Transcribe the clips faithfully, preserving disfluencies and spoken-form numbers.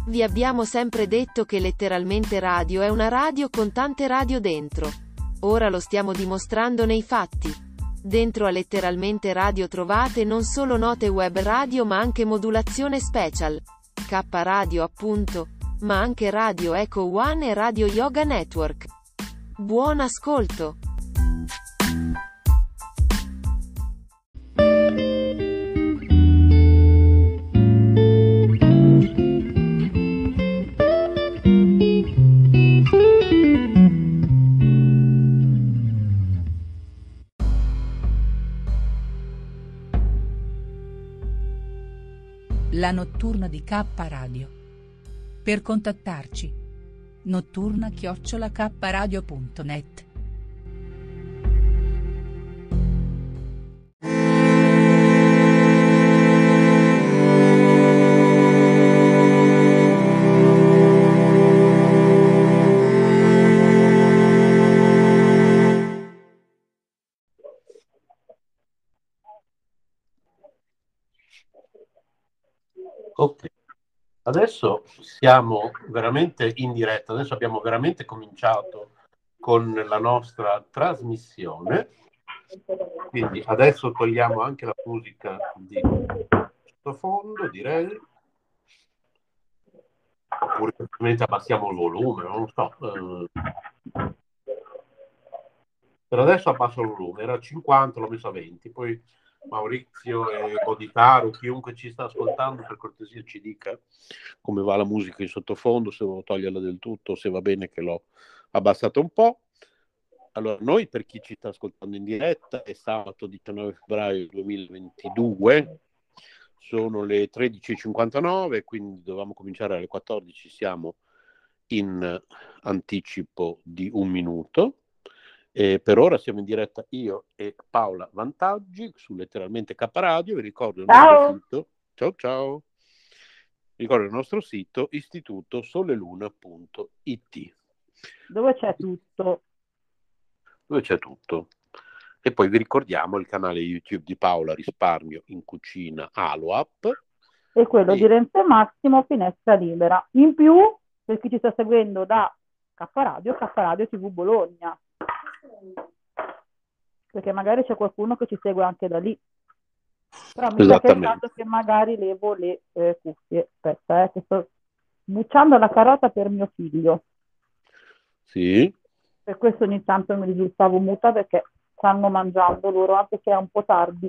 Vi abbiamo sempre detto che Letteralmente Radio è una radio con tante radio dentro. Ora lo stiamo dimostrando nei fatti. Dentro a Letteralmente Radio trovate non solo note web radio ma anche modulazione special. K Radio appunto. Ma anche Radio Echo One e Radio Yoga Network. Buon ascolto! La notturna di K Radio. Per contattarci, notturna chiocciola k radio punto net. Ok, adesso siamo veramente in diretta, adesso abbiamo veramente cominciato con la nostra trasmissione, quindi adesso togliamo anche la musica di sottofondo, direi, oppure semplicemente abbassiamo il volume, non so. Eh. Per adesso abbasso il volume, era a cinquanta, l'ho messo a venti, poi Maurizio e Boditaro, chiunque ci sta ascoltando, per cortesia ci dica come va la musica in sottofondo, se devo toglierla del tutto, se va bene che l'ho abbassata un po'. Allora, noi, per chi ci sta ascoltando in diretta, è sabato diciannove febbraio duemilaventidue, sono le tredici e cinquantanove, quindi dovevamo cominciare alle quattordici, siamo in anticipo di un minuto. E per ora siamo in diretta io e Paola Vantaggi su Letteralmente K Radio. Vi ricordo il Ciao. nostro sito. Ciao ciao. Vi ricordo il nostro sito istituto soleluna punto it. Dove c'è tutto. Dove c'è tutto. E poi vi ricordiamo il canale YouTube di Paola Risparmio in Cucina Aloap. E quello e... di Renze Massimo Finestra Libera. In più, per chi ci sta seguendo da K Radio, K Radio T V Bologna. Perché magari c'è qualcuno che ci segue anche da lì. Però mi sa che è il caso che magari levo le eh, cuffie. Aspetta, eh, che sto bucciando la carota per mio figlio. Sì. Per questo ogni tanto mi risultavo muta, perché stanno mangiando loro, anche se è un po' tardi.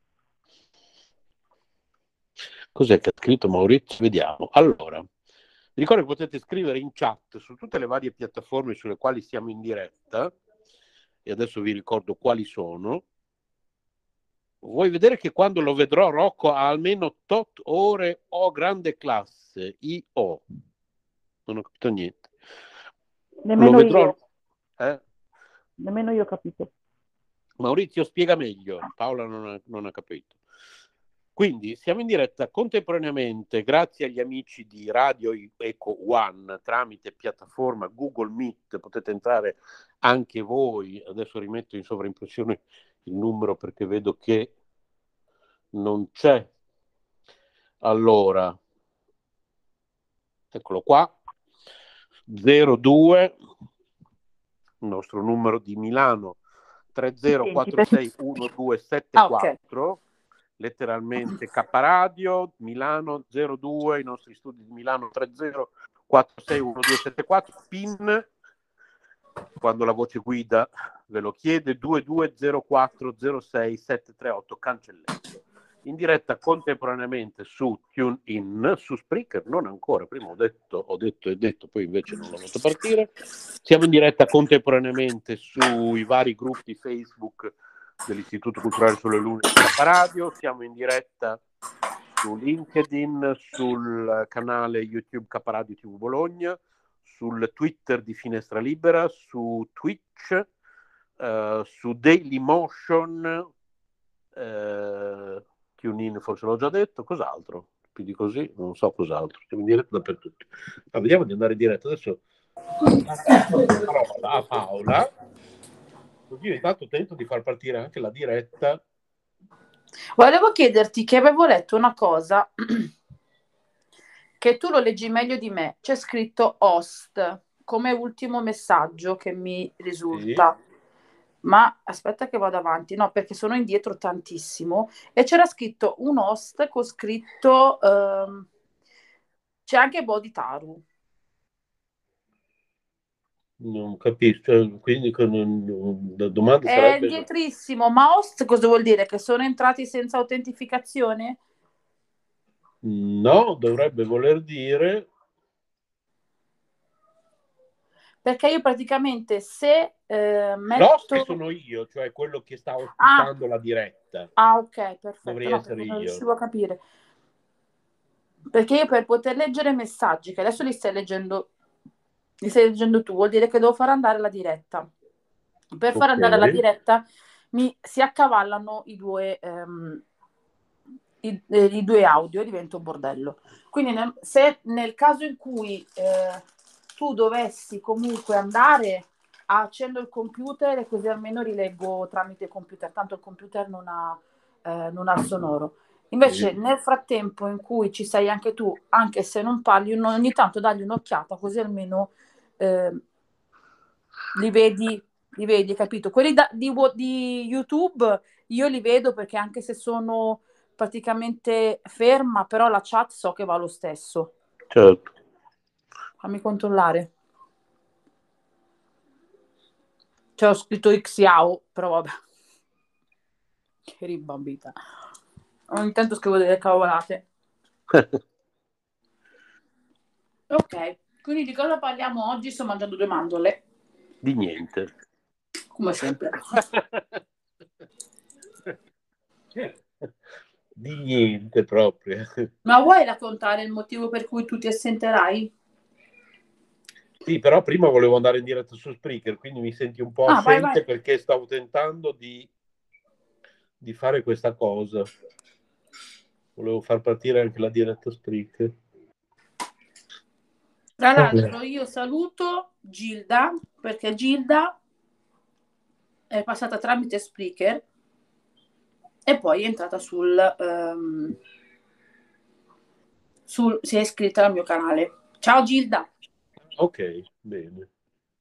Cos'è che ha scritto Maurizio? Vediamo. Allora, vi ricordo che potete scrivere in chat su tutte le varie piattaforme sulle quali siamo in diretta, e adesso vi ricordo quali sono. Vuoi vedere che quando lo vedrò Rocco ha almeno tot ore o grande classe, I O. Non ho capito niente. Nemmeno lo vedrò... io. Eh? Nemmeno io ho capito. Maurizio spiega meglio, Paola non ha, non ha capito. Quindi siamo in diretta contemporaneamente grazie agli amici di Radio Echo One tramite piattaforma Google Meet. Potete entrare anche voi. Adesso rimetto in sovraimpressione il numero perché vedo che non c'è. Allora, eccolo qua, zero due, il nostro numero di Milano, tre zero quattro sei uno due sette quattro. Ah, okay. Letteralmente K Radio, Milano zero due, i nostri studi di Milano tre zero quattro sei uno due sette quattro, PIN, quando la voce guida ve lo chiede, due due zero quattro zero sei sette tre otto, cancelletto. In diretta contemporaneamente su TuneIn, su Spreaker, non ancora, prima ho detto, ho detto e detto, poi invece non l'ho fatto partire. Siamo in diretta contemporaneamente sui vari gruppi Facebook dell'Istituto Culturale Sole Lune di K Radio, siamo in diretta su LinkedIn, sul canale YouTube K Radio T V Bologna, sul Twitter di Finestra Libera, su Twitch, uh, su Dailymotion, uh, TuneIn forse l'ho già detto, cos'altro? Più di così, non so cos'altro, siamo in diretta dappertutto. Ma vediamo di andare in diretta adesso. Parola a Paola. Così intanto tento di far partire anche la diretta. Volevo chiederti che avevo letto una cosa che tu lo leggi meglio di me. C'è scritto host come ultimo messaggio che mi risulta. Sì. Ma aspetta che vado avanti, no, perché sono indietro tantissimo. E c'era scritto un host con scritto um, c'è anche Bodhitaru. Non capisco, quindi con, la domanda è sarebbe... È indietrissimo, ma host cosa vuol dire? Che sono entrati senza autentificazione? No, dovrebbe voler dire... Perché io praticamente se eh, metto... L'host sono io, cioè quello che sta ospitando ah. la diretta. Ah, ok, perfetto. Dovrei no, essere io. Non riuscivo a capire. Perché io per poter leggere messaggi, che adesso li stai leggendo, li stai leggendo tu, vuol dire che devo far andare la diretta. Per far okay. andare la diretta mi si accavallano i due, ehm, i, eh, i due audio e diventa un bordello. Quindi nel, se nel caso in cui eh, tu dovessi comunque andare, accendo il computer e così almeno rileggo tramite computer, tanto il computer non ha, eh, non ha il sonoro. Invece sì. Nel frattempo in cui ci sei anche tu, anche se non parli, ogni tanto dagli un'occhiata così almeno eh, li vedi, li vedi, capito? Quelli da, di, di YouTube io li vedo perché anche se sono praticamente ferma, però la chat so che va lo stesso. Certo. Fammi controllare. Cioè ho scritto Xiao, però vabbè. Che ribambita. Ogni tanto scrivo delle cavolate. Ok, quindi di cosa parliamo oggi? Sto mangiando due mandorle. Di niente. Come sempre. Di niente proprio. Ma vuoi raccontare il motivo per cui tu ti assenterai? Sì, però prima volevo andare in diretta su Spreaker, quindi mi senti un po' ah, assente vai, vai. Perché stavo tentando di, di fare questa cosa. Volevo far partire anche la diretta Spreaker. Tra l'altro io saluto Gilda, perché Gilda è passata tramite Spreaker e poi è entrata sul, um, sul si è iscritta al mio canale. Ciao Gilda. Ok, bene.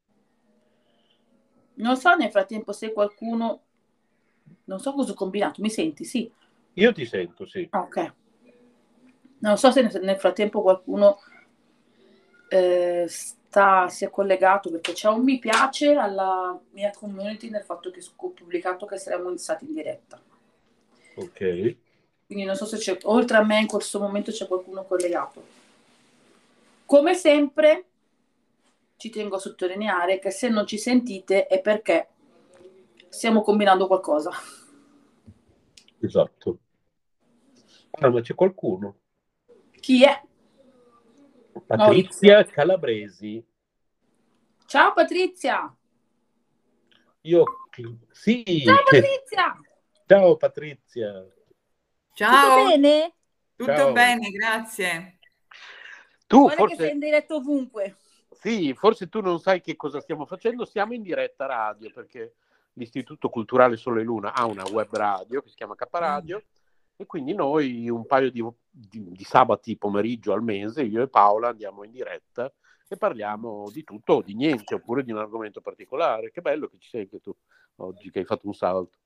Non so nel frattempo se qualcuno, non so cosa ho combinato, mi senti? Sì. Io ti sento, sì. Ok. Non so se nel frattempo qualcuno eh, sta, si è collegato, perché c'è un mi piace alla mia community nel fatto che ho pubblicato che saremmo stati in diretta. Ok. Quindi non so se c'è, oltre a me in questo momento c'è qualcuno collegato. Come sempre ci tengo a sottolineare che se non ci sentite è perché stiamo combinando qualcosa. Esatto. Ah, ma c'è qualcuno. Chi è? Patrizia Maurizio Calabresi. Ciao Patrizia. Io sì. Ciao Patrizia. Ciao Patrizia. Ciao. Tutto bene? Tutto Ciao. Bene, grazie. Tu Guarda forse che sei in diretta ovunque. Sì, forse tu non sai che cosa stiamo facendo. Siamo in diretta radio perché l'Istituto Culturale Sole e Luna ha una web radio che si chiama K Radio. Mm. E quindi noi un paio di, di, di sabati pomeriggio al mese, io e Paola andiamo in diretta e parliamo di tutto o di niente, oppure di un argomento particolare. Che bello che ci sei anche tu oggi, che hai fatto un salto.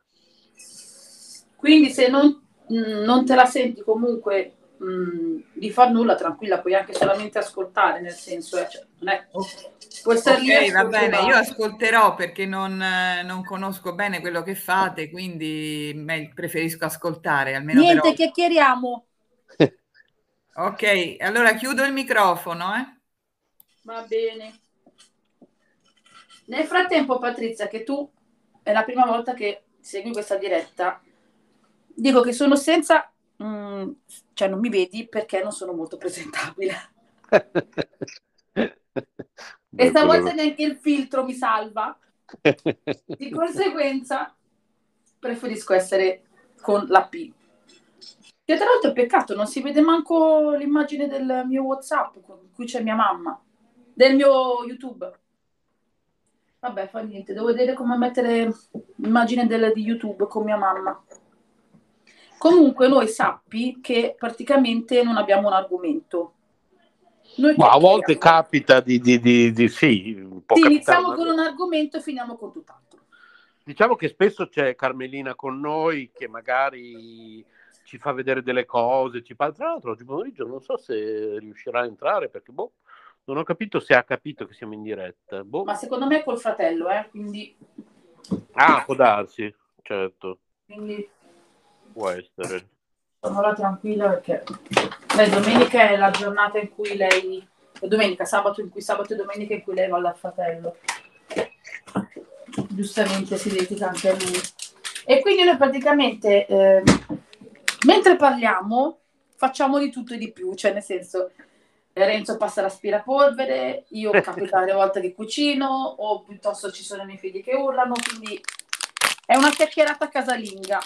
Quindi se non, non te la senti comunque mh, di far nulla, tranquilla, puoi anche solamente ascoltare, nel senso, eh, cioè, non è... Puoi stare ok, lì, va bene, io ascolterò perché non, non conosco bene quello che fate, quindi me, preferisco ascoltare. Almeno Niente, per... chiacchieriamo. Ok, allora chiudo il microfono. Eh? Va bene. Nel frattempo, Patrizia, che tu è la prima volta che segui questa diretta, dico che sono senza... Mh, cioè non mi vedi perché non sono molto presentabile. E stavolta neanche il filtro mi salva. Di conseguenza preferisco essere con la P. Che tra l'altro è peccato, non si vede manco l'immagine del mio WhatsApp con cui c'è mia mamma, del mio YouTube. Vabbè, fa niente, devo vedere come mettere l'immagine del, di YouTube con mia mamma. Comunque noi sappi che praticamente non abbiamo un argomento. Ma a volte capita di, di, di, di sì, può sì, capitare, iniziamo ma... con un argomento e finiamo con tutt'altro. Diciamo che spesso c'è Carmelina con noi che magari ci fa vedere delle cose, ci fa... Tra l'altro oggi pomeriggio non so se riuscirà a entrare perché boh, non ho capito se ha capito che siamo in diretta. Boh. Ma secondo me è col fratello, eh, quindi... Ah, può darsi, certo. Quindi... Può essere. Sono là tranquilla perché la domenica è la giornata in cui lei... La domenica, sabato, in cui sabato e domenica in cui lei va dal fratello. Giustamente si dedica anche a lui. E quindi noi praticamente, eh, mentre parliamo, facciamo di tutto e di più. Cioè, nel senso, Renzo passa l'aspirapolvere, io capita le volte che cucino, o piuttosto ci sono i miei figli che urlano, quindi è una chiacchierata casalinga.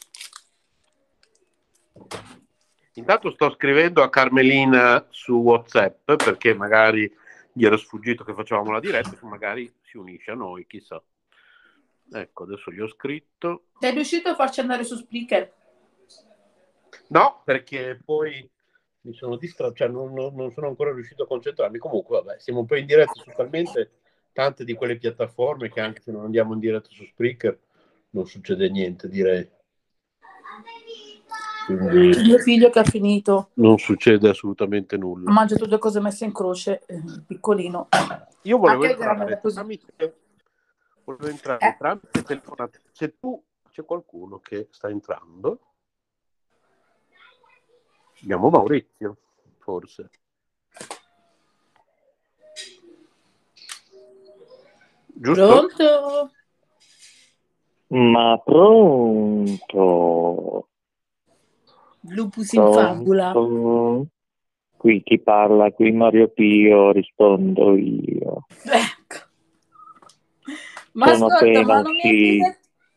Intanto sto scrivendo a Carmelina su WhatsApp perché magari gli era sfuggito che facevamo la diretta, magari si unisce a noi, chissà. Ecco, adesso gli ho scritto. Sei riuscito a farci andare su Spreaker? No, perché poi mi sono distratto, cioè non, non, non sono ancora riuscito a concentrarmi. Comunque, vabbè, siamo un po' in diretta su talmente tante di quelle piattaforme che anche se non andiamo in diretta su Spreaker non succede niente, direi. Quindi il mio figlio che ha finito. Non succede assolutamente nulla. Ha mangiato due cose messe in croce, eh, piccolino. Io volevo anche entrare tramite, volevo entrare eh. tramite telefonata. Se tu c'è qualcuno che sta entrando, abbiamo Maurizio, forse. Giusto? Pronto? Ma pronto? Lupus in fabula. Qui chi parla, qui Mario Pio, rispondo io. Ecco. Ma Sono ascolta, appena ma non mi hai...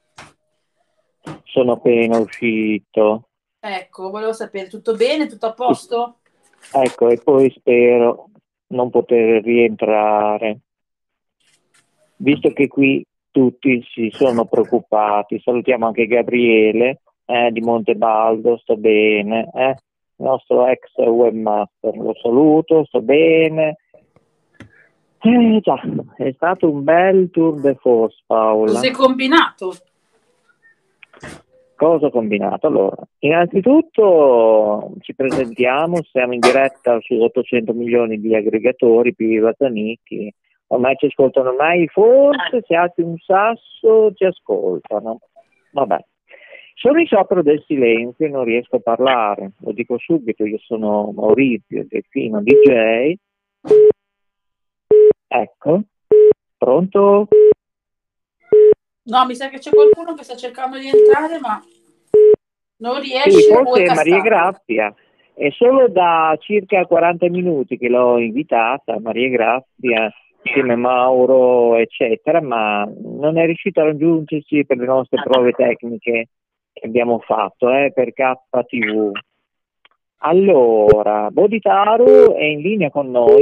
Sono appena uscito. Ecco, volevo sapere, tutto bene, tutto a posto? Ecco, e poi spero non poter rientrare. Visto che qui tutti si sono preoccupati, salutiamo anche Gabriele eh, di Montebaldo, sto bene, eh? il nostro ex webmaster, lo saluto, sto bene. Eh, già, è stato un bel tour de force, Paola. Cosa hai combinato? Cosa ho combinato? Allora, innanzitutto ci presentiamo, siamo in diretta su ottocento milioni di aggregatori, Piva, Zanicchi, ormai ci ascoltano mai, forse se alzi un sasso ci ascoltano. Vabbè, sono in sciopero del silenzio e non riesco a parlare, lo dico subito, io sono Maurizio, Delfino D J. Ecco, pronto? No, mi sa che c'è qualcuno che sta cercando di entrare, ma non riesce. Sì, forse è Maria Grazia. È solo da circa quaranta minuti che l'ho invitata, Maria Grazia, insieme a Mauro, eccetera, ma non è riuscita a raggiungerci per le nostre prove tecniche che abbiamo fatto, eh, per K T V. Allora, Bodhitaru è in linea con noi.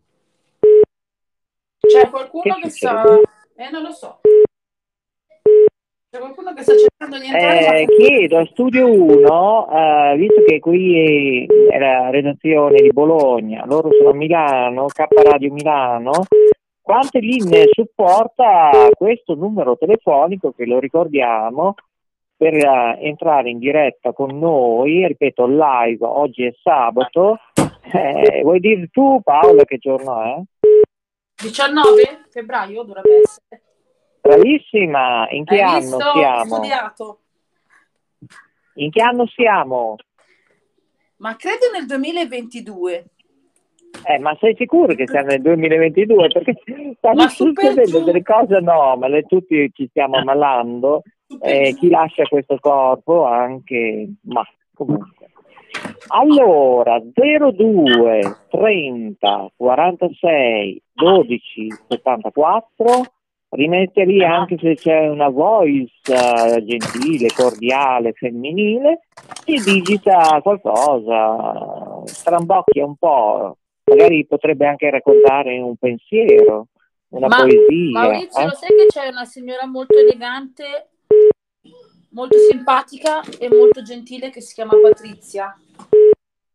C'è qualcuno che, che sta... Eh, non lo so. C'è qualcuno che sta cercando di entrare? Eh, ma... Chiedo a Studio uno, eh, visto che qui è la redazione di Bologna, loro sono a Milano, K Radio Milano, quante linee supporta questo numero telefonico che lo ricordiamo per uh, entrare in diretta con noi, ripeto, live, oggi è sabato. Eh, vuoi dire tu, Paola, che giorno è? diciannove febbraio dovrebbe essere. Bravissima, in che Hai anno visto? siamo? Ho studiato. In che anno siamo? Ma credo nel duemilaventidue. Eh, ma sei sicuro che siamo nel duemilaventidue? Perché stanno succedendo delle cose anomale, tutti ci stiamo ammalando, eh, chi lascia questo corpo anche, ma comunque. Allora, zero due trenta quarantasei dodici settantaquattro, rimetti lì anche se c'è una voice uh, gentile, cordiale, femminile, e digita qualcosa, strambocchia un po', magari potrebbe anche raccontare un pensiero, una Ma, poesia. Maurizio, eh? lo sai che c'è una signora molto elegante, molto simpatica e molto gentile che si chiama Patrizia?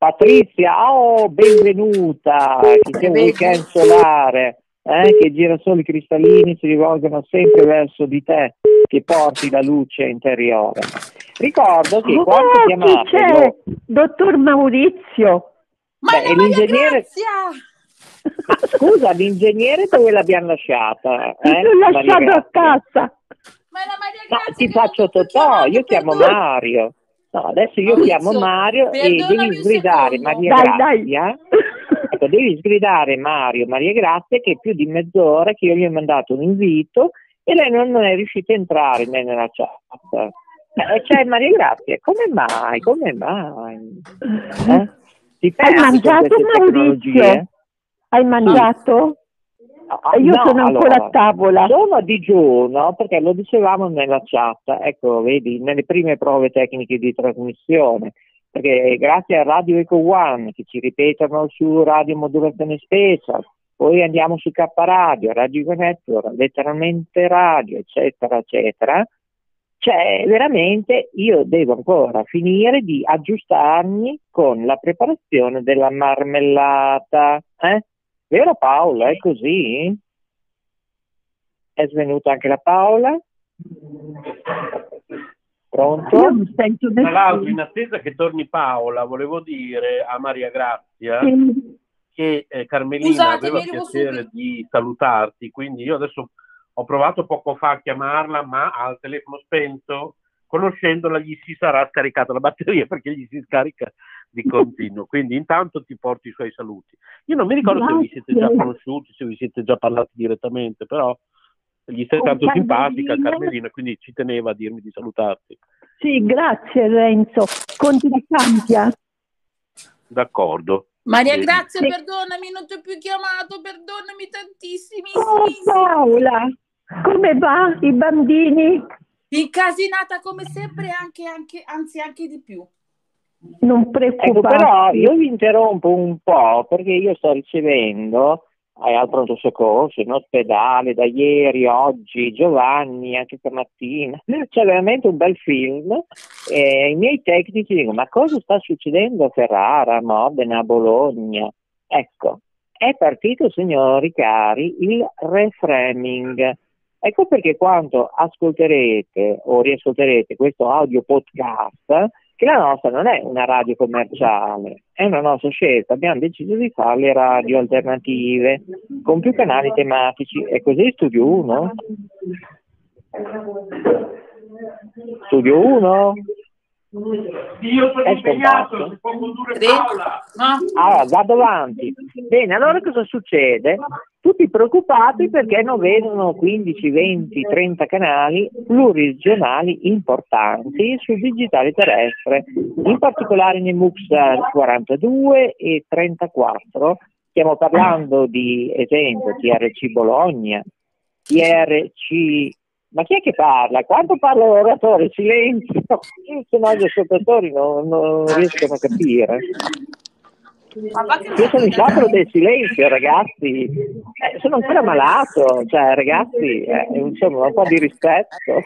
Patrizia, oh, benvenuta, che sia un weekend solare, eh, che i girasoli cristallini si rivolgono sempre verso di te, che porti la luce interiore. Ricordo che oh, quando chiamate... Chi c'è? Lo... Dottor Maurizio. Ma è l'ingegnere... Ma scusa, l'ingegnere dove l'abbiamo lasciata? Eh? L'ho lasciato a casa. Ma è la Maria No, Grazia ti che faccio Totò, io chiamo perdona. Mario. No, adesso io Maurizio, chiamo Mario e devi sgridare Maria dai, Grazia. Dai. Ecco, devi sgridare Mario, Maria Grazia, che è più di mezz'ora che io gli ho mandato un invito e lei non è riuscita a entrare nella chat. Eh, c'è Maria Grazia, come mai? Come mai? Eh? Ti Hai mangiato, Maurizio? Hai mangiato? Ah, io no, sono ancora allora, a tavola. Sono a digiuno perché lo dicevamo nella chat, ecco, vedi, nelle prime prove tecniche di trasmissione, perché grazie a Radio Eco One che ci ripetono su Radio Modulazione Special, poi andiamo su K Radio, Radio Connector, letteralmente radio, eccetera, eccetera. Cioè, veramente io devo ancora finire di aggiustarmi con la preparazione della marmellata, eh? Vero Paola, è così? È svenuta anche la Paola? Pronto? Io non sento Tra l'altro, in nessuno. attesa che torni Paola, volevo dire a Maria Grazia Sì. che eh, Carmelina Scusatemi, aveva arrivo piacere subito. di salutarti, quindi io adesso ho provato poco fa a chiamarla, ma al telefono spento, conoscendola gli si sarà scaricata la batteria perché gli si scarica di continuo, quindi intanto ti porti i suoi saluti. Io non mi ricordo Grazie. se vi siete già conosciuti, se vi siete già parlati direttamente, però gli sei Con tanto simpatica Carmelina. Carmelina, quindi ci teneva a dirmi di salutarti. Sì, grazie Renzo. Conti la Campia. D'accordo. Maria Vedi. Grazia, Sì. perdonami, non ti ho più chiamato, perdonami tantissimi. Oh Paola, come va i bambini? Incasinata come sempre, anche, anche, anzi anche di più. Non Ecco, preoccuparti. però io vi interrompo un po' perché io sto ricevendo eh, al pronto soccorso, in ospedale, da ieri, oggi, Giovanni, anche stamattina, c'è veramente un bel film e i miei tecnici dicono ma cosa sta succedendo a Ferrara, a Modena, a Bologna? Ecco, è partito, signori cari, il reframing. Ecco perché quando ascolterete o riascolterete questo audio podcast, che la nostra non è una radio commerciale, è una nostra scelta, abbiamo deciso di fare le radio alternative con più canali tematici e così Studio uno. Studio uno. Io sono È impegnato, scomparso. si può condurre Sì. Paola. No? Allora, vado avanti. Bene, allora cosa succede? Tutti preoccupati perché non vedono quindici, venti, trenta canali pluriregionali importanti sul digitale terrestre, in particolare nei M U X quarantadue e trentaquattro. Stiamo parlando di, esempio, T R C Bologna, T R C... Ma chi è che parla? Quando parla l'oratore? Silenzio, se no gli ascoltatori non, non riescono a capire. Io sono in sciopero del silenzio, ragazzi. Eh, sono ancora malato, cioè, ragazzi, eh, insomma, un po' di rispetto.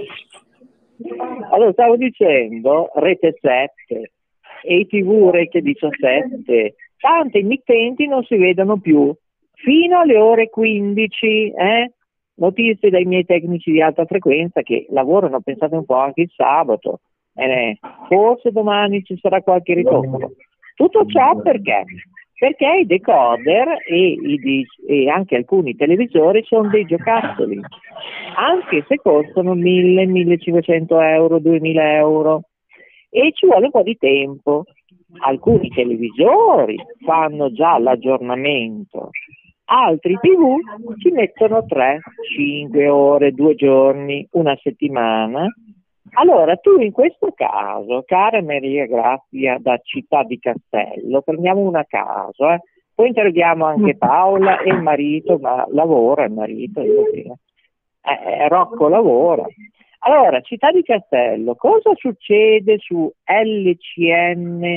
Allora, stavo dicendo, Rete sette, e T V Rete diciassette, tante emittenti non si vedono più, fino alle ore quindici, eh? Notizie dai miei tecnici di alta frequenza che lavorano, pensate un po', anche il sabato. Eh, forse domani ci sarà qualche ritorno. Tutto ciò perché? Perché i decoder e, i, e anche alcuni televisori sono dei giocattoli, anche se costano mille, millecinquecento euro, duemila euro, e ci vuole un po' di tempo. Alcuni televisori fanno già l'aggiornamento, altri tivù ci mettono tre, cinque ore, due giorni, una settimana. Allora, tu in questo caso, cara Maria Grazia da Città di Castello, prendiamo una a caso, eh? Poi interroghiamo anche Paola e il marito, ma lavora il marito, io dire. Eh, Rocco lavora. Allora, Città di Castello, cosa succede su L C N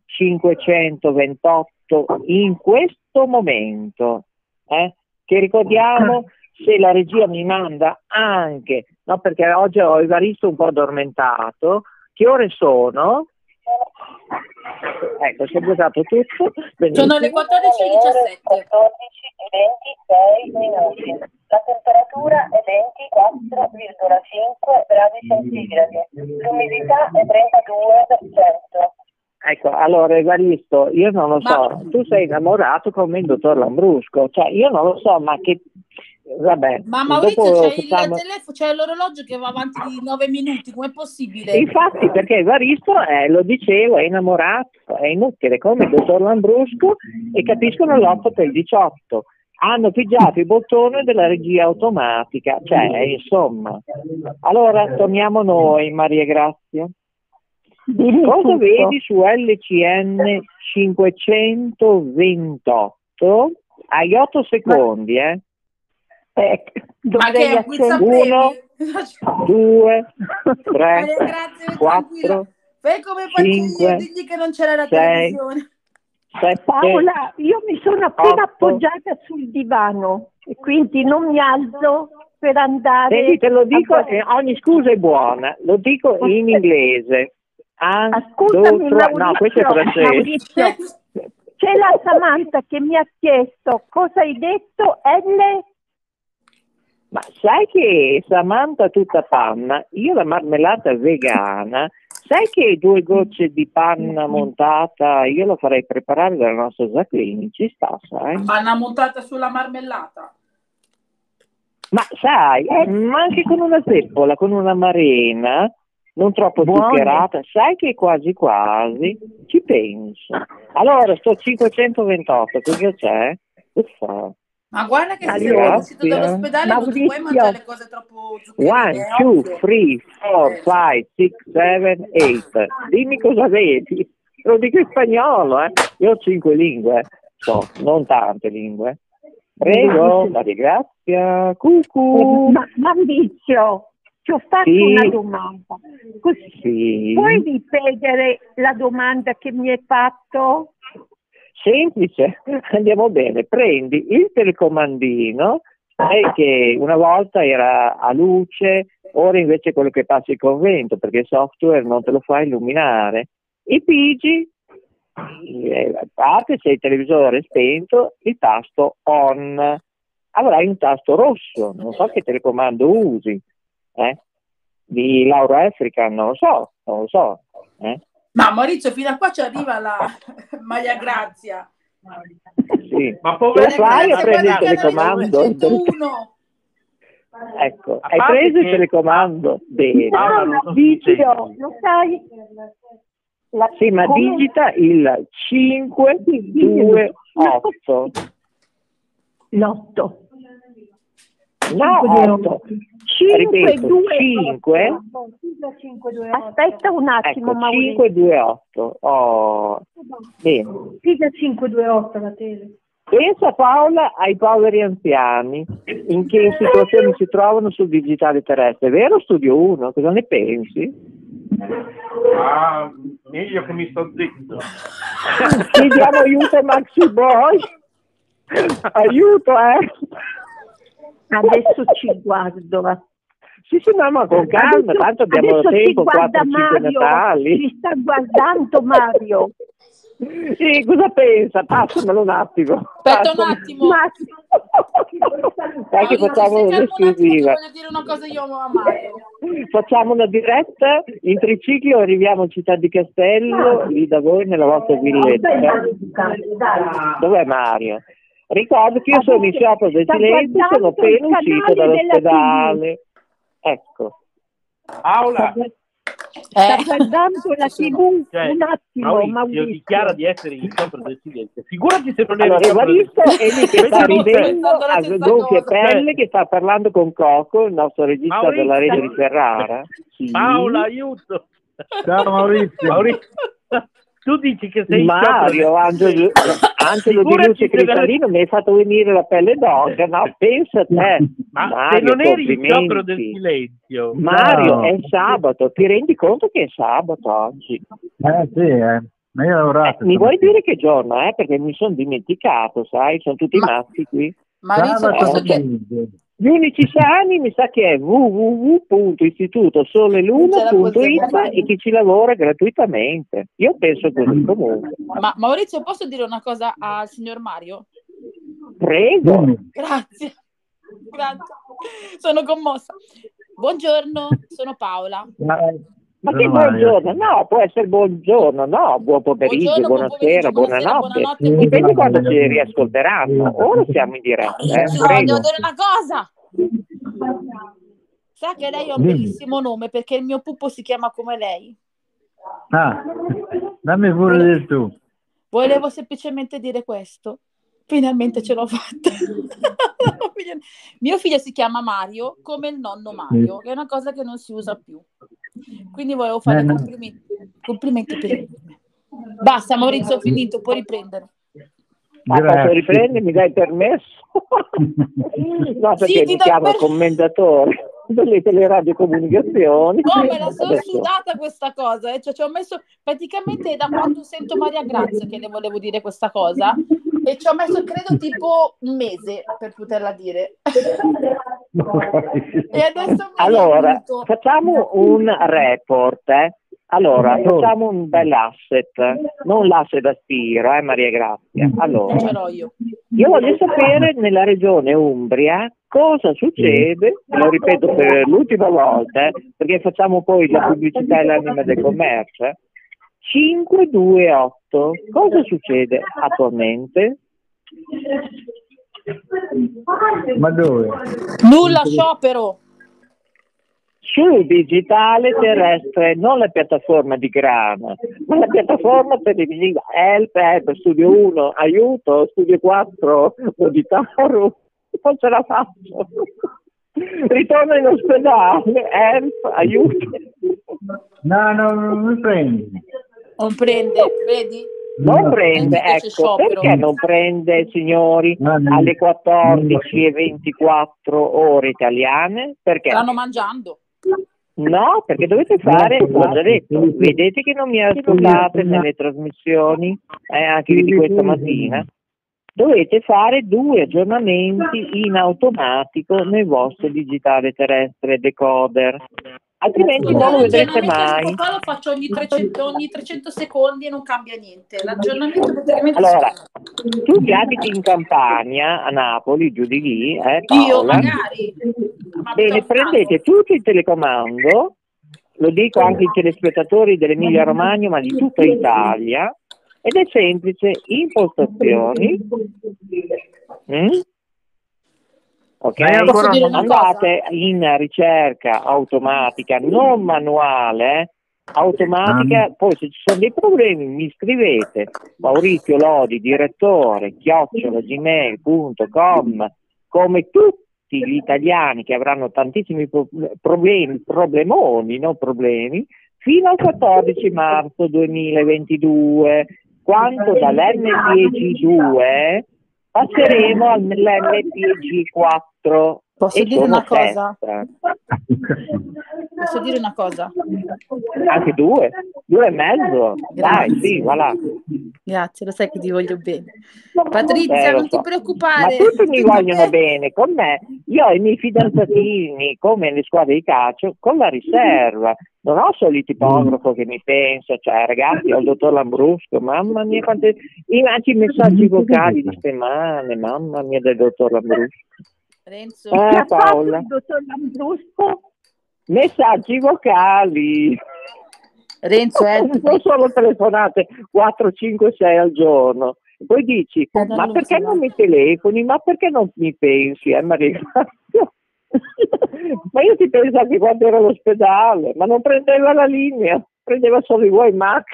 cinquecentoventotto in questo momento? Eh? Che ricordiamo, se la regia mi manda anche, no, perché oggi ho il Evaristo un po' addormentato, che ore sono? Ecco, si è buttato tutto. Sono le quattordici e diciassette. quattordici e ventisei minuti. La temperatura è ventiquattro virgola cinque gradi centigradi. L'umidità è trentadue per cento. Ecco, allora Evaristo, io non lo so, ma... tu sei innamorato come il dottor Lambrusco, cioè io non lo so, ma che... Vabbè, ma Maurizio dopo c'è facciamo... il telefono, c'è l'orologio che va avanti di nove minuti, com'è possibile? Infatti, perché Evaristo, eh, lo dicevo, è innamorato, è inutile, come il dottor Lambrusco, e capiscono l'otto per il diciotto. Hanno pigiato il bottone della regia automatica, cioè, insomma. Allora, torniamo noi, Maria Grazia. Dimmi Cosa tutto. vedi su L C N cinquecentoventotto? Hai otto secondi, eh? Eh, ma che è un quiz a uno, due, tre, grazie, quattro, fai come faccio cinque, io, digli che non c'era la sei, televisione. sette, Paola, io mi sono appena otto. appoggiata sul divano e quindi non mi alzo per andare. Senti, te lo dico, a... eh, ogni scusa è buona, lo dico in inglese. Ascoltami, Maurizio, no, questo è francese. Maurizio, c'è la Samantha che mi ha chiesto cosa hai detto, L? Ma sai che Samantha tutta panna, io la marmellata vegana, sai che due gocce di panna montata io lo farei preparare dalla nostra Jacqueline, ci sta, sai? Panna montata sulla marmellata? Ma sai, eh, ma anche con una zeppola, con una marena, non troppo Buone. zuccherata, sai che quasi quasi ci penso. Allora, sto cinquecentoventotto, cosa c'è? Uffa. Ma guarda che se Allora, sei uscito dall'ospedale non ti puoi mangiare le cose troppo zuccherine. One, two, three, four, Eh. five, six, seven, eight. Dimmi cosa vedi. Lo dico in spagnolo, eh. Io ho cinque lingue, so, non tante lingue. Prego, Maria Grazia, cucù. Eh, ma, Maurizio, ti ho fatto Sì. una domanda. Così, Sì. puoi ripetere la domanda che mi hai fatto? Semplice, andiamo bene. Prendi il telecomandino, sai che una volta era a luce, ora invece è quello che passa il convento, perché il software non te lo fa illuminare. I pigi, eh, a parte se il televisore è spento, il tasto on. Avrai un tasto rosso, non so che telecomando usi, eh? Di Lauro African, non lo so, non lo so, eh? Ma Maurizio, fino a qua ci arriva la Maria Grazia. Sì. Ma Ce la povera fai a Grazia, prendere il guarda, telecomando? centouno. Ecco, A hai parte preso il che- telecomando? Bene. Paola, non so Video, se lo sai? La- Sì, ma come- digita il cinque due otto. L'otto. No, otto. Ripeto, cinque. Aspetta un attimo, Ecco, Maurizio. cinque due otto. Oh. Bene. Piga cinque due otto la tele. Pensa Paola ai poveri anziani in che situazioni si trovano sul digitale terrestre, vero Studio uno? Cosa ne pensi? Ah, meglio che mi sto zitto. Chiediamo aiuto a Maxi Boy. Aiuto, eh. Adesso ci guardo. Sì, sì, no, ma con calma, Adesso- tanto abbiamo adesso ti tempo, guarda quattro cinque Mario, Natali. Ci sta guardando Mario. Sì, cosa pensa? Passamelo un attimo. Aspetta un Passamelo. attimo. Ma Dai che Allora, facciamo se fermo un attimo che un'esclusiva. voglio dire una cosa io a Mario. Facciamo una diretta in triciclo, arriviamo a Città di Castello, lì da voi nella vostra villetta. Dov'è Mario? Ricordo che io sono in sciopero del Sta silenzio, sono guardando il appena uscito canale della dall'ospedale. Ecco. Paola, sta Eh. guardando la tivù. cioè, Un attimo, Maurizio, Maurizio. dichiara di essere in sciopero del silenzio. Figurati se non eri Allora, in sciopero del Evaristo è lì che sta Vedi tu, ridendo pensando la a stessa gonfie cosa. pelle, che sta parlando con Coco, il nostro regista Maurizio. della rete di Ferrara. Sì. Paola, aiuto. Ciao Maurizio. Maurizio, tu dici che sei in sciopero Mario, del Angelo, Angelo di Figurati Luce se non- Cristallino mi hai fatto venire la pelle d'oca, no? Pensa a te. Ma Mario, se non eri in complimenti. sciopero del silenzio, Mario, Ciao. è sabato, ti rendi conto che è sabato oggi? Eh sì, eh. Ma io ho Eh, lavorato. mi vuoi dire che giorno è? Perché mi sono dimenticato, sai? Sono tutti Ma- matti qui. Maurizio, Sabato posso, chie- pomeriggio. Gli unici sani mi sa che è w w w punto istituto sole luna punto it e chi ci lavora gratuitamente. Io penso così comunque. Ma Maurizio, posso dire una cosa al signor Mario? Prego. Grazie. Grazie. Sono commossa. Buongiorno, sono Paola. Ma che buongiorno? No, può essere buongiorno, no, buon pomeriggio, Buongiorno, buon buonasera, pomeriggio, buonasera, buonanotte. buonanotte, Dipende buongiorno. quando ci riascolteranno. Ora siamo in diretta. Eh? No, Prego. devo dire una cosa. Sa che lei ha un Dimmi. bellissimo nome perché il mio pupo si chiama come lei. Ah, dammi pure del tu. Volevo semplicemente dire questo. Finalmente ce l'ho fatta. Mio figlio si chiama Mario come il nonno Mario, che è una cosa che non si usa più. Quindi volevo fare Eh, no. complimenti, complimenti per il nome. Basta, Maurizio, ho finito, puoi riprendere. Ma posso Grazie. riprendere? Mi dai permesso? No, perché Sì, ti mi do chiama per- commendatore delle teleradiocomunicazioni. No, me la sono Adesso- sudata questa cosa, eh. Cioè, ci ho messo praticamente da quando sento Maria Grazia che le volevo dire questa cosa e ci ho messo credo tipo un mese per poterla dire. E adesso mi Allora, è venuto. facciamo un report, eh. Allora, facciamo un bel asset, non l'asset da stiro, eh, Maria Grazia. Allora, Ce l'ho io. io voglio sapere nella regione Umbria cosa succede, lo ripeto per l'ultima volta, eh, perché facciamo poi la pubblicità e l'anima del commercio. eh. cinque due otto, cosa succede attualmente? Ma dove? Nulla, sciopero. Sul digitale terrestre, non la piattaforma di Grana, ma la piattaforma televisiva Help, Help, Studio uno, aiuto, Studio quattro, Moditaru, non ce la faccio. Ritorno in ospedale, Help, aiuto. No, no, non mi prendi. Non prende, vedi? Non prende, Invece ecco, sciopero. perché non prende, signori, No, no. alle quattordici e ventiquattro ore italiane? Perché? Stanno mangiando. No, perché dovete fare, l'ho già detto, vedete che non mi ascoltate nelle trasmissioni, eh, anche di questa mattina? Dovete fare due aggiornamenti in automatico nel vostro digitale terrestre decoder, altrimenti non lo vedrete L'aggiornamento mai. qua lo faccio ogni trecento, ogni trecento secondi e non cambia niente. L'aggiornamento praticamente Allora, tu che abiti in Campania, a Napoli, giù di lì, eh, io Paola, magari. Ma bene, abito a prendete tutto il telecomando, lo dico anche ai telespettatori dell'Emilia Romagna, ma di tutta Italia, ed è semplice, impostazioni, mm? ok? Ma io ancora Posso dire una Andate in ricerca automatica, non manuale, eh, automatica, Ah. poi se ci sono dei problemi mi scrivete Maurizio Lodi, direttore, chiocciola gmail punto com, come tutti gli italiani che avranno tantissimi pro- problemi, problemoni, non problemi, fino al quattordici marzo duemilaventidue, quando dall'M dieci due passeremo all'M dieci quattro. Posso e dire sono una cosa? sette. Posso dire una cosa? Anche due, due e mezzo. Dai, Grazie. sì, va là. Grazie, lo sai che ti voglio bene. Patrizia, Eh, lo non so. ti preoccupare. Ma tutti mi Tutto vogliono bene. bene con me. Io ho i miei fidanzatini, come le squadre di calcio, con la riserva. Non ho solo il tipografo che mi pensa, cioè ragazzi, ho il dottor Lambrusco, mamma mia, quante... anche i messaggi vocali di settimane, mamma mia, del dottor Lambrusco. Renzo. Eh, Che ha fatto Paola. il dottor Lambrusco? Messaggi vocali. Renzo, eh. Non solo telefonate quattro, cinque, sei al giorno. Poi dici, Eh, non ma lo perché so. non mi telefoni? Ma perché non mi pensi, eh Maria Grazia? Ma io ti penso anche quando ero all'ospedale, ma non prendeva la linea, prendeva solo i vuoi Max.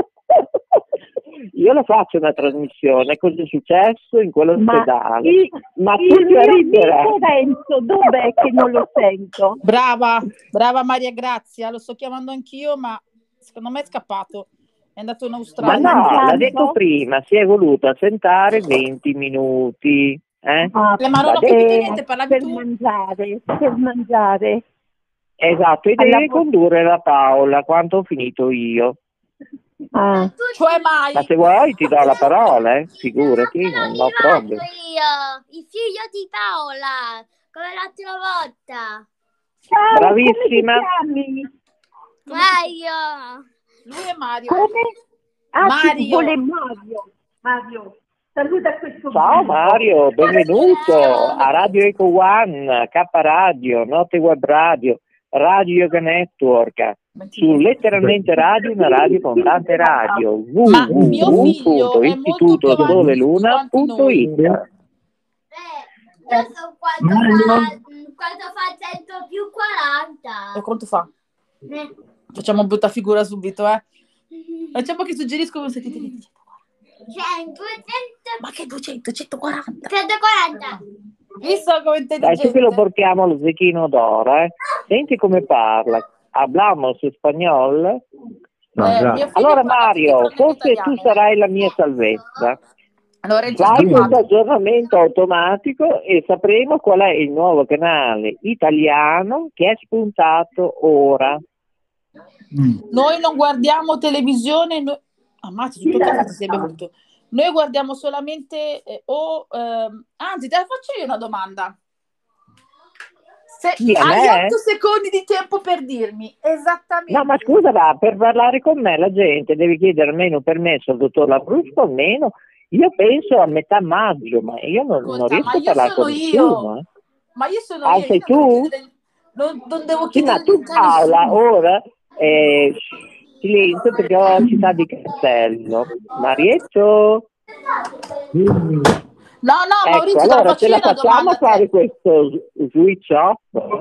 Io la faccio una trasmissione, cosa è successo in quell'ospedale? il, Ma il tutti a mio ridere. amico Renzo, dov'è che non lo sento? Brava, brava Maria Grazia, lo sto chiamando anch'io, ma secondo me è scappato. È andato in Ma Australia. no, l'ha mangiando? detto prima, si è voluto assentare venti minuti. Eh? Ah, Eh, ma non L'ha ho detto- capito eh, niente, parlavi per tu? mangiare, per mangiare. Esatto, e Alla deve vo- condurre la Paola, quanto ho finito io. Ah. Cioè mai. Ma se vuoi ti do la parola, eh? Figurati, non ho problemi. Io, il figlio di Paola. come l'altra volta. Ciao, bravissima. Come ti chiami? Mario. Lui è Mario. Come? Ah, Mario. vuole Mario. Mario, saluta questo Ciao bimbo. Mario, benvenuto a Radio Eco One, K Radio, Notte Web Radio, Radio Yoga Network, su letteralmente radio, una radio con tante radio, Ma mio w w w figlio punto è molto più istituto avanti sole di luna quanti punto noi. it. Eh, io so quanto fa, quanto fa cento più quaranta. E quanto fa? Eh. Facciamo brutta figura subito, eh. Facciamo che suggeriscono sentite che dice. cento, cento. Ma che duecento, centoquaranta. centoquaranta. Visto come Dai, intelligente. su che lo portiamo allo zecchino d'oro, eh. Senti come parla. Hablamos espagnol. No, Eh, già. mio figlio Allora parla Mario, tutto tranne forse italiano. tu sarai la mia salvezza. Allora, il Fai scappato. questo aggiornamento automatico e sapremo qual è il nuovo canale italiano che è spuntato ora. Noi non guardiamo televisione, noi... ammazza, tutto caso ti sei bevuto. Noi guardiamo solamente eh, o ehm, anzi, te la faccio io una domanda. Se Sì, a hai me? otto secondi di tempo per dirmi esattamente. No, ma scusa, va, per parlare con me la gente deve chiedere almeno un permesso al dottor Labrusco, almeno io penso a metà maggio, ma io non, non Ascolta, riesco ma a io parlare sono con io. nessuno. Eh. Ma io sono Ah, io, sei io non devo tu? chiedere- non, non devo Sì, chiedere ma tu niente a Paola, nessuno. ora eh, silenzio perché ho città di cartello. Marietto? No, no, Ecco, Maurizio, te allora la faccio ce io la una facciamo domanda a a te. fare questo s- switch off?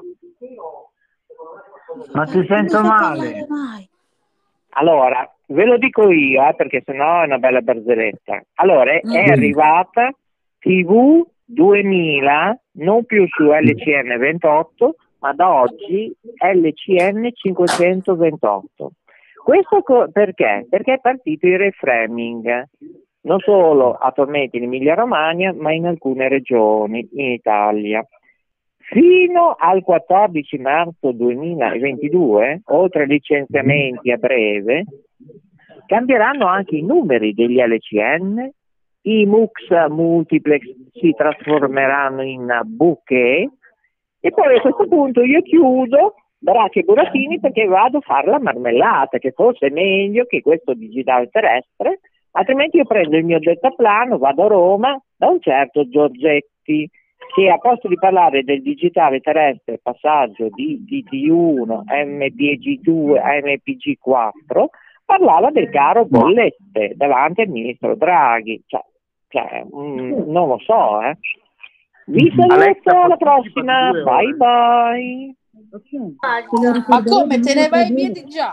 Ma ti sento male. Allora, ve lo dico io, eh, perché sennò è una bella barzelletta. Allora, è, è arrivata tivù duemila, non più su L C N ventotto, ma da oggi L C N cinquecentoventotto. Questo co- perché? Perché è partito il reframing, non solo attualmente in Emilia Romagna, ma in alcune regioni in Italia. Fino al quattordici marzo duemilaventidue, oltre ai licenziamenti a breve, cambieranno anche i numeri degli L C N, i M U X multiplex si trasformeranno in bouquet e poi a questo punto io chiudo Bracchi e burattini perché vado a fare la marmellata, che forse è meglio che questo digitale terrestre, altrimenti io prendo il mio deltaplano, vado a Roma da un certo Giorgetti, che a posto di parlare del digitale terrestre, passaggio di D T uno, M P G due a M P G quattro, parlava del caro bollette davanti al ministro Draghi. Cioè, cioè mm, non lo so, eh. Vi saluto, alla prossima, bye bye. Ma come, te ne vai via di già?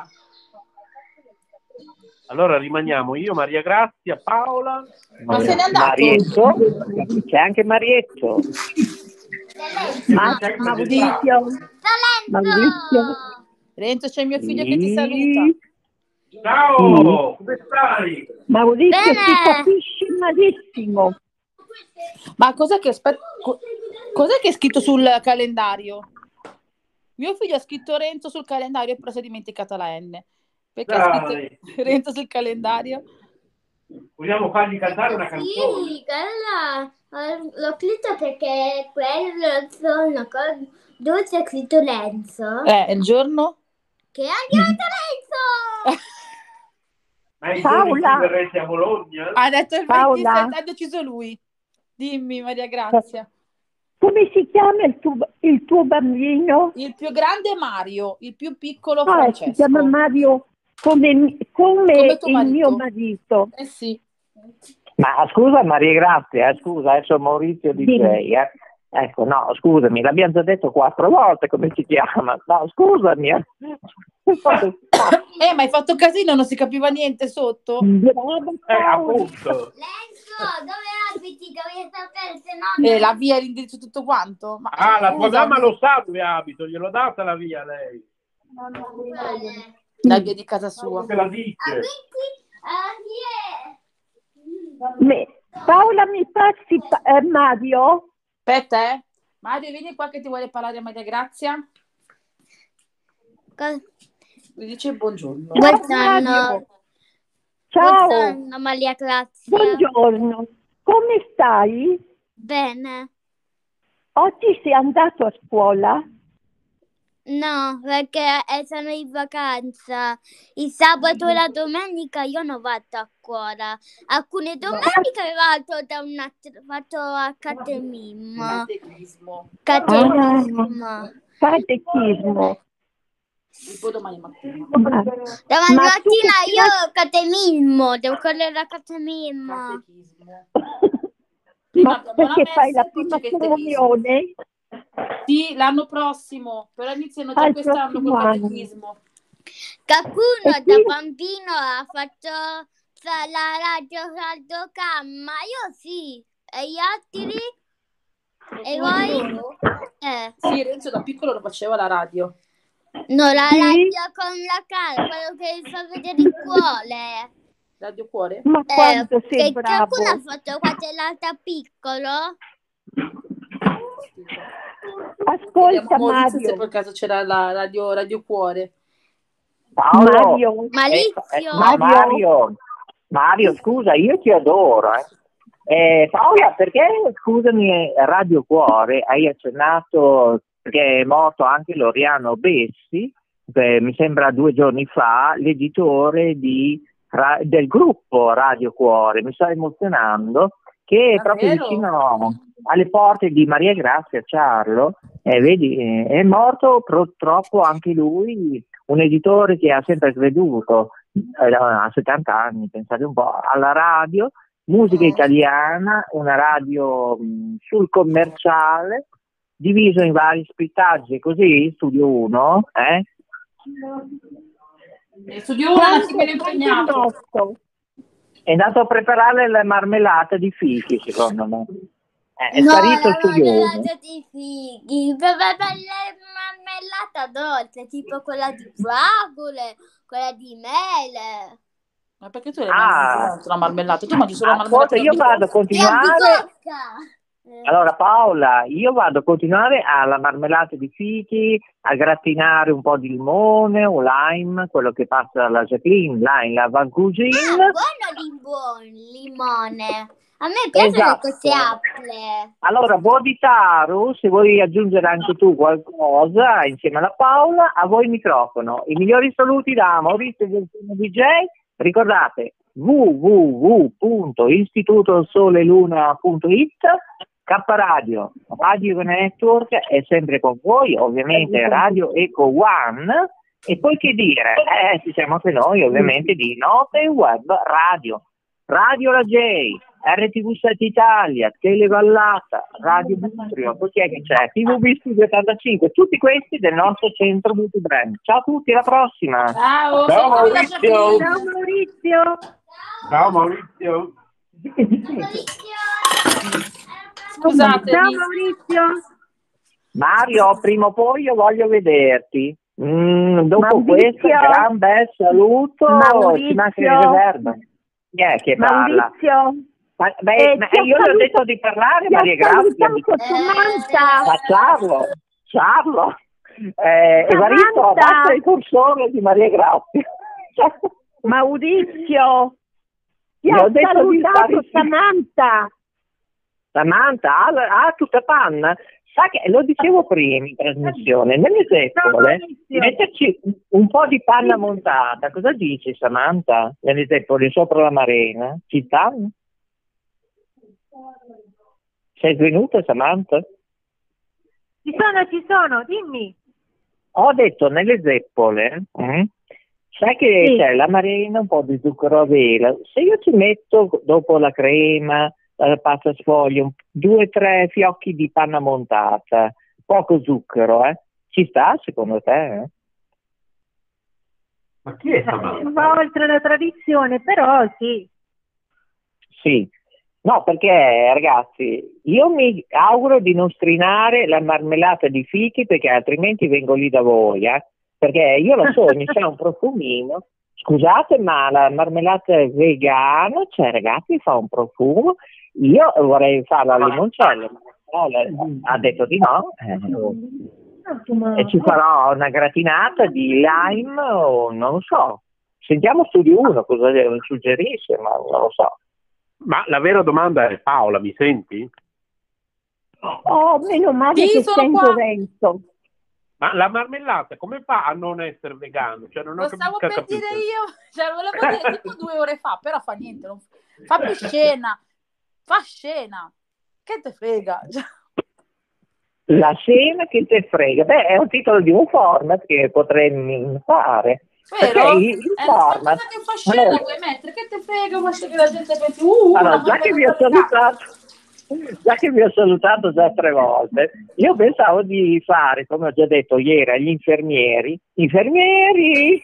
Allora rimaniamo io, Maria Grazia, Paola. Ma se n'è andato? Marietto, c'è anche Marietto. Ma- Maurizio. Maurizio. Renzo, c'è mio figlio che ti saluta. Ciao, come stai? Maurizio, Bene. si capisce malissimo. Ma cos'è che aspetta? co- Cos'è che è scritto sul calendario? Mio figlio ha scritto Renzo sul calendario, però si è dimenticata la N. Perché ha Dai. scritto Renzo sul calendario? Vogliamo fargli cantare una canzone? Sì, quella eh, l'ho scritto perché quello sono con dove c'è scritto Lenzo. Eh, il giorno? Che è anche Lenzo! Ma il giorno in cui Paola. verrete a Bologna? Ha detto il Paola. ventisette, ha deciso lui. Dimmi, Maria Grazia. Come si chiama il tuo, il tuo bambino? Il più grande è Mario, il più piccolo Ah, Francesco. si chiama Mario come, come Come tuo il marito. mio marito. Eh sì. Ma scusa Maria Grazia, eh, scusa, adesso Maurizio D J, Dimmi. eh. Ecco, no, scusami, l'abbiamo già detto quattro volte come si chiama. No, scusami. Eh, Eh, ma hai fatto casino, non si capiva niente sotto. Bravo, Eh, Paolo. appunto. Lenzo, dove abiti? Dovevi sapere, se no... E la via, l'indirizzo, tutto quanto. Ma, Ah, la tua scusami, mamma lo sa dove abito, gliel'ho data la via lei. Quale? la via di casa sua. Te la dice. Ah, chi è? Me- Paola, mi passi pa- eh, Mario? Aspetta, eh. Mario, vieni qua che ti vuole parlare Maria Grazia. Co- Mi dice buongiorno. Buongiorno. Mario. Ciao, Buongiorno, Maria Grazia. buongiorno. Come stai? Bene. Oggi sei andato a scuola? No, perché eh, sono in vacanza. Il sabato e la domenica io non vado a scuola. Alcune domeniche vado da un altro, vado a catechismo. Catechismo. Catechismo. Ah, catechismo. E poi domani mattina. Ma, Domani ma tu mattina che io ho catechismo, devo correre a catechismo. Catechismo. Prima Ma abbiamo la perché fai messa la e poi prima c'è il catechismo. comunione? Sì, l'anno prossimo, però iniziano già Al quest'anno prossimo col anno. catechismo. Qualcuno E da qui? bambino ha fatto fa la radio radiocamma, io sì, e gli altri? E voi? Eh. Sì, Renzo da piccolo lo faceva la radio. No, la Sì? radio con la cara, quello che fa vedere il cuore. Radio Cuore? Ma Eh, quanto sei che qualcuno ha bravo. fatto quando era da piccolo? Ascolta Maurizio, se Mario. per caso c'era la radio, radio Cuore. Paolo, Mario. eh, Malizio. eh, ma Mario, Mario, scusa, io ti adoro. Eh. Eh, Paola, perché, scusami, Radio Cuore, hai accennato, perché è morto anche Loriano Bessi, eh, mi sembra due giorni fa, l'editore di, ra, del gruppo Radio Cuore, mi sto emozionando, che è proprio Davvero? vicino alle porte di Maria Grazia Ciarlo, eh, vedi, eh, è morto purtroppo anche lui, un editore che ha sempre creduto, eh, a settanta anni, pensate un po', alla radio, musica italiana, una radio mh, sul commerciale, diviso in vari spittaggi, così, Studio uno, eh? E Studio uno è un attimino impegnato. È andato a preparare la marmellata di fichi, secondo me. Eh, è No, sparito la Studio uno. marmellata di fighi, per per la marmellata dolce, tipo quella di fragole, quella di mele. Ma perché tu hai Ah. mangiato la marmellata? Tu mangi solo la Ascolta, marmellata io vado a E a continuare. bicocca. Allora Paola, io vado a continuare alla marmellata di fichi, a grattinare un po' di limone o lime, quello che passa dalla Jacqueline, lime, la Van Cuisine. Ah, buono il buon limone. A me piacciono Esatto. queste apple. Allora, Bodhitaru, se vuoi aggiungere anche tu qualcosa insieme alla Paola, a voi il microfono. I migliori saluti da Maurizio del D J. Ricordate w w w punto istituto sole luna punto it. K Radio, Radio Network è sempre con voi, ovviamente Radio Eco One. E poi che dire? Eh, ci siamo anche noi, ovviamente, di Note Web Radio, Radio La J, R T V sette Italia, Televallata, Radio Bustrio, poi chi è che c'è? T V B Studio ottantacinque, tutti questi del nostro centro multibrand. Ciao a tutti, alla prossima! Ciao, Ciao Maurizio! Ciao Maurizio. Ciao Maurizio! Scusate. Ciao Maurizio. Mario, prima o poi io voglio vederti. Mm, dopo Maurizio. questo gran bel saluto, Maurizio. ci manca il riserva. Chi è che parla? Maurizio. Ma, beh, Eh, ma ti ho io le ho saluto- detto di parlare, ti ho Maria Grazia. salutato Samantha. Ma Ciarlo, Ciarlo. Eh, Evaristo, Samantha. basta il cursore di Maria Grazia. Maurizio. Ti Le ho ho detto di salutato stare- Samantha. Samantha, ah, ah, tutta panna. Sa che lo dicevo prima in trasmissione, nelle zeppole Maurizio. metterci un po' di panna montata. Cosa dici, Samantha? Nelle zeppole sopra la marena? Ci stanno? Sei venuta, Samantha? Ci sono, ci sono, dimmi. Ho detto nelle zeppole, mm, sai che Sì. c'è la marena, un po' di zucchero a vela. Se io ci metto dopo la crema, la pasta sfoglia, un- due o tre fiocchi di panna montata, poco zucchero, eh? Ci sta secondo te? Eh? Ma chi è Samantha? Va oltre la tradizione, però sì. Sì. No, perché ragazzi, io mi auguro di non strinare la marmellata di fichi, perché altrimenti vengo lì da voi, eh? Perché io la sogno, c'è un profumino. Scusate, ma la marmellata vegana, cioè ragazzi, fa un profumo. Io vorrei farla al limoncello, ma lei ha detto di no. eh. E ci farò una gratinata di lime o non lo so. Sentiamo Studio uno cosa suggerisce, ma non lo so. Ma la vera domanda è, Paola, mi senti? Oh, meno male Sì, che sono sento qua. vento. Ma la marmellata come fa a non essere vegano? Cioè, non ho Lo stavo mica per dire capito. io, cioè lo volevo dire tipo due ore fa, però fa niente, non fa più scena, fa scena, che te frega? Cioè, La scena che te frega. Beh, è un titolo di un format che potremmo fare. Perché vero? il, il È format... qualcosa che fa scena, Allora, vuoi mettere? Che te frega? Basta che la gente pensi, uh, allora, una già che vi ho marmellata vegana. salutato, già che vi ho salutato già tre volte, io pensavo di fare, come ho già detto ieri agli infermieri, infermieri,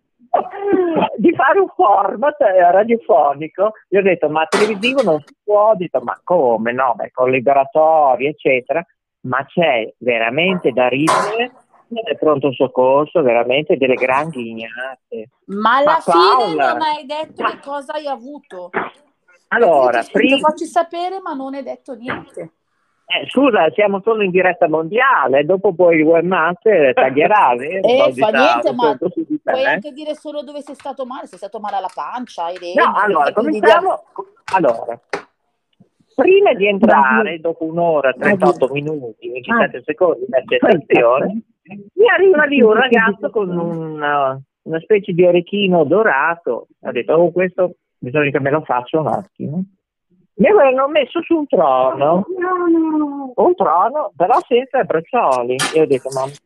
di fare un format radiofonico. Io ho detto, ma televisivo non si può, ho detto, ma come no? Beh, con liberatori, eccetera, ma c'è veramente da ridere nel pronto soccorso, veramente delle grandi ignate. Ma alla Ma fine Paola, non hai detto che cosa hai avuto. allora, Perché io ti prima... faccio sapere, ma non hai detto niente. Eh, scusa, siamo solo in diretta mondiale, dopo poi il webmaster taglierà, vero? Eh, Così fa sta, niente, ma sotto su di te, puoi eh? anche dire solo dove sei stato male, sei stato male alla pancia, ai reni, No, allora, e quindi dia- cominciamo. Allora, prima di entrare, dopo un'ora, trentotto minuti, ventisette secondi di accettazione, mi arriva lì un ragazzo con una, una specie di orecchino dorato. Ha detto, oh, questo bisogna che me lo faccia un attimo. Mi avevano messo su un trono, un trono, però senza braccioli. E ho detto, ma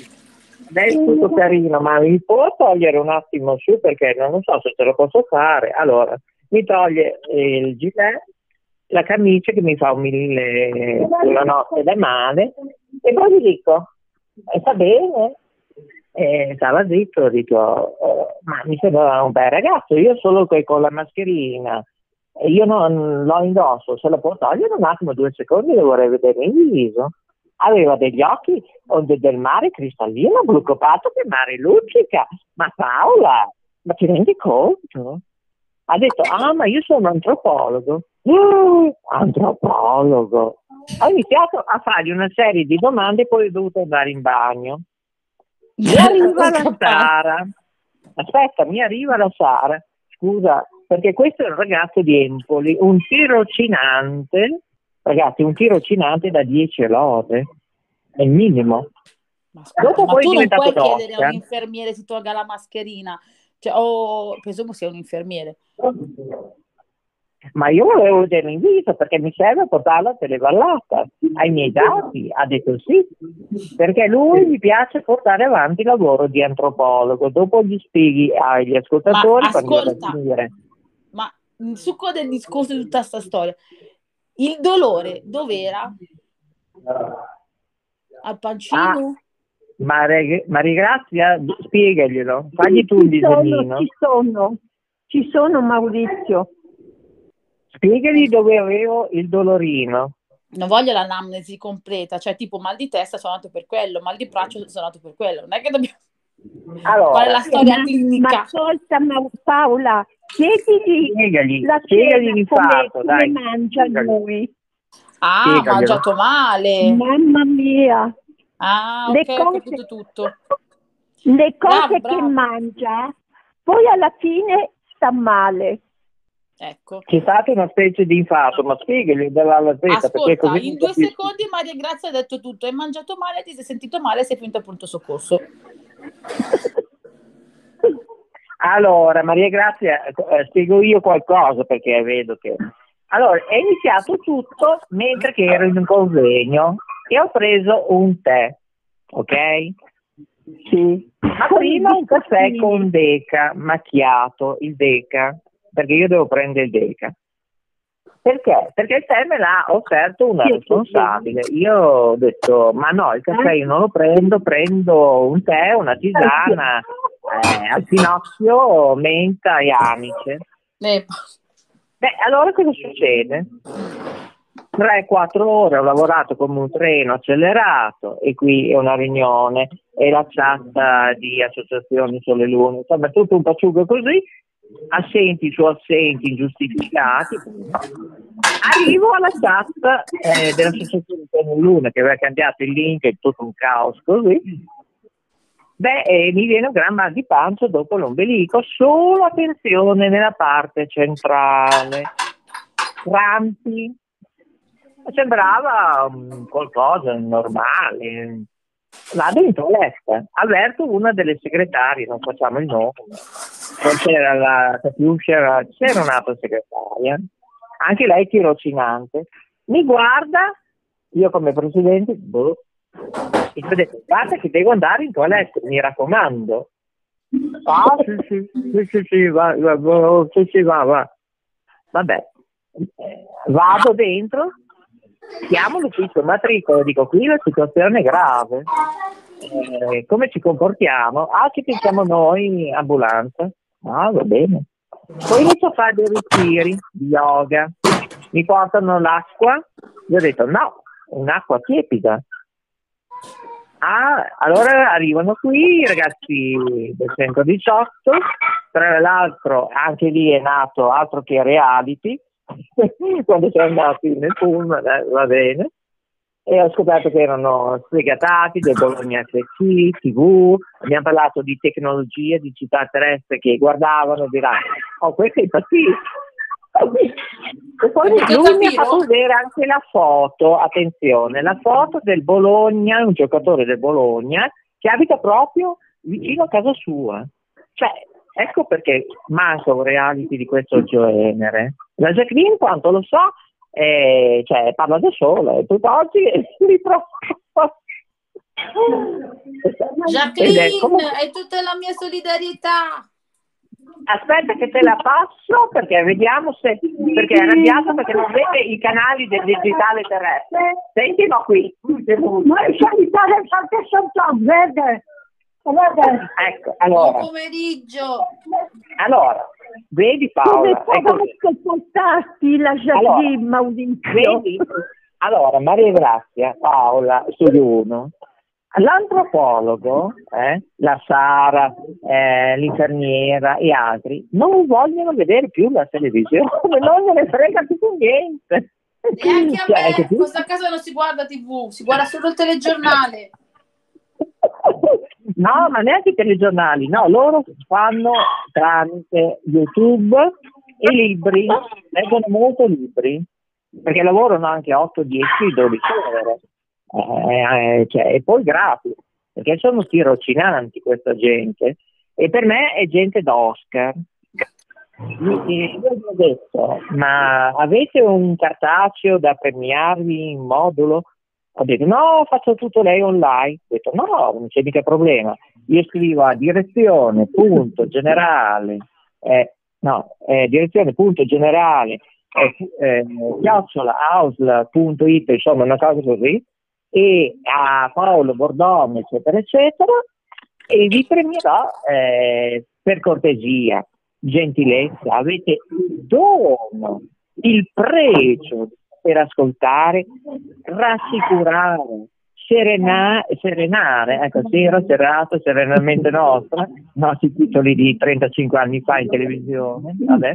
è tutto carino, ma mi può togliere un attimo su, perché non lo so se ce lo posso fare. Allora, mi toglie il gilet, la camicia che mi fa un mille una notte da male, e poi gli dico, e sta bene? E stava zitto, dico, oh, ma mi sembra un bel ragazzo, io solo che con la mascherina, e io non l'ho indosso, se la può togliere un attimo, due secondi, lo vorrei vedere in viso. Aveva degli occhi onde del mare cristallino, blu copato, che mare luccica. Ma Paola, ma ti rendi conto? Ha detto, ah, ma io sono antropologo. Uh, antropologo. Ho iniziato a fargli una serie di domande e poi ho dovuto andare in bagno. Mi arriva la Sara. Aspetta, mi arriva la Sara. Scusa, perché questo è un ragazzo di Empoli, un tirocinante, ragazzi, un tirocinante da dieci lode, è il minimo. Ma, scusa, Dopo ma poi tu è non puoi diventato chiedere a un doccia. infermiere si tolga la mascherina, cioè, o presumo sia un infermiere. Ma io volevo vedere in viso perché mi serve portarla a televallata ai miei dati. Ha detto sì, perché lui gli piace portare avanti il lavoro di antropologo. Dopo gli spieghi agli ascoltatori, Ma quando ascolta, a finire. ma il succo del discorso di tutta questa storia, il dolore dov'era? Al pancino? Ah, Maria, Maria Grazia, spiegaglielo, fagli tu il Ci sono, disegnino. ci sono, ci sono Maurizio. Spiegagli dove avevo il dolorino. Non voglio l'anamnesi completa, cioè tipo mal di testa sono andato per quello, mal di braccio sono andato per quello, non è che dobbiamo... Allora, qual è la storia ma, clinica? Ma ascolta ma, Paola, chiedigli Spiegagli, la spiegagli cena l'infarto, come, dai. come mangia Spiegagli. lui. Ah, ha Spiegaglielo. mangiato male. Mamma mia. Ah, Le ok, ho cose, capito tutto. le cose Bravo, che bravo. mangia, poi alla fine sta male. Ecco. C'è stato una specie di infarto, ma spiegagli dalla alla Z, perché Ascolta, così in non due capisci. secondi Maria Grazia ha detto tutto, hai mangiato male, ti sei sentito male, sei finito al pronto soccorso. Allora, Maria Grazia, eh, spiego io qualcosa perché vedo che... Allora, è iniziato tutto mentre che ero in un convegno e ho preso un tè, ok? Sì. Ma prima un caffè con Deca, macchiato, il Deca, perché io devo prendere il Deca. Perché? Perché il tè me l'ha offerto una responsabile. Io ho detto, ma no, il caffè io non lo prendo, prendo un tè, una tisana, eh, al finocchio, menta e anice. Eh. Beh, allora cosa succede? tre quattro ore ho lavorato come un treno accelerato e qui è una riunione e la chat di associazioni sulle lune, insomma tutto un paciugo così, assenti su assenti ingiustificati. Arrivo alla chat eh, dell'associazione sulle lune che aveva cambiato il link, è tutto un caos così. Beh, eh, mi viene un gran mal di pancia dopo l'ombelico, solo attenzione nella parte centrale, crampi, Sembrava um, qualcosa di normale. Vado in toiletta, avverto una delle segretarie, non facciamo il nome, poi c'era la c'era, c'era un'altra segretaria, anche lei tirocinante, mi guarda, io come presidente, boh, e mi ha detto, guarda che devo andare in toiletta, mi raccomando. Ah, sì, sì, sì, sì, sì, va, va, sì, sì, va, va. Vabbè, vado dentro, chiamo l'ufficio matricola, dico qui la situazione è grave, eh, come ci comportiamo? Ah, ci pensiamo noi, ambulanza. Ah, va bene. Poi inizio a fare dei ritiri di yoga, mi portano l'acqua, io ho detto no, un'acqua tiepida. Ah, allora arrivano qui i ragazzi del centodiciotto, tra l'altro anche lì è nato altro che reality, quando siamo andati nel pullman, eh, va bene, e ho scoperto che erano sfegatati del Bologna S C, tivù, abbiamo parlato di tecnologia, di città terrestre che guardavano e diranno, oh questo è impazzito. E poi lui mi ha fatto vedere anche la foto, attenzione, la foto del Bologna, un giocatore del Bologna che abita proprio vicino a casa sua. Cioè, ecco perché manca un reality di questo genere. La Jacqueline, quanto lo so, eh, cioè, parla da sola, e tutt'oggi si trova. Jacqueline, è, comunque... è tutta la mia solidarietà. Aspetta che te la passo perché vediamo se perché è arrabbiato perché non vede i canali del digitale terrestre. Senti, no, qui. Ma il digitale perché sono verde. Ecco, allora. Buon pomeriggio. Allora, vedi Paola. Come ecco. Portarti la Jacqueline, allora, Maurizio. Vedi? Allora, Maria Grazia, Paola, Studio uno. L'antropologo, eh, la Sara, eh, l'infermiera e altri non vogliono vedere più la televisione, non gliene frega più niente. Neanche a cioè, me, questa casa non si guarda tivù, si guarda solo il telegiornale. No, ma neanche i telegiornali, no, loro fanno tramite YouTube e libri, leggono molto libri, perché lavorano anche otto, dieci, dodici ore. Eh, cioè, e poi gratis, perché sono tirocinanti questa gente, e per me è gente da Oscar. Io gli ho detto, ma avete un cartaceo da premiarvi in modulo? Ho detto no, faccio tutto lei online. Ho detto no, non c'è mica problema, io scrivo a direzione punto generale eh, no, eh, direzione punto generale eh, chiocciola ausla punto it, insomma una cosa così, e a Paolo Bordone eccetera eccetera, e vi premierò eh, per cortesia, gentilezza, avete il dono, il pregio per ascoltare, rassicurare, serena, serenare, ecco, sera, serata, serenamente nostra, nostri titoli di trentacinque anni fa in televisione, vabbè.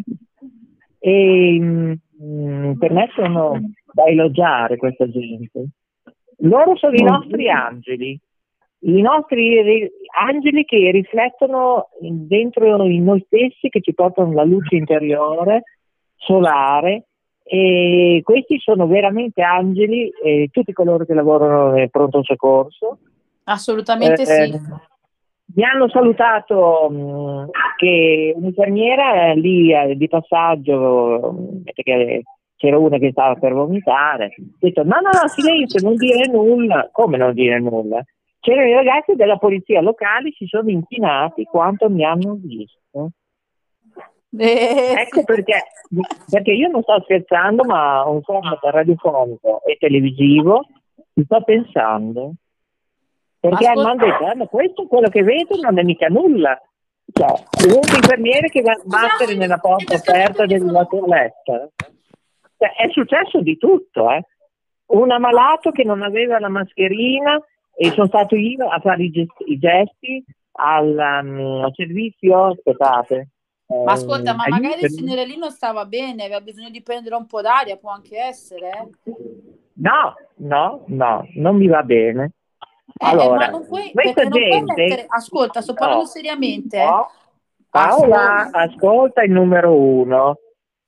E mh, per me sono da elogiare questa gente. Loro sono i nostri angeli, i nostri angeli che riflettono dentro in noi stessi, che ci portano la luce interiore, solare, e questi sono veramente angeli, eh, tutti coloro che lavorano nel pronto soccorso. Assolutamente eh, sì. Mi hanno salutato mh, che un'infermiera eh, lì eh, di passaggio, mh, perché c'era una che stava per vomitare, ho detto no no no silenzio, non dire nulla. Come non dire nulla? C'erano i ragazzi della polizia locale, si sono inchinati quanto mi hanno visto. Eh, ecco perché, perché io non sto scherzando, ma un format radiofonico e televisivo ci sto pensando, perché mi hanno detto eh, ma questo quello che vedo non è mica nulla, cioè un infermiere che va a battere nella porta aperta della toiletta. Cioè, è successo di tutto, eh. Un ammalato che non aveva la mascherina e sono stato io a fare i gesti, i gesti al, um, al servizio, aspettate. Ma ascolta, ma magari il signore lì non stava bene, aveva bisogno di prendere un po' d'aria, può anche essere, eh? No, no, no, non mi va bene. Eh, allora, ma non puoi, questa non gente... puoi mettere... Ascolta, sto parlando no, seriamente. No. Paola, ascolta. ascolta il numero uno.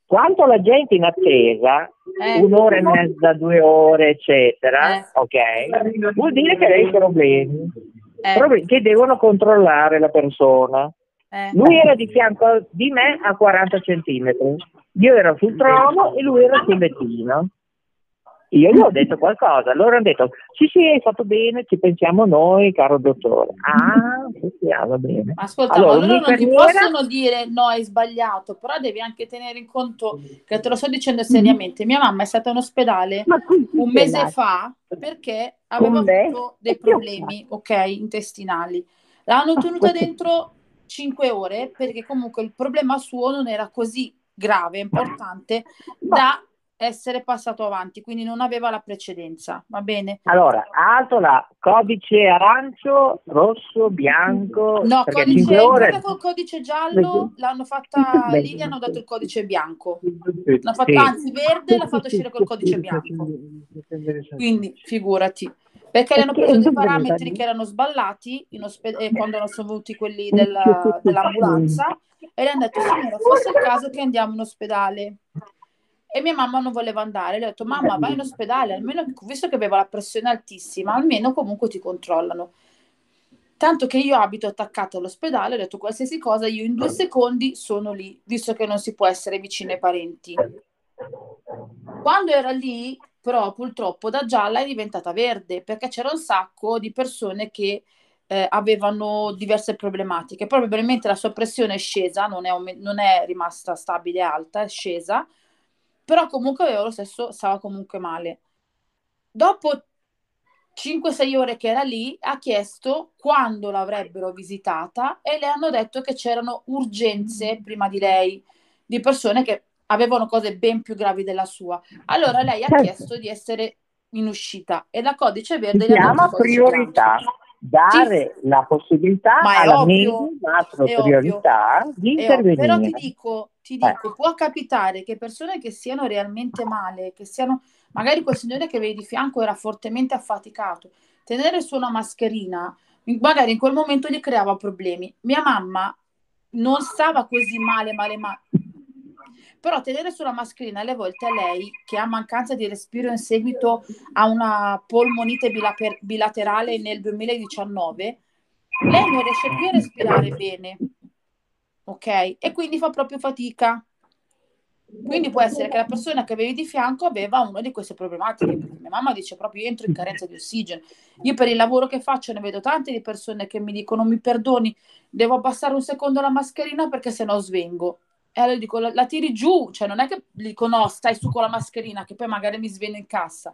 Quanto alla gente in attesa, Eh. un'ora e mezza, due ore, eccetera, Eh. ok, vuol dire che lei ha problemi, Eh. problemi che devono controllare la persona. Eh. Lui era di fianco di me a quaranta centimetri, io ero sul trono e lui era sul lettino. Io gli ho detto qualcosa, loro hanno detto sì sì hai fatto bene, ci pensiamo noi caro dottore. Ah sì sì ah, va bene. Ascolta, Allora, ma loro non ti un'infermiera- possono dire no, hai sbagliato, però devi anche tenere in conto che te lo sto dicendo seriamente. Mia mamma è stata in ospedale un mese fa perché aveva Con me? avuto dei problemi, ok, intestinali. L'hanno tenuta dentro cinque ore perché comunque il problema suo non era così grave, importante da essere passato avanti, quindi non aveva la precedenza, va bene? Allora, alto là, codice arancio, rosso, bianco, No, perché codice, cinque ore... entrata col codice giallo, l'hanno fatta lì, gli hanno dato il codice bianco. L'ha fatto, Sì. anzi, verde l'ha fatto uscire col codice bianco. Quindi, figurati. Perché le hanno preso dei parametri che erano sballati in ospe- eh, quando sono venuti quelli della- dell'ambulanza e le hanno detto, signora, fosse il caso che andiamo in ospedale. E mia mamma non voleva andare, le ho detto, mamma, vai in ospedale, almeno, visto che aveva la pressione altissima, almeno comunque ti controllano. Tanto che io abito attaccata all'ospedale, ho detto qualsiasi cosa, io in due secondi sono lì, visto che non si può essere vicino ai parenti. Quando era lì, però, purtroppo da gialla è diventata verde, perché c'era un sacco di persone che eh, avevano diverse problematiche. Probabilmente la sua pressione è scesa, non è, aume- non è rimasta stabile alta, è scesa, però comunque aveva lo stesso, stava comunque male. Dopo cinque sei ore che era lì, ha chiesto quando l'avrebbero visitata e le hanno detto che c'erano urgenze prima di lei, di persone che avevano cose ben più gravi della sua. Allora lei ha Certo. chiesto di essere in uscita e la codice Si verde gli ha dato chiama il codice priorità, bianco. dare la possibilità Ma è alla ovvio, minima è priorità di È ovvio. Però ti intervenire. dico, ti Eh. dico, può capitare che persone che siano realmente male, che siano, magari quel signore che vedi di fianco era fortemente affaticato, tenere su una mascherina, magari in quel momento gli creava problemi. Mia mamma non stava così male, male, male. Però tenere sulla mascherina alle volte a lei, che ha mancanza di respiro in seguito a una polmonite bilaper- bilaterale nel duemiladiciannove, lei non riesce più a respirare bene, ok? E quindi fa proprio fatica. Quindi può essere che la persona che avevi di fianco aveva una di queste problematiche, perché mia mamma dice proprio io entro in carenza di ossigeno. Io per il lavoro che faccio ne vedo tante di persone che mi dicono mi perdoni, devo abbassare un secondo la mascherina perché sennò svengo. E allora dico la, la tiri giù, cioè non è che dico no, stai su con la mascherina che poi magari mi sveno in cassa.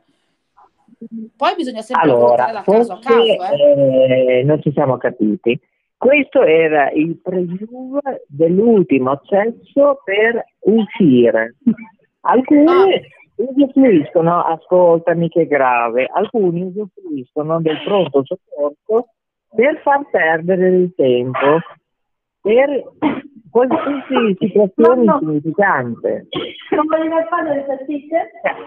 Poi bisogna sempre valutare Allora, da caso a forse caso, eh. eh, non ci siamo capiti. Questo era il preview dell'ultimo accesso per uscire. Alcuni usufruiscono, ascoltami che grave, alcuni usufruiscono del pronto soccorso per far perdere il tempo, per qualsiasi situazione insignificante. Non volevi fare le salsicce?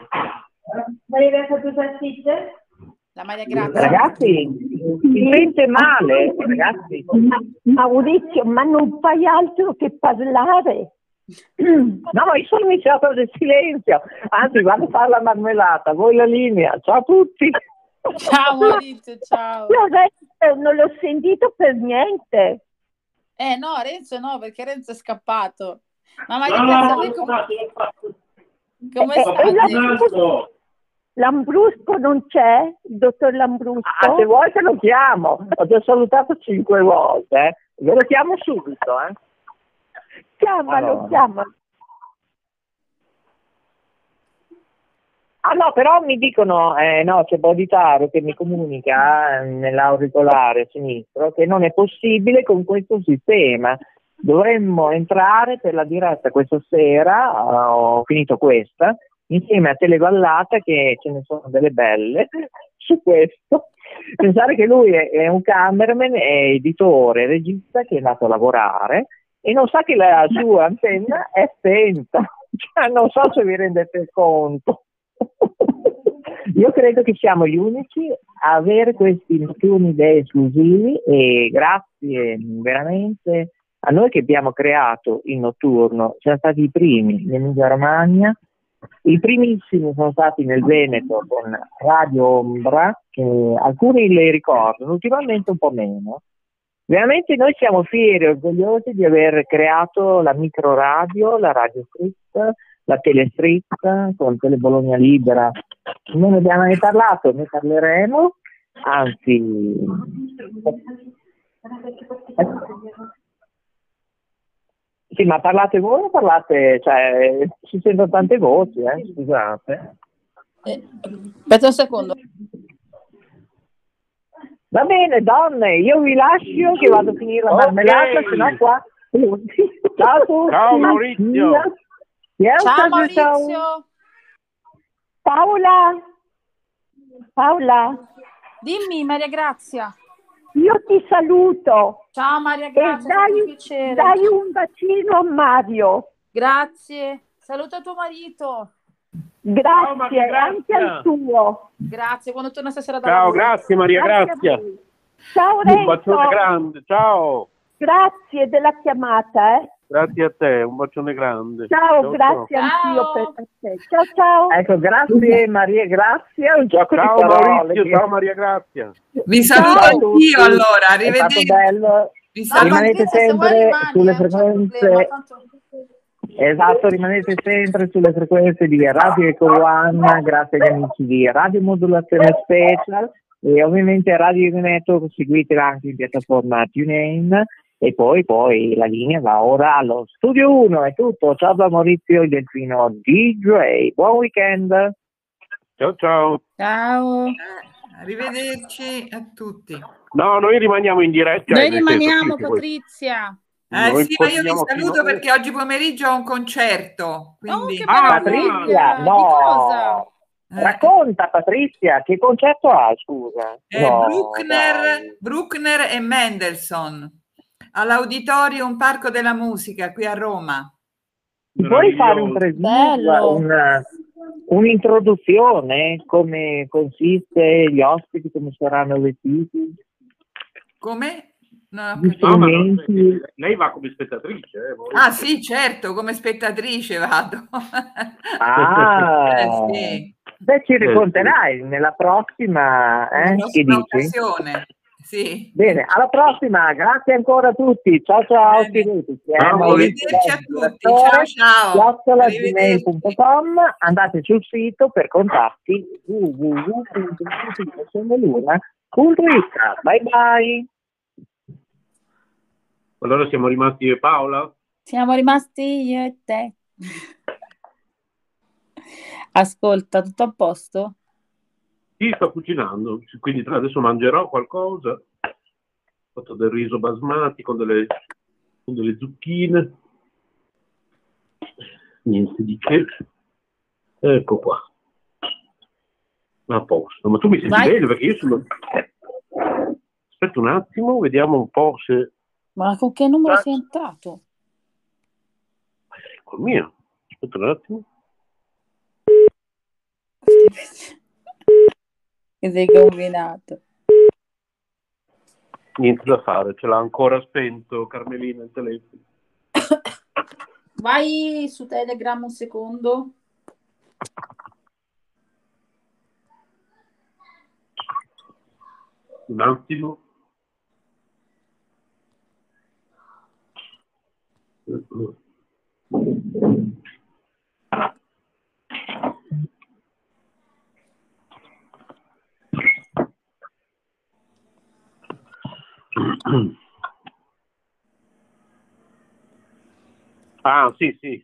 Volevi fare le salsicce? La Maria Grazia. Ragazzi, si sente male, ragazzi. Ma, Maurizio, ma non fai altro che parlare. No, io sono iniziato del silenzio, anzi vado a fare la marmellata, voi la linea, ciao a tutti. Ciao Maurizio, ciao. Io Renzo non l'ho sentito per niente. Eh no, Renzo no, perché Renzo è scappato. Ma Maria Grazia, voi come, come E- e state? Lambrusco, Lambrusco non c'è? Il dottor Lambrusco? Ah, se vuoi te lo chiamo, ho già salutato cinque volte, eh. Ve lo chiamo subito, eh. Chiamalo, Allora. chiamalo. Ah no, però mi dicono, eh, no, c'è Boditaro che mi comunica eh, nell'auricolare sinistro che non è possibile con questo sistema. Dovremmo entrare per la diretta questa sera, uh, ho finito questa, insieme a Televallata, che ce ne sono delle belle su questo. Pensare che lui è, è un cameraman, è editore, regista che è andato a lavorare e non sa che la sua antenna è spenta. Cioè, non so se vi rendete conto. Io credo che siamo gli unici a avere questi notturni day esclusivi e grazie veramente a noi che abbiamo creato il notturno, siamo stati i primi in Emilia Romagna, i primissimi sono stati nel Veneto con Radio Ombra, che alcuni le ricordano, ultimamente un po' meno. Veramente noi siamo fieri e orgogliosi di aver creato la microradio, la Radio Street, la Telestreet con Tele Bologna Libera. Non ne abbiamo mai parlato, ne parleremo, anzi... Sì, ma parlate voi o parlate, cioè, ci sentono tante voci, eh, scusate. Eh, aspetta un secondo. Va bene, donne, io vi lascio che vado a finire la Okay. marmellata, sennò qua... Ciao a tutti. Ciao Maurizio. Ciao, Ciao Maurizio. ciao. Paola, Paola, Dimmi Maria Grazia. io ti saluto Ciao Maria e Grazia, è stato un dai, piacere. dai un bacino a Mario. Grazie. Saluta tuo marito. Grazie, Maria anche Grazia. al tuo. Grazie, quando torna stasera da Ciao, lavoro. grazie Maria Grazie Grazia. a voi. Ciao Un bacione Renzo, grande, ciao. grazie della chiamata. Eh. Grazie a te, un bacione grande. Ciao, grazie ciao. anch'io per per te. Ciao, ciao. Ecco, grazie Maria Grazia, un gioco Ciao di parole. Maurizio, ciao Maria Grazia. Vi saluto Ciao a tutti. anch'io allora, È stato arrivederci. bello. No, Vi saluto. Rimanete Patrizia, se vuoi sempre rimani, sulle eh, non c'è frequenze. problema, tanto- Esatto, rimanete sempre sulle frequenze di Radio Eco One, grazie agli amici di Radio Modulazione Special e ovviamente Radio Network, seguitela anche in piattaforma TuneIn e poi, poi la linea va ora allo Studio uno, è tutto, ciao da Maurizio il Delfino D J, buon weekend! Ciao ciao. Ciao. Eh, Arrivederci a tutti. No, noi rimaniamo in diretta. Noi nel senso, rimaniamo, sì, se vuoi- Patrizia. Eh Noi sì, ma io vi continuiamo saluto fino- perché oggi pomeriggio ho un concerto. Oh, Quindi... che Ah, Patrizia, Di no! cosa? Eh, Racconta Patrizia, che concetto ha, scusa? eh, No, Bruckner, dai. Bruckner e Mendelssohn all'Auditorium Parco della Musica qui a Roma. Ti puoi fare un Bello. preview, una- un'introduzione, come consiste, gli ospiti, come saranno vestiti, Come? Non ho gli capito. No, ma non- strumenti? lei va come spettatrice. Eh, Maurizio. Ah sì, certo, come spettatrice vado. Ah, Eh, sì. beh, ci racconterai nella prossima, eh? Una Che prossima dici? occasione. Sì. Bene, alla prossima, grazie ancora a tutti, ciao ciao, Bene. saluti. Ciao, Arrivederci a tutti. Ciao ciao. chiocciola Arrivederci. gmail punto com, andate sul sito per contatti w w w punto luna punto i t. Bye bye. Allora siamo rimasti io e Paola? Siamo rimasti io e te. Ascolta, tutto a posto? Sì, sto cucinando, quindi tra adesso mangerò qualcosa. Ho fatto del riso basmati con delle, con delle zucchine. Niente di che. Ecco qua. A posto. Ma tu mi senti Vai. bene? Perché io sono... Aspetta un attimo, vediamo un po' se... Ma con che numero sei entrato? Col mio. Aspetta un attimo. Che sei combinato. Niente da fare, ce l'ha ancora spento Carmelina il telefono. Vai su Telegram un secondo. Un attimo. Ah, sì, sì.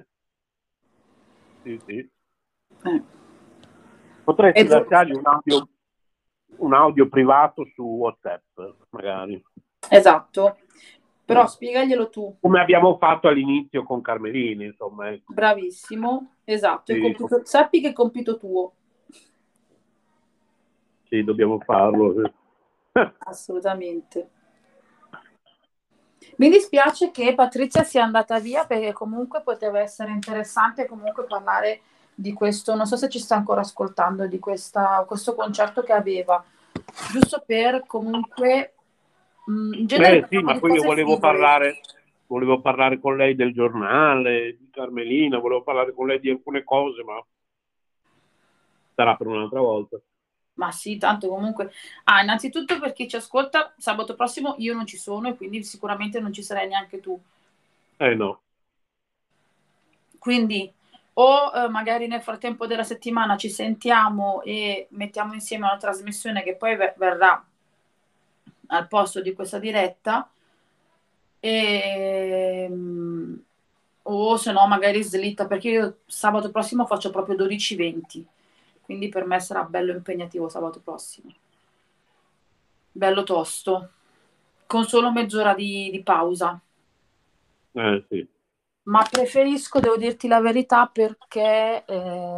Sì, sì. Eh. Potresti E tu- lasciargli un audio, un audio privato su WhatsApp, magari. Esatto. Però spiegaglielo tu. Come abbiamo fatto all'inizio con Carmelini, insomma. Ecco. Bravissimo. Esatto. è Sì. compito- Sappi che è compito tuo. Sì, dobbiamo farlo. Assolutamente. Mi dispiace che Patrizia sia andata via perché comunque poteva essere interessante comunque parlare di questo, non so se ci sta ancora ascoltando, di questa, questo concerto che aveva, giusto per comunque mh, in genere Eh, sì, ma di poi io cose volevo frivole. parlare, volevo parlare con lei del giornale, di Carmelina, volevo parlare con lei di alcune cose, ma sarà per un'altra volta. Ma sì, tanto comunque... Ah, innanzitutto per chi ci ascolta, sabato prossimo io non ci sono e quindi sicuramente non ci sarai neanche tu. Eh no. Quindi o eh, magari nel frattempo della settimana ci sentiamo e mettiamo insieme una trasmissione che poi ver- verrà al posto di questa diretta, e, mm, o se no magari slitta, perché io sabato prossimo faccio proprio dodici venti, quindi per me sarà bello impegnativo sabato prossimo, bello tosto, con solo mezz'ora di, di pausa. Eh sì. Ma preferisco, devo dirti la verità, perché eh,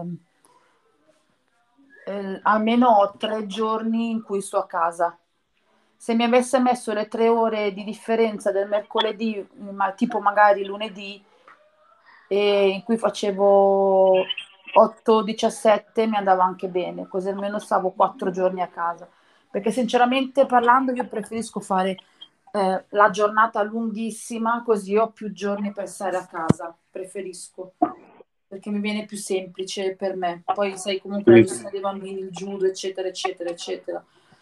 eh, almeno ho tre giorni in cui sto a casa. Se mi avesse messo le tre ore di differenza del mercoledì, ma tipo magari lunedì, e in cui facevo otto diciassette, mi andava anche bene, così almeno stavo quattro giorni a casa. Perché sinceramente parlando io preferisco fare eh, la giornata lunghissima, così ho più giorni per stare a casa, preferisco, perché mi viene più semplice per me. Poi sai comunque la gestione dei bambini, il judo, eccetera, eccetera, eccetera.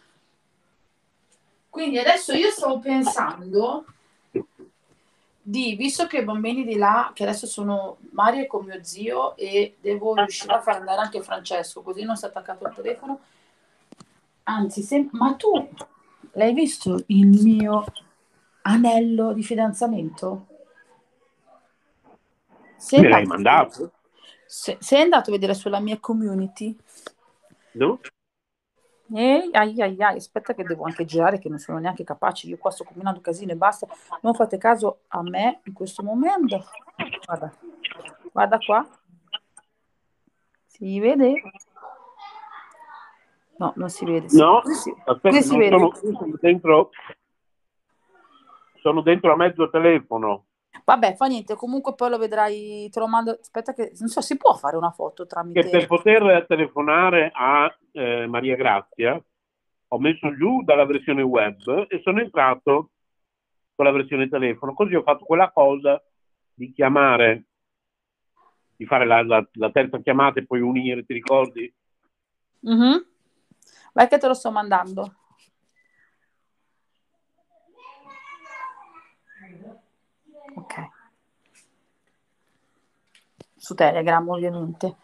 Quindi adesso io stavo pensando di, visto che i bambini di là, che adesso sono Mario è con mio zio e devo riuscire a far andare anche Francesco, così non si è attaccato al telefono. Anzi, se, ma tu l'hai visto il mio anello di fidanzamento? Sei Me l'hai andato, mandato? se, sei andato a vedere sulla mia community? No? Ehi, ai, ai, ai, aspetta che devo anche girare, che non sono neanche capace, io qua sto combinando casino e basta, non fate caso a me in questo momento. Guarda, guarda qua, si vede? No, non si vede. Sì. No, Qui si, aspetta, qui si non vede. sono, sono dentro, sono dentro a mezzo telefono. Vabbè, fa niente, comunque poi lo vedrai, te lo mando, aspetta che, non so, si può fare una foto tramite... Che per poter telefonare a eh, Maria Grazia ho messo giù dalla versione web e sono entrato con la versione telefono, così ho fatto quella cosa di chiamare, di fare la, la, la terza chiamata e poi unire, ti ricordi? Mm-hmm. Vai che te lo sto mandando. Ok. Su Telegram ovviamente.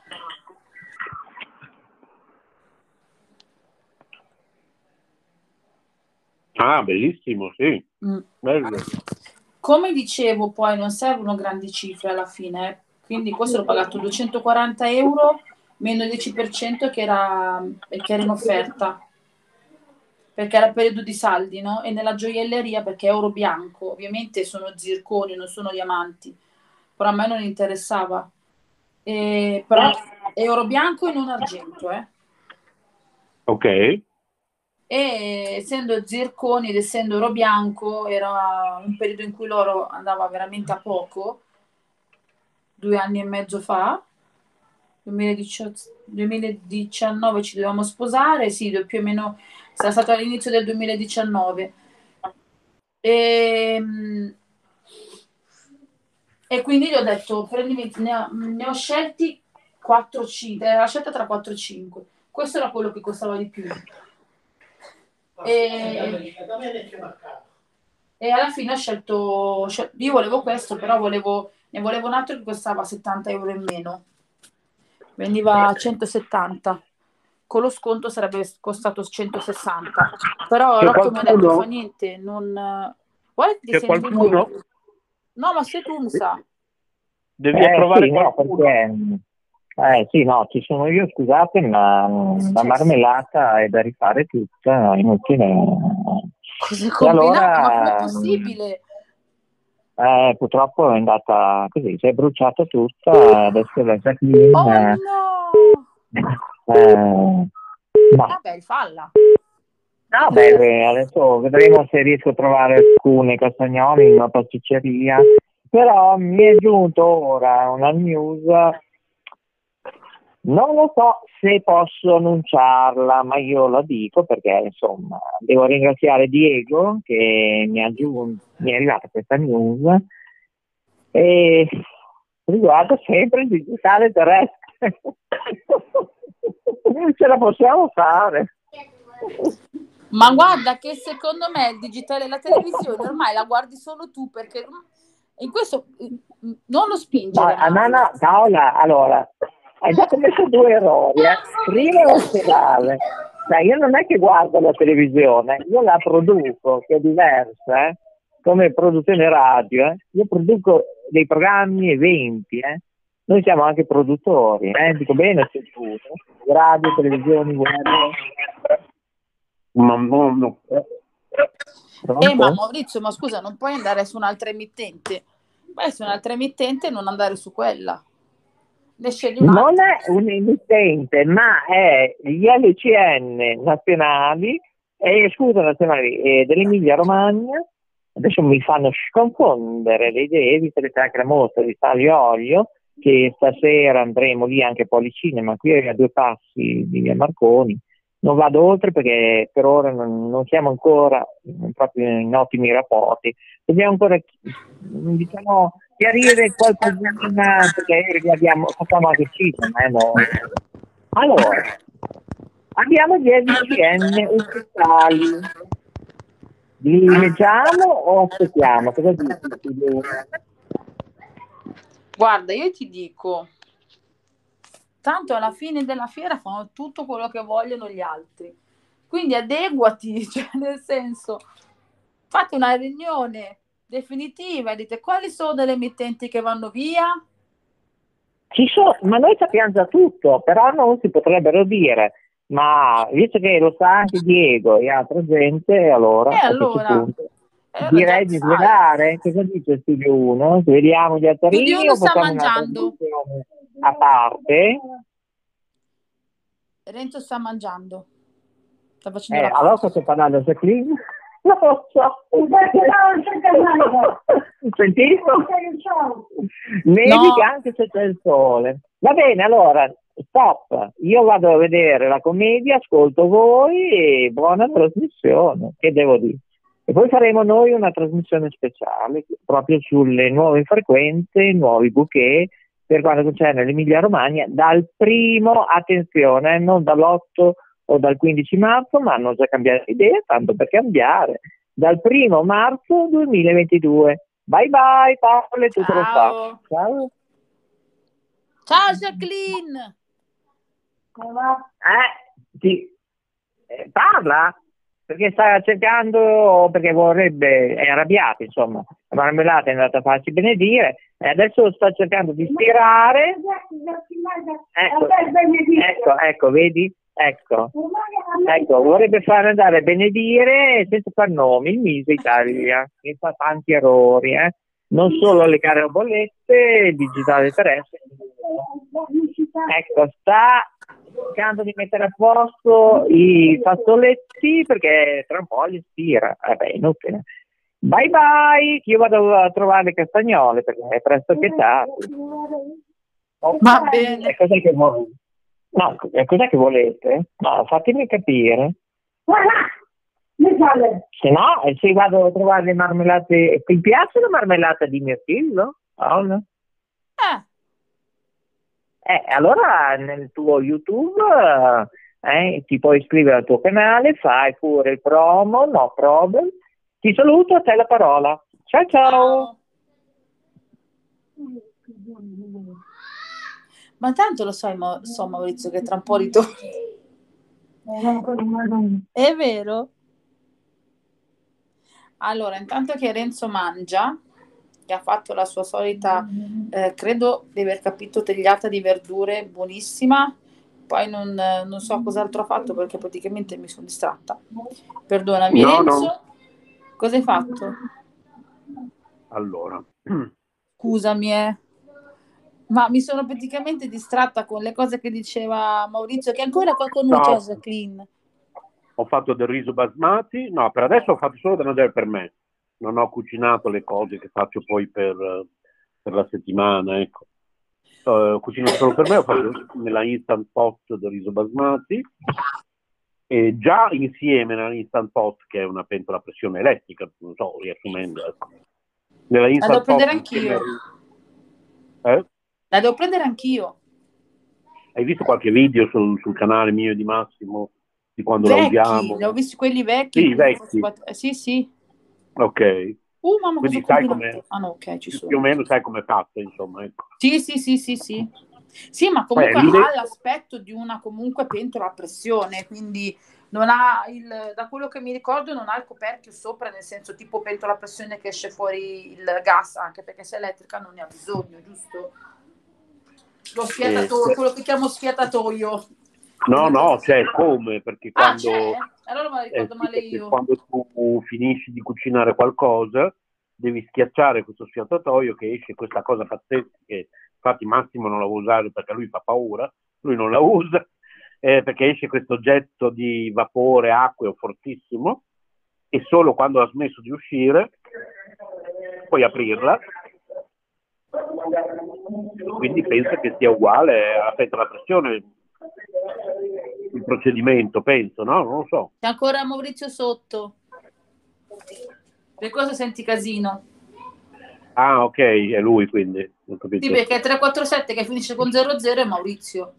Ah, bellissimo, sì. Mm. Bello. Come dicevo, poi non servono grandi cifre alla fine, eh. Quindi questo l'ho pagato duecentoquaranta euro meno il dieci per cento che era, che era in offerta, perché era periodo di saldi, no? E nella gioielleria, perché è oro bianco, ovviamente sono zirconi, non sono diamanti, però a me non interessava. E, però è oro bianco e non argento, eh. Ok. E essendo zirconi ed essendo oro bianco, era un periodo in cui l'oro andava veramente a poco, due anni e mezzo fa, duemiladiciotto, duemiladiciannove ci dovevamo sposare, sì, più o meno sarà stato all'inizio del duemiladiciannove. E, e quindi gli ho detto, prendimi, ne ho, ne ho scelti quattro cinque, era la scelta tra quattro e cinque. Questo era quello che costava di più. E, e alla fine ho scelto, io volevo questo, però volevo, ne volevo un altro che costava settanta euro in meno, veniva a centosettanta, con lo sconto sarebbe costato centosessanta, però C'è Rocco mi ha detto qualcuno? fa niente, non... Guarda, ti C'è senti qualcuno? molto. No, ma sei tu, mi sa. Devi Eh, trovare sì, no, qualcuno. perché, eh sì, no, ci sono io, scusate, ma la marmellata è da rifare tutta, inutile. Cos'è E combinato? Ma com'è allora, possibile? eh, purtroppo è andata così, si è bruciata tutta, adesso la Jacqueline... Oh eh, no! eh, no. Vabbè, falla. No, beh, adesso vedremo se riesco a trovare alcuni castagnoli in una pasticceria, però mi è giunto ora una news, non lo so se posso annunciarla, ma io la dico perché insomma devo ringraziare Diego che mi ha giunto, mi è arrivata questa news e riguarda sempre il digitale terrestre. Ce la possiamo fare. Ma guarda che secondo me il digitale e la televisione ormai la guardi solo tu, perché in questo non lo spingere. No, no, no, Paola, allora, hai già commesso due errori. Eh. Prima l'ospedale. Cioè, io non è che guardo la televisione, io la produco, che è diversa, eh. Come produzione radio. Eh. Io produco dei programmi, eventi, eh. Noi siamo anche produttori, eh. Dico bene, sei tu, eh. Radio, televisione, web. Ma no, no. Eh, ma Maurizio, ma scusa, non puoi andare su un'altra emittente. Vai su un'altra emittente e non andare su quella. Ne scegli un'altra. Non è un'emittente, ma è gli L C N nazionali, eh, scusa, nazionali eh, dell'Emilia Romagna. Adesso mi fanno sconfondere le idee, visto che c'è anche la mostra di Savio Olio, che stasera andremo lì anche poi al cinema, qui a due passi di via Marconi. Non vado oltre perché per ora non, non siamo ancora proprio in ottimi rapporti. Dobbiamo ancora, diciamo, chiarire qualcosina, perché abbiamo, facciamo anche cinema, eh, noi. Allora, abbiamo gli L C N ufficiali. Li leggiamo o aspettiamo? Cosa dici? Guarda, io ti dico, tanto alla fine della fiera fanno tutto quello che vogliono gli altri, quindi adeguati, cioè nel senso, fate una riunione definitiva e dite quali sono le emittenti che vanno via. Ci sono, ma noi sappiamo già tutto, però non si potrebbero dire, ma visto che lo sa anche Diego e altra gente, allora, e allora a questo punto direi di svelare. Cosa dice Studio uno? Vediamo gli altarini. Studio uno sta mangiando a parte. Renzo sta mangiando, sta facendo eh, la allora sto parlando a Jacqueline. Non lo so. Sentito? Nevica no. Anche se c'è il sole. Va bene, allora stop. Io vado a vedere la commedia, ascolto voi e buona trasmissione. Che devo dire? E poi faremo noi una trasmissione speciale proprio sulle nuove frequenze, nuovi bouquet per quanto concerne l'Emilia Romagna, dal primo, attenzione, non dall'otto o dal quindici marzo, ma hanno già cambiato idea, tanto per cambiare, dal primo marzo duemilaventidue. Bye bye Paolo, tu te lo fa. Ciao. Ciao Jacqueline. Eh, ti, eh, parla? Perché sta cercando, perché vorrebbe, è arrabbiata, insomma, la marmellata è andata a farsi benedire e adesso sta cercando di stirare. Ecco, ecco, ecco, vedi? Ecco, ecco, vorrebbe far andare a benedire senza far nomi, il Mise Italia, che fa tanti errori, eh? Non solo le care bollette, il digitale terrestre. Ecco, sta cercando di mettere a posto i fazzoletti perché tra un po' li stira. Vabbè, inutile. Bye bye, io vado a trovare le castagnole perché è presto che tardi. Oh, va bene. E cos'è che volete? No, cos'è che volete? No, fatemi capire. Se no, se vado a trovare le marmellate, ti piace la marmellata di mirtillo? Oh, no? Eh. Eh, allora nel tuo YouTube eh, ti puoi iscrivere al tuo canale, fai pure il promo, no problem. Ti saluto, a te la parola. Ciao ciao. Ma tanto lo sai, ma, so Maurizio, che tra un po' ritorni. È vero? Allora, intanto che Renzo mangia, che ha fatto la sua solita, eh, credo di aver capito, tagliata di verdure buonissima, poi non, non so cos'altro ha fatto perché praticamente mi sono distratta. Perdonami, no, Renzo, no. Cosa hai fatto? Allora. Scusami, eh. Ma mi sono praticamente distratta con le cose che diceva Maurizio, che ancora qualcuno c'è, Jacqueline. Ho fatto del riso basmati, no, per adesso ho fatto solo da mangiare per me. Non ho cucinato le cose che faccio poi per, per la settimana, ecco. Uh, cucino solo per me, ho fatto nella Instant Pot del riso basmati e già insieme nella Instant Pot, che è una pentola a pressione elettrica, non so, riassumendo, ecco. Nella Instant Vado a prendere Pot anch'io. Eh? La devo prendere anch'io. Hai visto qualche video sul, sul canale mio e di Massimo di quando Vecchi, la usiamo? ne ho visti quelli vecchi. Sì, vecchi. Eh, sì, sì. Ok. Uh, mamma, quindi cosa sai come... Ah no, ok, ci sono. Più o meno sai come è fatta, insomma. Ecco. Sì, sì, sì, sì, sì. Sì, ma comunque Poi, ha l'aspetto di una comunque pentola a pressione, quindi non ha il, da quello che mi ricordo non ha il coperchio sopra, nel senso tipo pentola a pressione che esce fuori il gas, anche perché se è elettrica non ne ha bisogno, giusto? Lo sfiatatoio, eh, quello che chiamo sfiatatoio. No, no, cioè come? Perché Ah, quando, c'è? Allora me la ricordo eh, male io. Quando tu finisci di cucinare qualcosa, devi schiacciare questo sfiatatoio che esce questa cosa pazzesca che infatti Massimo non la vuole usare perché lui fa paura, lui non la usa, eh, perché esce questo getto di vapore acqueo fortissimo e solo quando ha smesso di uscire puoi aprirla. Quindi penso che sia uguale alla pentola a pressione il procedimento, penso, no? Non lo so. C'è ancora Maurizio sotto. Per cosa senti casino? Ah, ok, è lui quindi. Ho capito. Sì, perché tre quattro sette che finisce con zero zero è Maurizio.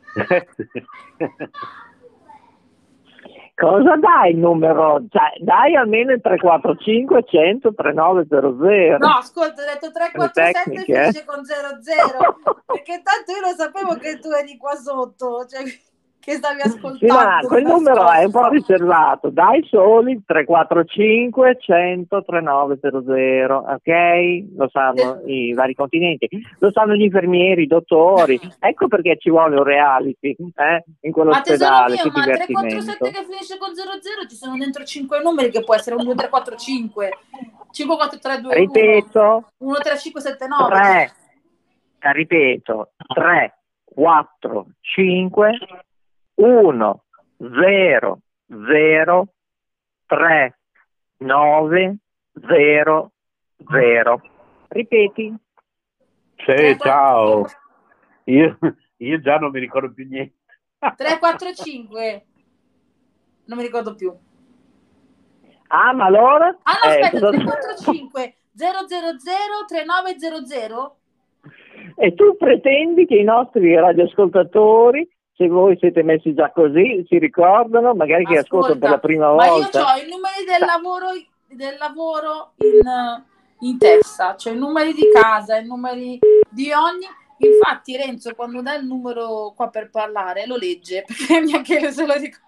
Cosa dai il numero? Cioè, dai almeno il tre quattro cinque cento trentanove zero zero. No, ascolta, ho detto tre quattro sette e finisce con zero zero. Perché tanto io lo sapevo che tu eri qua sotto, cioè che stavi ascoltando. Sì, ma quel numero è un po' riservato. Dai solo il tre quattro cinque cento trentanove zero zero, ok? Lo sanno i vari continenti, lo sanno gli infermieri, i dottori. Ecco perché ci vuole un reality, eh? In quell'ospedale. Ma tesoro mio, ma tre quattro sette che finisce con zero zero ci sono dentro cinque numeri che può essere un due tre quattro cinque, cinque quattro tre due uno, ripeto, uno tre cinque sette nove. tre, ripeto, tre quattro cinque uno zero zero tre nove zero zero. Ripeti. Sì, ciao. Io, io già non mi ricordo più niente. tre quattro cinque. Non mi ricordo più. Ah, ma allora? Ah no, eh, aspetta, cosa... tre quattro cinque zero zero zero tre nove zero zero. E tu pretendi che i nostri radioascoltatori, se voi siete messi già così, si ricordano, magari che Ascolta, ascoltano per la prima ma volta. Ma io ho i numeri del lavoro, del lavoro in, in testa, cioè i numeri di casa, i numeri di ogni... Infatti Renzo quando dà il numero qua per parlare lo legge, perché neanche lui se lo ricorda.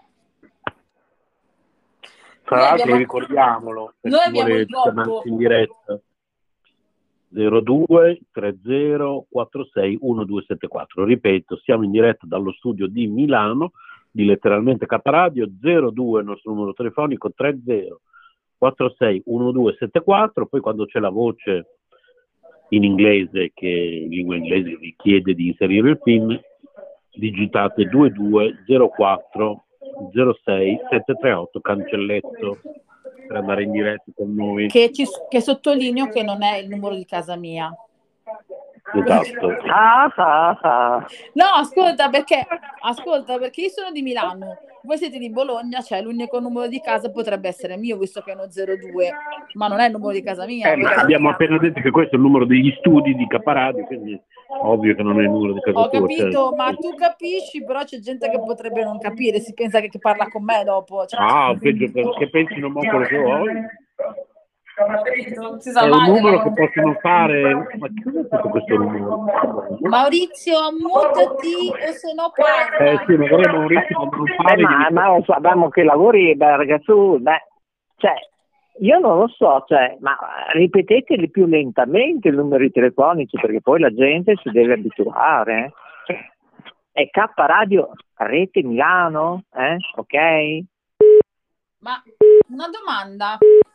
Tra l'altro abbiamo... ricordiamolo, per noi chi abbiamo vuole il gobbo. In diretta. zero due tre zero quattro sei uno due sette quattro. Ripeto, siamo in diretta dallo studio di Milano di Letteralmente K Radio. Zero due il nostro numero telefonico, tre zero quattro sei uno due sette quattro. Poi quando c'è la voce in inglese, che in lingua inglese vi chiede di inserire il PIN, digitate due due zero quattro zero sei sette tre otto, cancelletto, per andare in diretta con noi. Che, ci, che sottolineo che non è il numero di casa mia. Esatto. Ah, ah, ah. No, ascolta perché, ascolta perché io sono di Milano, voi siete di Bologna, cioè l'unico numero di casa potrebbe essere mio, visto che è uno zero due, ma non è il numero di casa mia. Eh, ma abbiamo appena detto che questo è il numero degli studi di K Radio, quindi ovvio che non è il numero di casa Ho tua. capito, Certo. Ma tu capisci, però c'è gente che potrebbe non capire, si pensa che, che parla con me dopo. Cioè... Ah, peggio che pensino mo quello che vuoi. Non si sa è mai, un numero no? che possono fare. Ma chi è tutto questo numero? Maurizio, mutati o se no parla. Eh sì, magari Maurizio quando non parli. Eh, ma, devi... ma sappiamo che lavori, beh, ragazzu, beh, cioè, io non lo so, cioè, ma ripeteteli più lentamente i numeri telefonici perché poi la gente si deve abituare. Eh? È K Radio Rete Milano, eh? Ok? Ma una domanda.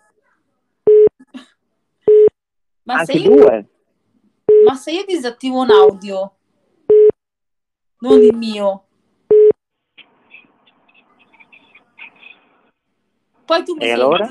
Ma Anche se io, due. Ma se io disattivo un audio, non il mio, poi tu mi e senti? Allora?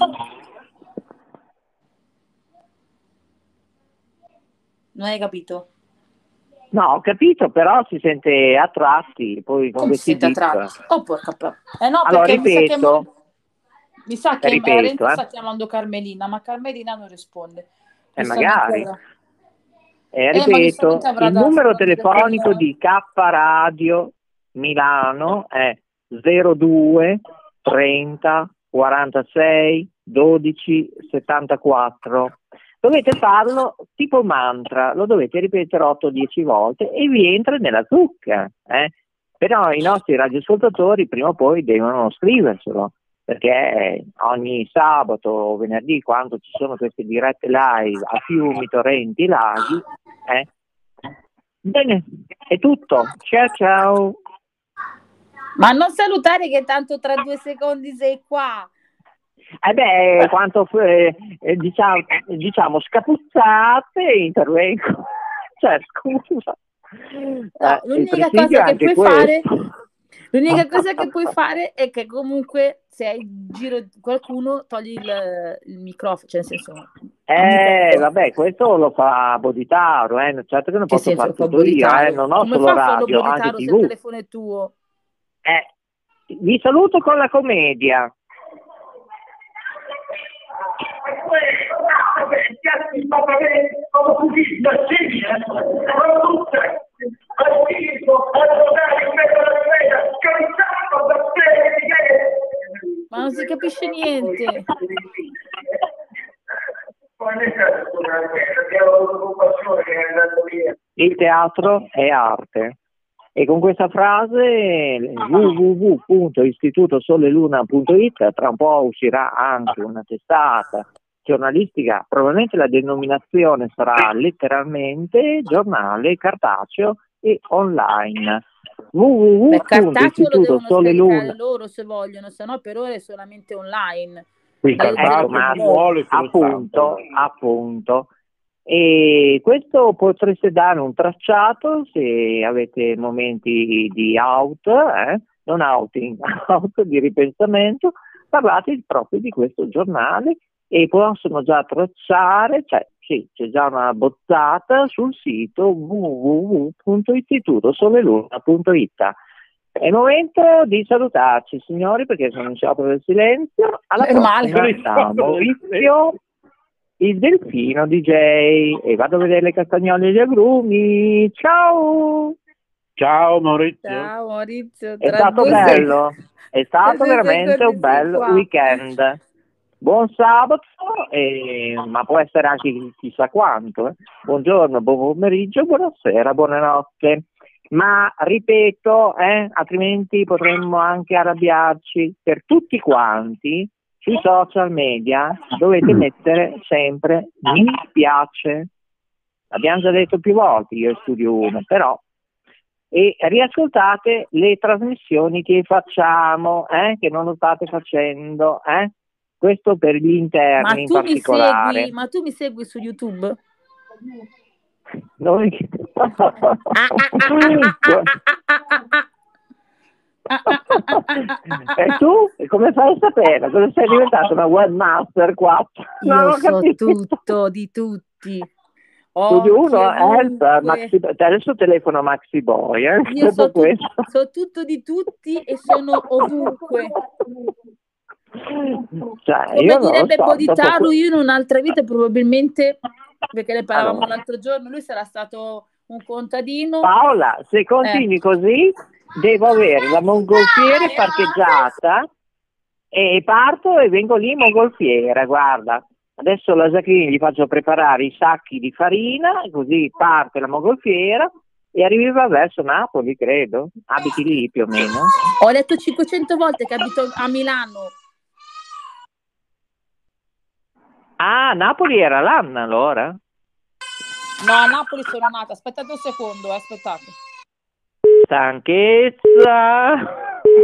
Non hai capito? No, ho capito, però si sente a tratti, poi con Come si questi sente a beep. tratti? Oh, porca p- Eh no, Allora, perché ripeto. mi sa che, mi sa che ripeto, Renzo eh. sta chiamando Carmelina, ma Carmelina non risponde. E eh magari. Ancora... E Eh, ma ripeto, giustamente avrà il da numero fornire telefonico quel- di K Radio Milano è zero due trenta quarantasei dodici settantaquattro. Dovete farlo tipo mantra, lo dovete ripetere otto dieci volte e vi entra nella zucca. Eh? Però i nostri radioascoltatori prima o poi devono scrivercelo, perché ogni sabato o venerdì, quando ci sono queste dirette live a fiumi, torrenti, laghi, eh? Bene, è tutto. Ciao ciao. Ma non salutare che tanto tra due secondi sei qua. Eh beh, quanto eh, eh, diciamo, diciamo scapuzzate intervengo. Cioè, scusa. No, Eh, il l'unica presidio cosa è che anche puoi questo. fare, l'unica cosa che puoi fare è che comunque se hai in giro qualcuno togli il, il microfono, cioè nel senso. Eh, vabbè, questo lo fa Boditaro, eh. Certo che non Che posso senso far lo fa tutto io, eh. Boditaro? Non ho Come solo fa a farlo radio, anche Boditaro se il tivù. telefono è tuo? Eh, vi saluto con la commedia. Ma non si capisce niente. Il teatro è arte. E con questa frase w w w punto istituto sole luna punto i t tra un po' uscirà anche una testata giornalistica, probabilmente la denominazione sarà letteralmente giornale cartaceo e online. w w w Beh, punto cartaceo lo istituto devono sole scaricare luna. loro se vogliono, se no per ora è solamente online. Il Dalle zero cartaceo ma chi vuole se lo appunto, stampa. appunto. E questo potreste dare un tracciato se avete momenti di out, eh? non outing, out di ripensamento, parlate proprio di questo giornale e possono già tracciare, cioè sì, c'è già una bozzata sul sito w w w punto istituto sole luna punto i t. È il momento di salutarci, signori, perché sono in sciopero del silenzio. Alla Meno male. prossima, ciao Maurizio, il delfino D J, e vado a vedere le castagnole e gli agrumi. Ciao! Ciao Maurizio. Ciao Maurizio. È Tra stato due bello, è stato due veramente secondi un bel sei qua. weekend. Buon sabato, e, ma può essere anche chissà quanto. Eh. Buongiorno, buon pomeriggio, buonasera, buonanotte. Ma ripeto, eh, altrimenti potremmo anche arrabbiarci. Per tutti quanti, sui social media dovete mettere sempre mi piace. L'abbiamo già detto più volte, io studio uno, però. E riascoltate le trasmissioni che facciamo, eh, che non lo state facendo, eh? Questo per gli interni Ma in tu mi particolare. segui, ma tu mi segui su YouTube? Noi... E tu come fai a sapere? Cosa sei diventata una webmaster qua? Non Io ho so capito. tutto di tutti. Studio uno, Occhi help, ovunque. Maxi, adesso telefono a Maxi Boy. Eh? Io so, Dopo tut- questo. so tutto di tutti e sono ovunque. Cioè, Come io non lo direbbe so, Bodhitaru, dopo... io in un'altra vita probabilmente, perché ne parlavamo Allora. l'altro giorno, lui sarà stato un contadino. Paola, se continui Eh. così, devo avere la mongolfiera parcheggiata e parto e vengo lì in mongolfiera, guarda. Adesso la Jacqueline gli faccio preparare i sacchi di farina, così parte la mongolfiera e arriva verso Napoli, credo. Abiti lì più o meno. Ho letto cinquecento volte che abito a Milano. Ah, Napoli era l'Anna allora? No, a Napoli sono nata. Aspettate un secondo, eh, aspettate. Stanchezza.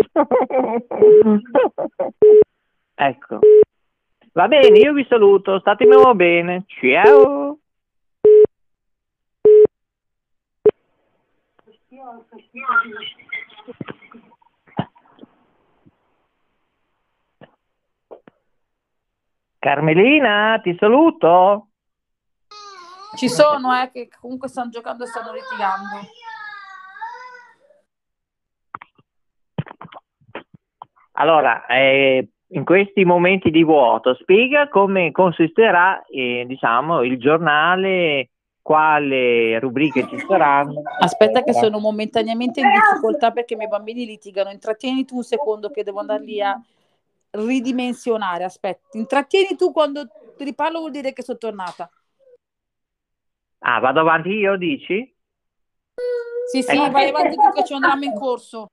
Ecco. Va bene, io vi saluto, statemi bene. Ciao. Carmelina, ti saluto. Ci sono, eh, che comunque stanno giocando e stanno litigando. Allora, eh, in questi momenti di vuoto, spiega come consisterà, eh, diciamo, il giornale quale rubriche ci saranno. Aspetta che sono momentaneamente in difficoltà perché i miei bambini litigano. Intrattieni tu un secondo che devo andarli a ridimensionare. Aspetta, intrattieni tu, quando ti riparlo vuol dire che sono tornata. Ah, vado avanti io, dici? Sì, sì, vai avanti tu che c'è un dramma in corso.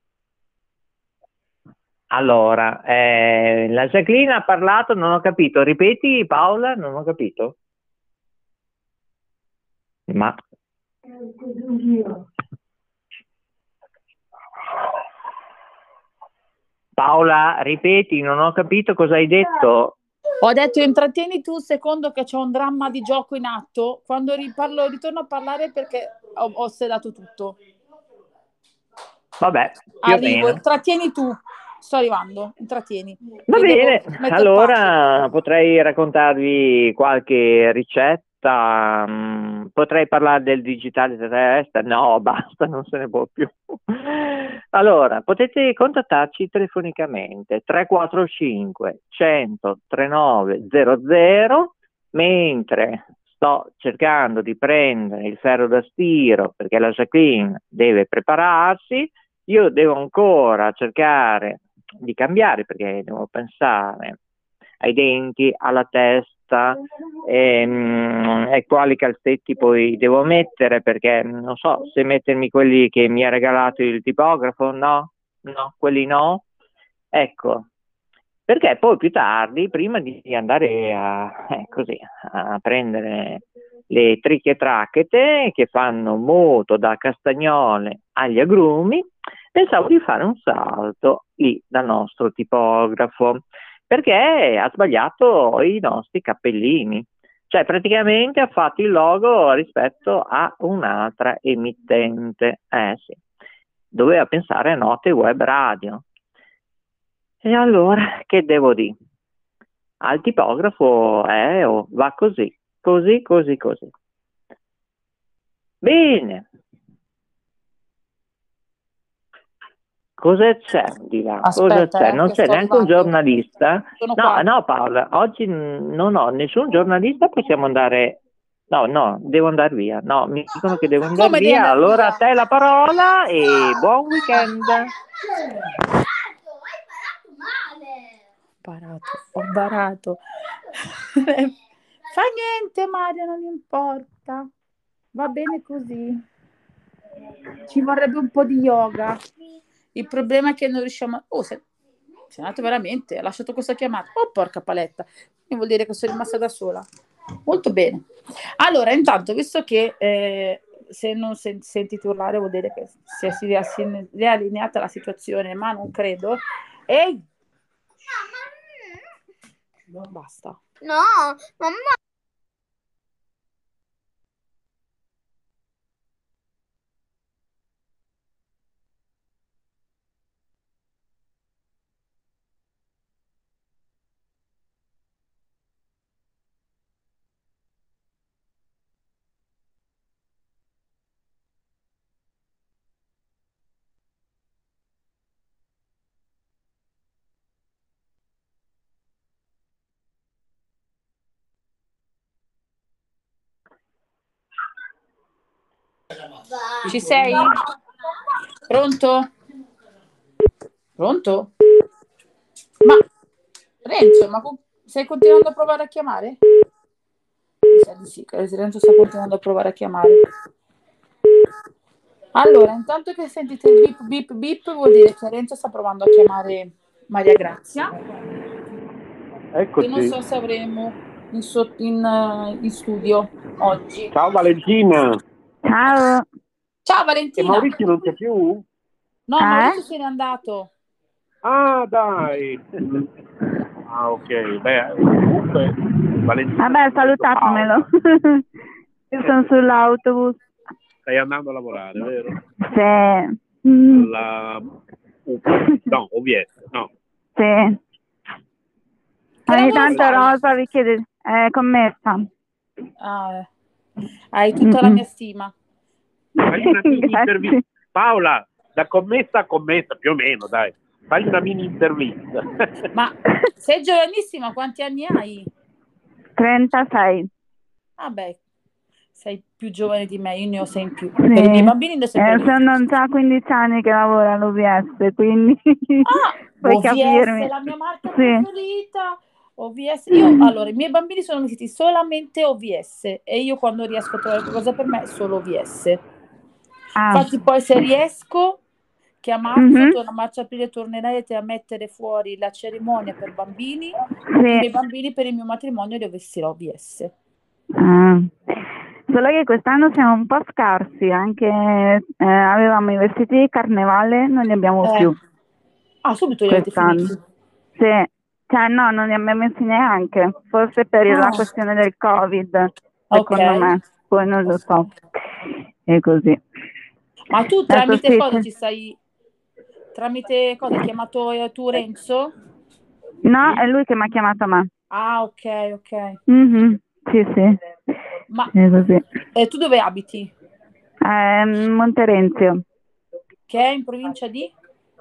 Allora, eh, la Jacqueline ha parlato, non ho capito. Ripeti, Paola, non ho capito. Ma... Paola, ripeti, non ho capito cosa hai detto. Ho detto intrattieni tu un secondo che c'è un dramma di gioco in atto. Quando riparlo, ritorno a parlare perché ho, ho sedato tutto. Vabbè, più arrivo, o meno. intrattieni tu. Sto arrivando, intrattieni. Va Che bene, devo allora potrei raccontarvi qualche ricetta, mh, potrei parlare del digitale terrestre, no, basta, non se ne può più. Allora, potete contattarci telefonicamente tre quattro cinque cento trentanove zero zero, mentre sto cercando di prendere il ferro da stiro perché la Jacqueline deve prepararsi, io devo ancora cercare di cambiare perché devo pensare ai denti, alla testa e, e quali calzetti poi devo mettere, perché non so se mettermi quelli che mi ha regalato il tipografo, no, no, quelli no, ecco, perché poi più tardi, prima di andare a, eh, così, a prendere le tricche tracchete che fanno moto da Castagnole agli agrumi, pensavo di fare un salto lì dal nostro tipografo, perché ha sbagliato i nostri cappellini, cioè praticamente ha fatto il logo rispetto a un'altra emittente, eh sì, doveva pensare a Note Web Radio. E allora, che devo dire? Al tipografo eh, oh, va così, così, così, così. Bene. Cosa c'è di là? Cosa Aspetta, c'è? eh, Non che c'è sto neanche un arrivando. giornalista? Sono No, qua. no, Paola, oggi n- non ho nessun giornalista, possiamo andare... No, no, devo andare via. No, mi dicono che devo andare Come devi via. andare Allora via? a te la parola e buon weekend. Barato, ho barato. Fa niente, Mario, non importa. Va bene così. Ci vorrebbe un po' di yoga. Il problema è che non riusciamo a... Oh, sei, sei andato veramente, ha lasciato questa chiamata. Oh, porca paletta. Quindi vuol dire che sono rimasta da sola. Molto bene. Allora, intanto, visto che eh, se non sen- sentite urlare vuol dire che si è, si è si- riallineata la situazione, ma non credo. Ehi! No, basta. No, mamma. Ci sei? Pronto? Pronto? Ma Renzo, ma con- stai continuando a provare a chiamare? Mi sa di sì, che Renzo sta continuando a provare a chiamare. Allora, intanto che sentite il bip bip bip vuol dire che Renzo sta provando a chiamare Maria Grazia. Eccoci. Che non so se avremo in, so- in, uh, in studio oggi. Ciao Valentina. Ciao. Ciao E Valentina. Maurizio non c'è più? No, Eh? Maurizio se n'è andato. Ah, dai. Ah, ok. Beh, comunque Valentina. Vabbè, salutatemelo. Io sono sull'autobus. Stai andando a lavorare, vero? Sì. Mm. Alla U P, no, O V S, no. Sì. Che Ogni lavoro tanto fai? Rosa vi chiede, è commessa. Ah, eh. Hai tutta la mia stima. Fagli una mini Grazie. intervista. Paola, da commessa a commessa, più o meno, dai. Fagli una mini intervista. Ma sei giovanissima, quanti anni hai? trentasei. Vabbè, sei più giovane di me, io ne ho sei in più. Sì. Per i miei bambini ne ho sempre Eh, più. sono già quindici anni che lavoro all'O V S, quindi Ah, puoi O V S, capirmi. la mia marca Sì. preferita. O V S. Io, allora, i miei bambini sono vestiti solamente O V S e io quando riesco a trovare qualcosa per me solo O V S. Ah. Infatti poi se riesco, che a marzo, Mhm. torno a marzo-aprile tornerete a mettere fuori la cerimonia per bambini, Sì. i miei bambini per il mio matrimonio li vestirò O V S. Ah. Solo che quest'anno siamo un po' scarsi, anche eh, avevamo i vestiti di carnevale, non li abbiamo Eh. più Ah, subito li avete quest'anno. finiti? Sì, cioè no, non li abbiamo messi neanche, forse per Ah. la questione del Covid, Ok. secondo me, poi non lo so. E così. Ma tu Adesso tramite sì, cosa sì. ci stai? Tramite cosa? Hai chiamato eh, tu Renzo? No, è lui che mi ha chiamato a me. Ah, ok, ok. Mhm. Sì, sì. Ma È così. eh, tu dove abiti? Eh, Monterenzio, Che è in provincia di?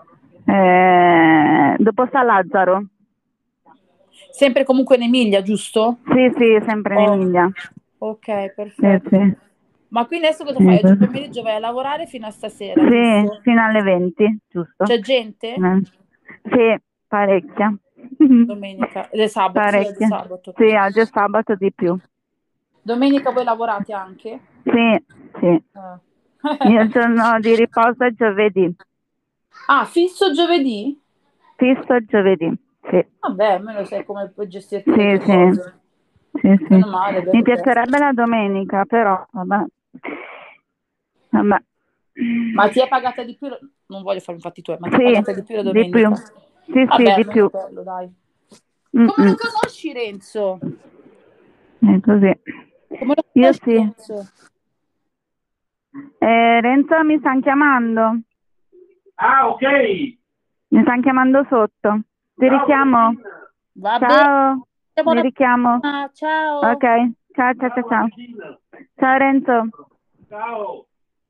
eh, dopo San Lazzaro. Sempre comunque in Emilia, giusto? Sì, sì, sempre in Oh, Emilia. ok, Sì, perfetto. sì. Ma quindi adesso cosa Sì, fai? Oggi così. pomeriggio vai a lavorare fino a stasera, Sì, giusto? fino alle venti, giusto? C'è gente? Eh. Sì, parecchia. Domenica, ed è sabato, sì, è di Parecchia. sabato. Sì, oggi è sabato di più. Domenica voi lavorate anche? Sì, sì. Ah. Il giorno di riposo è giovedì. Ah, fisso giovedì? Fisso giovedì, sì. Vabbè, almeno sai come puoi gestirti le Sì, tue sì. cose. Sì, sì. Meno male, Mi bene te. piacerebbe la domenica, però, vabbè. Vabbè. Ma ti è pagata di più? Non voglio fare infatti tuoi, ma ti è Sì, pagata di più la di domenica? più. Sì, Vabbè, sì, di almeno più. quello, dai. Mm-mm. Come lo conosci Renzo? È così. Come lo Io conosci sì. Renzo? Eh, Renzo, mi stanno chiamando. Ah, ok. Mi stanno chiamando sotto. Ti Ciao, richiamo? Valentina. Va Ciao. bene. Mi richiamo. Ah, ciao. Ok. Ciao, ciao, ciao, ciao. Valentina. Ciao Renzo. Ciao.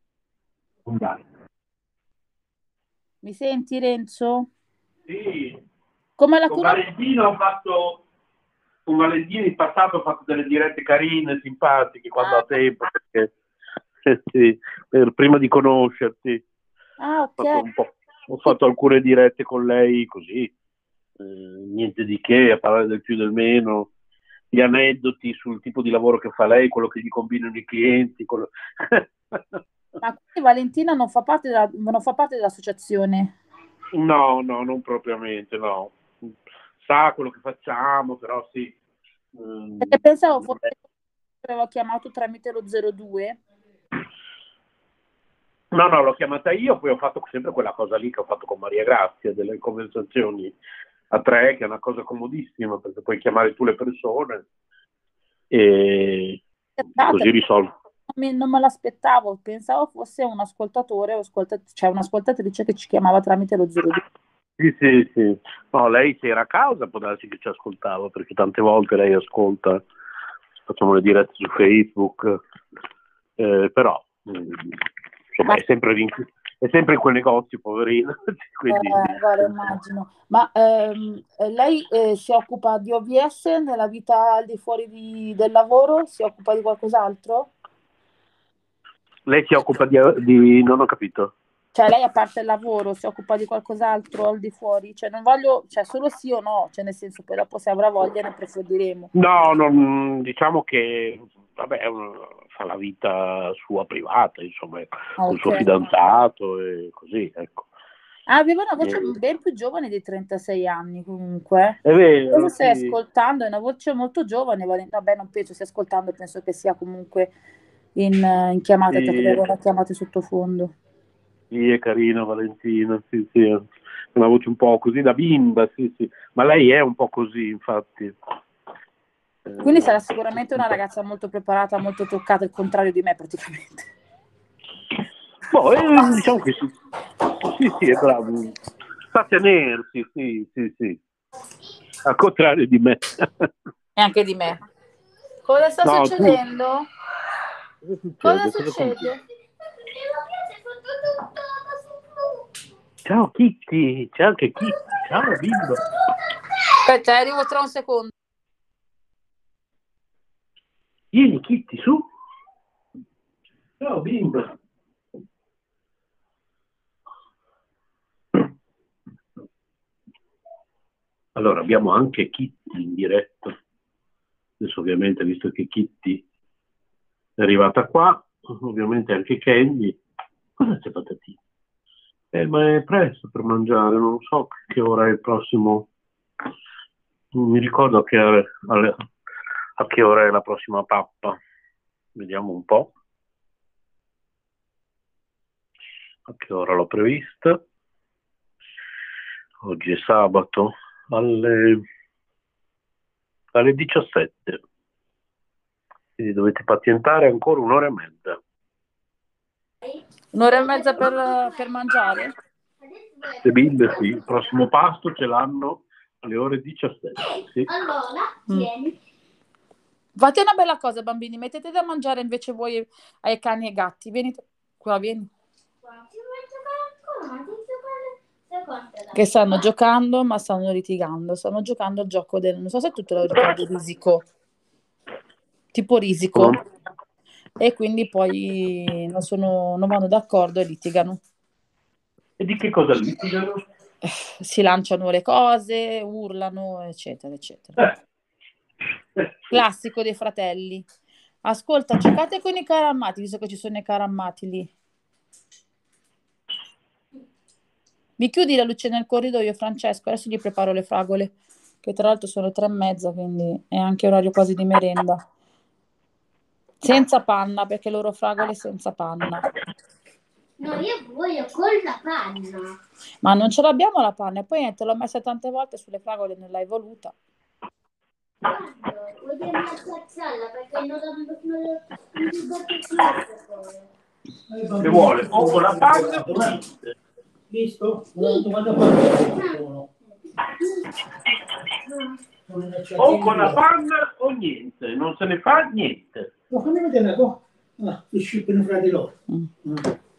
Mi senti Renzo? Sì. Come la Con conosci? Valentino ho fatto, con Valentino in passato ho fatto delle dirette carine, simpatiche, quando Ah. ha tempo, perché eh, sì, per, prima di conoscerti. Ah, Ho fatto, ok. un po', ho fatto alcune dirette con lei così, eh, niente di che, a parlare del più del meno, gli aneddoti sul tipo di lavoro che fa lei, quello che gli combinano i clienti. Quello... Ma quindi Valentina non fa parte della, non fa parte dell'associazione? No, no, non propriamente, no. Sa quello che facciamo, però sì. Mm, Perché pensavo forse che avevo chiamato tramite lo zero due. No, no, l'ho chiamata io, poi ho fatto sempre quella cosa lì che ho fatto con Maria Grazia, delle conversazioni a tre, che è una cosa comodissima, perché puoi chiamare tu le persone e così risolvi. Non me l'aspettavo, pensavo fosse un ascoltatore o ascoltat- cioè un'ascoltatrice che ci chiamava tramite lo zero due. Sì, sì, sì. No, lei se era a casa può darsi che ci ascoltava, perché tante volte lei ascolta, facciamo le dirette su Facebook, eh, però insomma, è sempre, è sempre in quel negozio, poverino. Quindi... Eh, guarda, immagino. Ma ehm, lei eh, si occupa di O V S nella vita al di fuori di, del lavoro? Si occupa di qualcos'altro? Lei si occupa di, di... non ho capito. Cioè lei a parte il lavoro si occupa di qualcos'altro al di fuori? Cioè non voglio, cioè solo sì o no, cioè nel senso poi dopo se avrà voglia ne approfondiremo. No, non, diciamo che vabbè, fa la vita sua privata, insomma, Okay. con il suo fidanzato e così, ecco. Ah, aveva una voce E... ben più giovane di trentasei anni comunque. È vero, Cosa stai sì. ascoltando? È una voce molto giovane, Valentina. Vabbè, non penso stia ascoltando, penso che sia comunque in, in chiamata, Sì. perché aveva una chiamata sottofondo. Sì, è carina Valentina, sì, sì, ha una voce un po' così da bimba, sì, sì, ma lei è un po' così, infatti. Quindi sarà sicuramente una ragazza molto preparata, molto toccata, il contrario di me praticamente. Boh, eh, diciamo che sì, sì, sì, è bravo, sa tenersi, sì, sì, sì, al contrario di me. E anche di me. Cosa sta No, succedendo? tu... Cosa, Cosa succede? succede? Ciao Kitty, ciao anche Kitty, ciao bimbo. Aspetta, arrivo tra un secondo. Vieni Kitty, su. Ciao bimba. Allora, abbiamo anche Kitty in diretta. Adesso ovviamente, visto che Kitty è arrivata qua, ovviamente anche Candy. Cosa c'è patatine? Eh, ma è presto per mangiare, non so che ora è il prossimo. Non mi ricordo a che ora, a che ora è la prossima pappa. Vediamo un po'. A che ora l'ho prevista? Oggi è sabato alle, alle diciassette. Quindi dovete pazientare ancora un'ora e mezza. Un'ora e mezza per, per mangiare? Le bimbe sì, il prossimo pasto ce l'hanno alle ore diciassette. Sì. Mm. Fate una bella cosa, bambini, mettete da mangiare invece voi ai cani e ai gatti. Venite qua, vieni. Che stanno giocando, ma stanno litigando. Stanno giocando al gioco del... Non so se tu te lo ricordi, risico. Tipo risico. Mm. E quindi poi non, sono, non vanno d'accordo e litigano. E di che cosa litigano? Si lanciano le cose, urlano, eccetera, eccetera. Eh. Classico dei fratelli. Ascolta, giocate con i carri armati, visto che ci sono i carri armati lì. Mi chiudi la luce nel corridoio, Francesco? Adesso gli preparo le fragole, che tra l'altro sono le tre e mezza, quindi è anche orario quasi di merenda. Senza panna, perché loro fragole senza panna. No, io voglio con la panna. Ma non ce l'abbiamo la panna, e poi te l'ho messa tante volte sulle fragole, non l'hai voluta. Guarda, voglio piazzarla perché non l'ho più. Che vuole? O con la panna o niente? Visto? O con la panna o niente, non se ne fa niente. No, fammi vedere qua. Ah, si scippano fra di loro. Mm. Mm.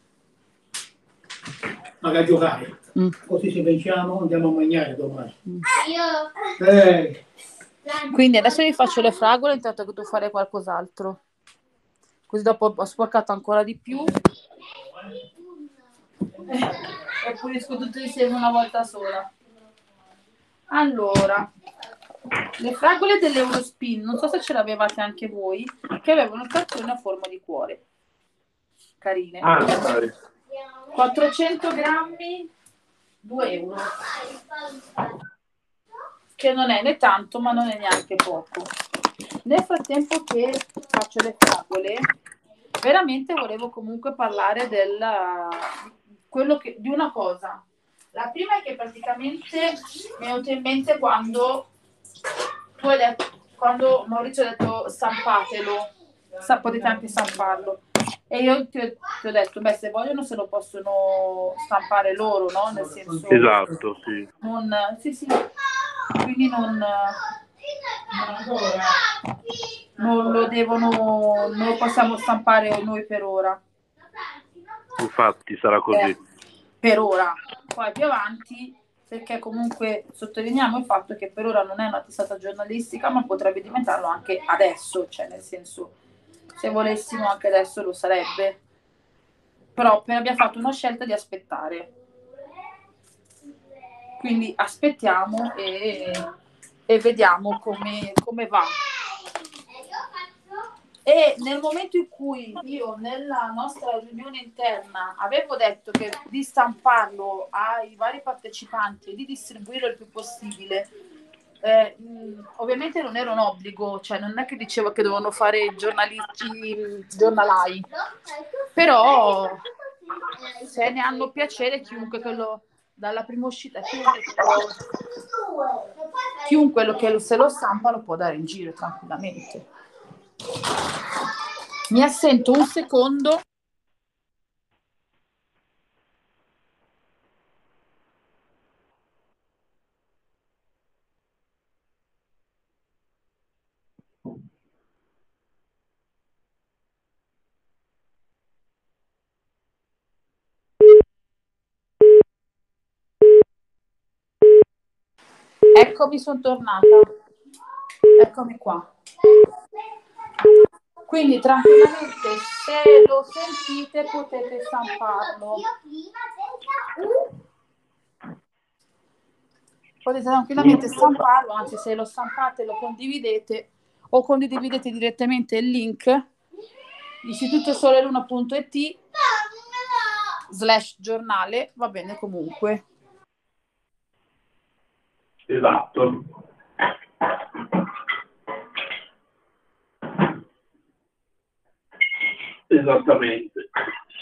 Magari giocare. Mm. Così se vinciamo andiamo a mangiare domani. Mm. Io. Eh. Quindi adesso vi faccio le fragole intanto che tu fare qualcos'altro. Così dopo ho sporcato ancora di più. E pulisco tutti insieme una volta sola. Allora, le fragole dell'Eurospin, non so se ce l'avevate anche voi, che avevano il cartone a forma di cuore. Carine. Ah, dai. quattrocento grammi, due euro. Che non è né tanto, ma non è neanche poco. Nel frattempo che faccio le fragole, veramente volevo comunque parlare del, quello che, di una cosa. La prima è che praticamente mi è venuto in mente quando, tu hai detto, quando Maurizio ha detto stampatelo, sa, potete anche stamparlo. E io ti ho, ti ho detto, beh, se vogliono se lo possono stampare loro, no? Nel senso... Esatto, sì. Non, sì, sì. Quindi non... non lo devono, non lo possiamo stampare noi per ora. Infatti sarà così. Eh, per ora. Poi più avanti, perché comunque sottolineiamo il fatto che per ora non è una testata giornalistica, ma potrebbe diventarlo anche adesso, cioè nel senso, se volessimo anche adesso lo sarebbe. Però abbiamo fatto una scelta di aspettare. Quindi aspettiamo e, e vediamo come, come va. E nel momento in cui io nella nostra riunione interna avevo detto che di stamparlo ai vari partecipanti e di distribuirlo il più possibile, eh, mh, ovviamente non era un obbligo, cioè non è che dicevo che dovevano fare giornalisti, giornalai, però se ne hanno piacere chiunque che lo, dalla prima uscita, chiunque, chiunque lo, che se lo stampa lo può dare in giro tranquillamente. Mi assento un secondo. Eccomi, sono tornata. Eccomi qua. Quindi tranquillamente, se lo sentite, potete stamparlo. Potete tranquillamente stamparlo, anzi se lo stampate lo condividete o condividete direttamente il link istitutosoleluna.it slash giornale, va bene comunque. Esatto. Esattamente.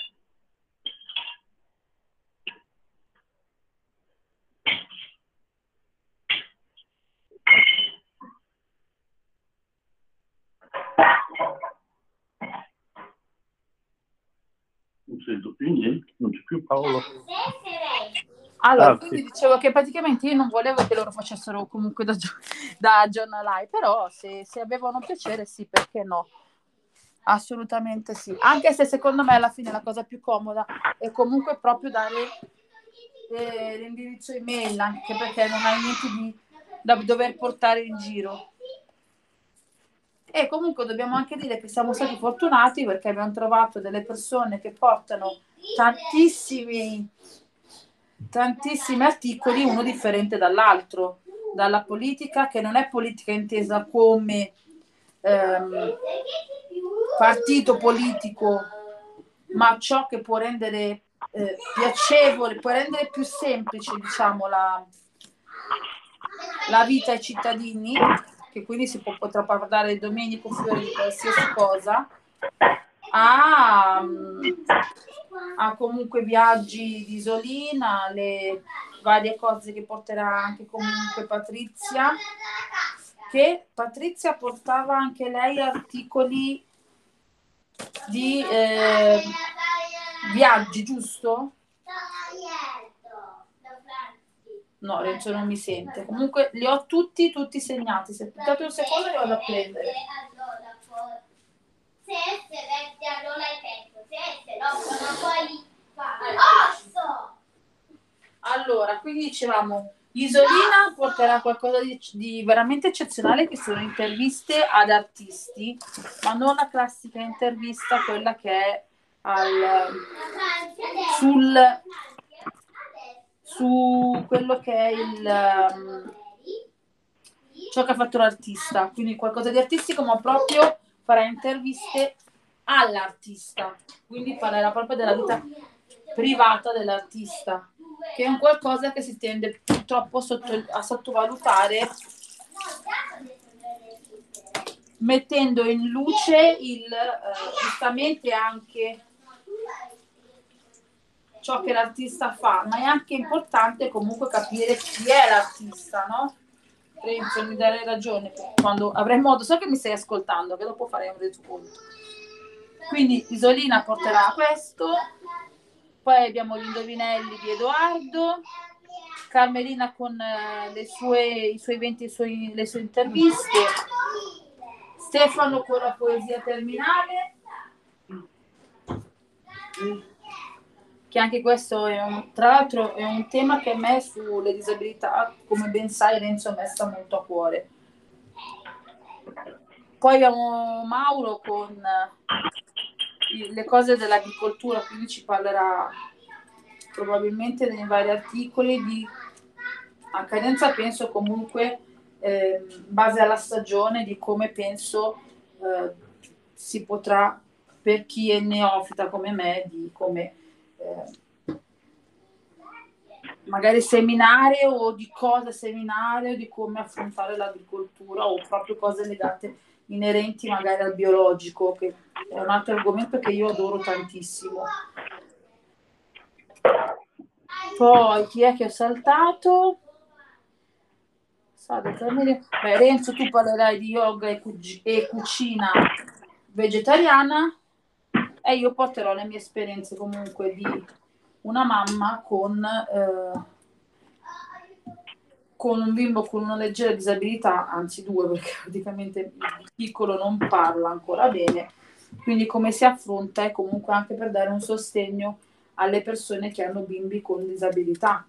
Non sento più niente, non c'è più Paolo. Allora, Ah, quindi sì. dicevo che praticamente io non volevo che loro facessero comunque da, gio- da giornalai, però se, se avevano piacere sì, perché no? Assolutamente sì. Anche se secondo me alla fine la cosa più comoda è comunque proprio dare eh, l'indirizzo email, anche perché non hai niente di, da dover portare in giro. E comunque dobbiamo anche dire che siamo stati fortunati perché abbiamo trovato delle persone che portano tantissimi tantissimi articoli, uno differente dall'altro, dalla politica, che non è politica intesa come ehm, partito politico, ma ciò che può rendere eh, piacevole, può rendere più semplice, diciamo, la, la vita ai cittadini, che quindi si può, potrà parlare il Domenico Fiori di qualsiasi cosa, a, a comunque viaggi di Isolina, le varie cose che porterà anche comunque Patrizia, che Patrizia portava anche lei articoli di eh, viaggi, giusto? No, Renzo non mi sente. Comunque li ho tutti, tutti segnati. Se aspettate un secondo li vado a prendere. Se S veste allora hai detto, se S dopo non puoi fare. Osso! Allora, quindi dicevamo, Isolina porterà qualcosa di, di veramente eccezionale, che sono interviste ad artisti, ma non la classica intervista, quella che è al, sul, su quello che è il um, ciò che ha fatto l'artista, quindi qualcosa di artistico, ma proprio farà interviste all'artista, quindi parlerà proprio della vita privata dell'artista, che è un qualcosa che si tende purtroppo sotto, a sottovalutare, mettendo in luce il eh, giustamente anche ciò che l'artista fa, ma è anche importante comunque capire chi è l'artista, no? Renzo, mi darei ragione quando avrai modo, so che mi stai ascoltando, che dopo farei un resoconto. Quindi Isolina porterà questo, poi abbiamo gli indovinelli di Edoardo, Carmelina con eh, le sue, i suoi eventi, i suoi, le sue interviste, Stefano con la poesia terminale, che anche questo è un, tra l'altro è un tema che a me sulle disabilità, come ben sai Renzo, a me sta molto a cuore. Poi abbiamo Mauro con le cose dell'agricoltura, quindi ci parlerà probabilmente nei vari articoli di a cadenza, penso comunque eh, in base alla stagione, di come penso eh, si potrà, per chi è neofita come me, di come eh, magari seminare o di cosa seminare o di come affrontare l'agricoltura o proprio cose legate inerenti magari al biologico, che è un altro argomento che io adoro tantissimo. Poi chi è che ho saltato? Beh, Renzo, tu parlerai di yoga e, cu- e cucina vegetariana e io porterò le mie esperienze comunque di una mamma con, eh, con un bimbo con una leggera disabilità, anzi due, perché praticamente il piccolo non parla ancora bene, quindi come si affronta e comunque anche per dare un sostegno alle persone che hanno bimbi con disabilità.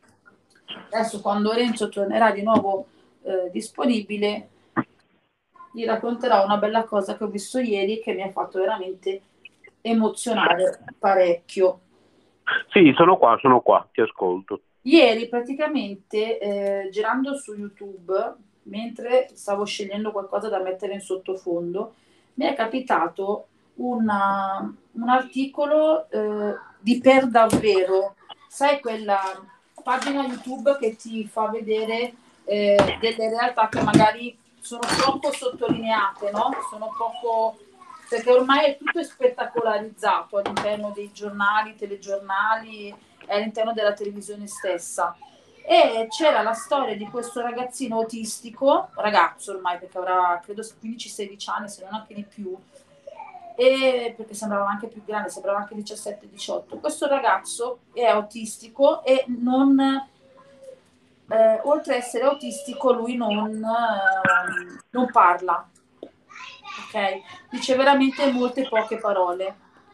Adesso quando Renzo tornerà di nuovo eh, disponibile, vi racconterò una bella cosa che ho visto ieri che mi ha fatto veramente emozionare parecchio. Sì, sono qua, sono qua, ti ascolto. Ieri praticamente eh, girando su YouTube, mentre stavo scegliendo qualcosa da mettere in sottofondo, mi è capitato una, un articolo eh, di Per Davvero, sai quella pagina YouTube che ti fa vedere eh, delle realtà che magari sono troppo sottolineate, no? Sono poco, perché ormai è tutto spettacolarizzato all'interno dei giornali, telegiornali e all'interno della televisione stessa. E c'era la storia di questo ragazzino autistico, ragazzo ormai perché avrà credo quindici sedici anni, se non anche di più, e perché sembrava anche più grande, sembrava anche diciassette diciotto. Questo ragazzo è autistico e non eh, oltre a essere autistico lui non, eh, non parla, ok? Dice veramente molte poche parole.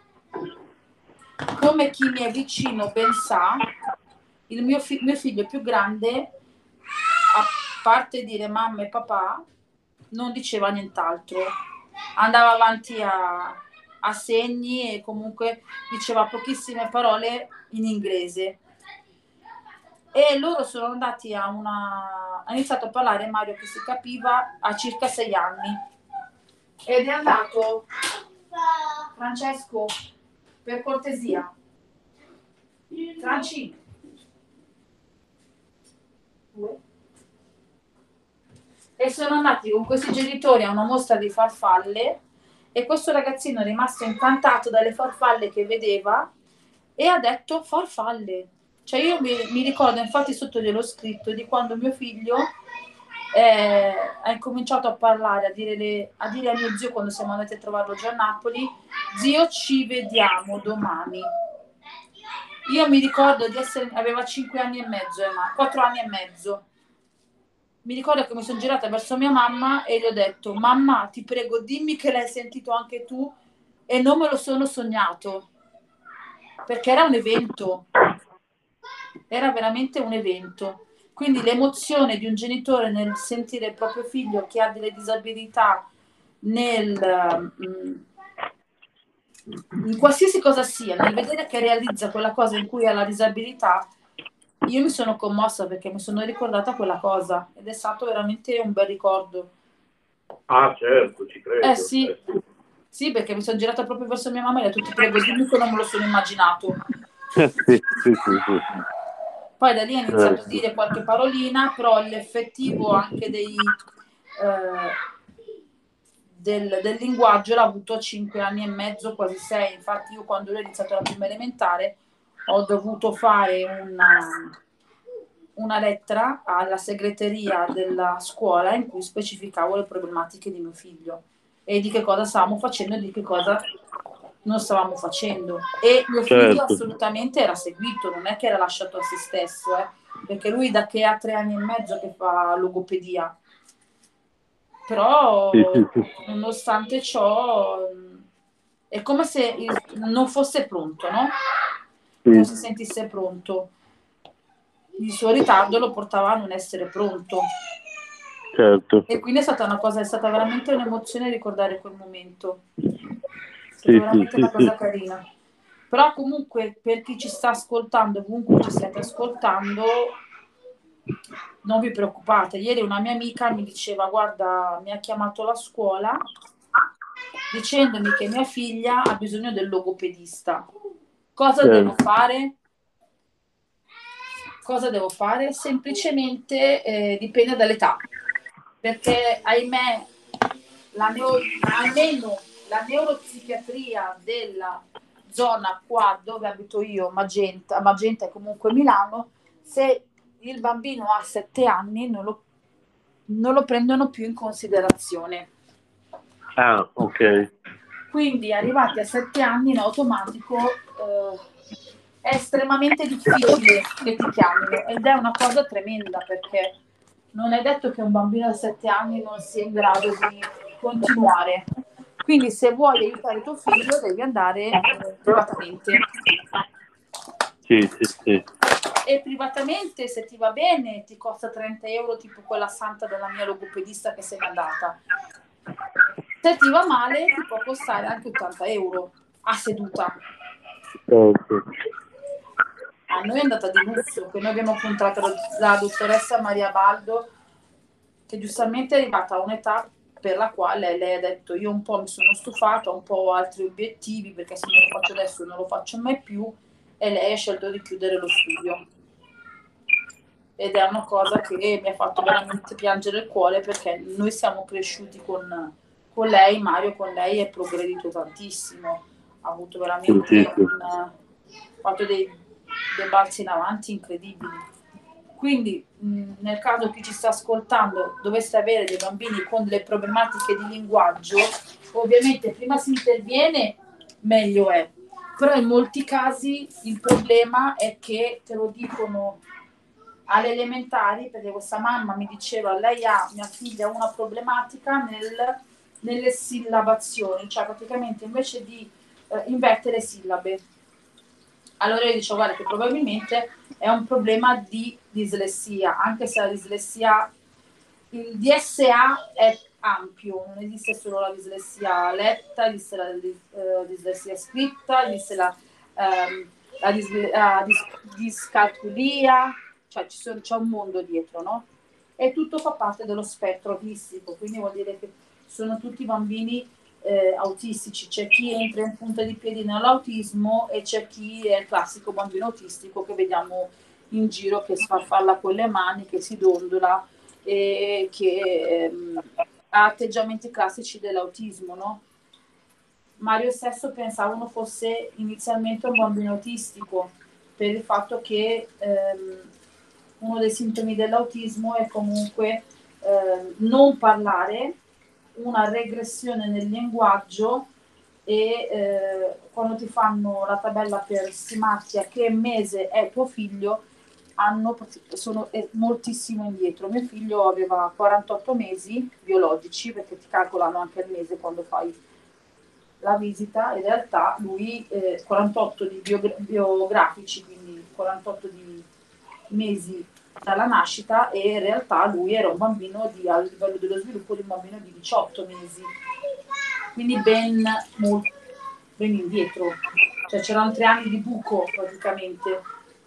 Come chi mi è vicino ben sa, il mio, fi- mio figlio più grande, a parte dire mamma e papà, non diceva nient'altro. Andava avanti a, a segni e comunque diceva pochissime parole in inglese. E loro sono andati a una... ha iniziato a parlare Mario che si capiva a circa sei anni. Ed è andato... Francesco, per cortesia. Franci. E sono andati con questi genitori a una mostra di farfalle e questo ragazzino è rimasto incantato dalle farfalle che vedeva e ha detto farfalle. Cioè io mi, mi ricordo, infatti sotto gliel'ho scritto, di quando mio figlio eh, ha incominciato a parlare, a dire, le, a dire a mio zio quando siamo andati a trovarlo già a Napoli, zio ci vediamo domani. Io mi ricordo di essere, aveva cinque anni e mezzo, eh, ma quattro anni e mezzo. Mi ricordo che mi sono girata verso mia mamma e gli ho detto mamma ti prego dimmi che l'hai sentito anche tu e non me lo sono sognato, perché era un evento. Era veramente un evento. Quindi l'emozione di un genitore nel sentire il proprio figlio che ha delle disabilità nel, in qualsiasi cosa sia, nel vedere che realizza quella cosa in cui ha la disabilità, io mi sono commossa perché mi sono ricordata quella cosa ed è stato veramente un bel ricordo. Ah certo, ci credo. Eh sì, sì, perché mi sono girata proprio verso mia mamma e ho detto ti prego dimmi che non me lo sono immaginato. sì, sì, sì, sì. Poi da lì ha iniziato a dire qualche parolina, però l'effettivo anche dei, eh, del, del linguaggio l'ha avuto a cinque anni e mezzo, quasi sei. Infatti io quando lui ha iniziato la prima elementare ho dovuto fare una, una lettera alla segreteria della scuola in cui specificavo le problematiche di mio figlio e di che cosa stavamo facendo e di che cosa non stavamo facendo. E mio figlio Certo. assolutamente era seguito, non è che era lasciato a se stesso, eh, perché lui da che ha tre anni e mezzo che fa logopedia. Però sì, sì, sì. nonostante ciò è come se il, non fosse pronto, no? Sì. Non si sentisse pronto. Il suo ritardo lo portava a non essere pronto. Certo. E quindi è stata una cosa, è stata veramente un'emozione ricordare quel momento. È stata Sì, veramente sì, una sì, cosa sì. carina. Però comunque per chi ci sta ascoltando, ovunque ci state ascoltando, non vi preoccupate. Ieri una mia amica mi diceva guarda, mi ha chiamato la scuola dicendomi che mia figlia ha bisogno del logopedista. Cosa Certo. devo fare? Cosa devo fare? Semplicemente eh, dipende dall'età, perché ahimè la neo- almeno la neuropsichiatria della zona qua dove abito io, Magenta, Magenta è comunque Milano, se il bambino ha sette anni non lo, non lo prendono più in considerazione. Ah, ok. Quindi arrivati a sette anni in automatico eh, è estremamente difficile che ti chiamino ed è una cosa tremenda perché non è detto che un bambino di sette anni non sia in grado di continuare. Quindi se vuoi aiutare tuo figlio devi andare eh, privatamente. Sì, sì, sì. E privatamente se ti va bene ti costa trenta euro tipo quella santa della mia logopedista che se n'è andata. Se ti va male ti può costare anche ottanta euro a seduta. Okay. A noi è andata di lusso, che noi abbiamo incontrato la, la dottoressa Maria Baldo, che giustamente è arrivata a un'età per la quale lei ha detto io un po' mi sono stufata, un po' ho altri obiettivi, perché se non lo faccio adesso non lo faccio mai più, e lei ha scelto di chiudere lo studio. Ed è una cosa che mi ha fatto veramente piangere il cuore, perché noi siamo cresciuti con, con lei, Mario con lei è progredito tantissimo, ha avuto veramente Sì, sì. un, ha fatto dei, dei balzi in avanti incredibili. Quindi mh, nel caso chi ci sta ascoltando dovesse avere dei bambini con delle problematiche di linguaggio, ovviamente prima si interviene meglio è, però in molti casi il problema è che te lo dicono alle elementari, perché questa mamma mi diceva lei ha, mia figlia ha una problematica nel, nelle sillabazioni, cioè praticamente invece di eh, invertere sillabe. Allora io dicevo guarda che probabilmente è un problema di dislessia, anche se la dislessia, il D S A è ampio, non esiste solo la dislessia letta, esiste la uh, dislessia scritta, esiste la, um, la dis, uh, dis, discalculia, cioè ci sono, c'è un mondo dietro, no? E tutto fa parte dello spettro autistico, quindi vuol dire che sono tutti bambini eh, autistici, c'è chi entra in punta di piedi nell'autismo e c'è chi è il classico bambino autistico che vediamo in giro che sfarfalla con le mani, che si dondola e che ehm, ha atteggiamenti classici dell'autismo, no? Mario stesso pensava uno fosse inizialmente un bambino autistico per il fatto che ehm, uno dei sintomi dell'autismo è comunque eh, non parlare, una regressione nel linguaggio e eh, quando ti fanno la tabella per stimarti a che mese è tuo figlio hanno, sono moltissimo indietro. Mio figlio aveva quarantotto mesi biologici, perché ti calcolano anche il mese quando fai la visita, in realtà lui eh, quarantotto di biogra- biografici, quindi quarantotto di mesi dalla nascita, e in realtà lui era un bambino di, a livello dello sviluppo di un bambino di diciotto mesi, quindi ben, molto, ben indietro, cioè c'erano tre anni di buco praticamente.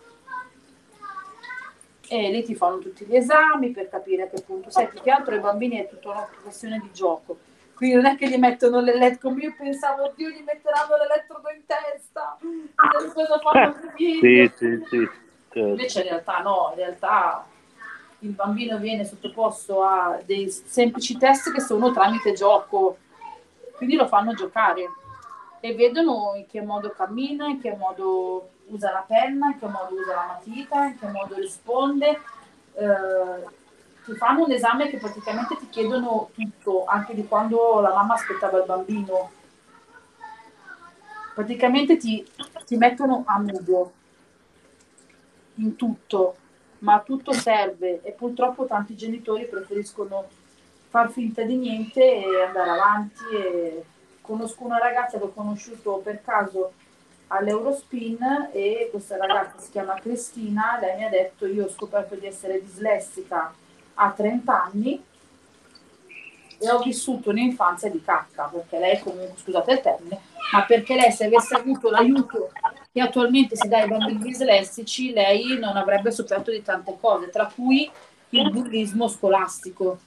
E lì ti fanno tutti gli esami per capire a che punto sei, più che altro i bambini è tutta una questione di gioco, quindi non è che gli mettono l'elettrodo, come io pensavo, oddio gli metteranno l'elettrodo in testa, cosa fanno con sì, sì, sì, certo. Invece in realtà no, in realtà il bambino viene sottoposto a dei semplici test che sono tramite gioco, quindi lo fanno giocare e vedono in che modo cammina, in che modo usa la penna, in che modo usa la matita, in che modo risponde. Eh, ti fanno un esame che praticamente ti chiedono tutto, anche di quando la mamma aspettava il bambino. Praticamente ti, ti mettono a nudo in tutto, ma tutto serve e purtroppo tanti genitori preferiscono far finta di niente e andare avanti. E conosco una ragazza che ho conosciuto per caso all'Eurospin e questa ragazza si chiama Cristina, lei mi ha detto io ho scoperto di essere dislessica a trenta anni e ho vissuto un'infanzia di cacca, perché lei comunque, scusate il termine, ma perché lei se avesse avuto l'aiuto che attualmente si dà ai bambini dislessici, lei non avrebbe sofferto di tante cose, tra cui il bullismo scolastico.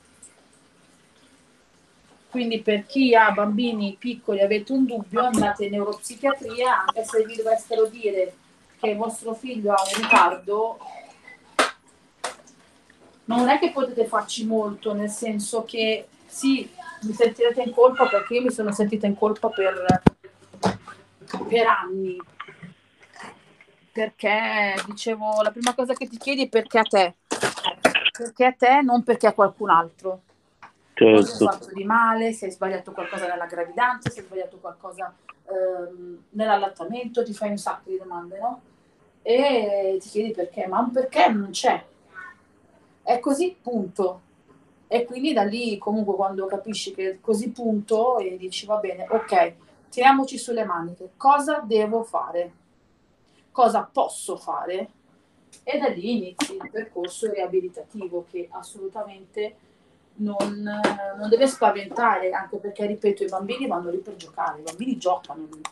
Quindi per chi ha bambini piccoli e avete un dubbio, andate in neuropsichiatria, anche se vi dovessero dire che il vostro figlio ha un ritardo, non è che potete farci molto, nel senso che sì, mi sentirete in colpa, perché io mi sono sentita in colpa per, per anni, perché dicevo la prima cosa che ti chiedi è perché a te, perché a te, non perché a qualcun altro. Certo. Cosa hai fatto di male, se hai sbagliato qualcosa nella gravidanza, se hai sbagliato qualcosa ehm, nell'allattamento, ti fai un sacco di domande, no? E ti chiedi perché, ma un perché non c'è. È così, punto. E quindi da lì comunque quando capisci che è così, punto, e dici va bene, ok, tiriamoci sulle maniche, cosa devo fare? Cosa posso fare? E da lì inizi il percorso riabilitativo che assolutamente non, non deve spaventare, anche perché, ripeto, i bambini vanno lì per giocare, i bambini giocano lì.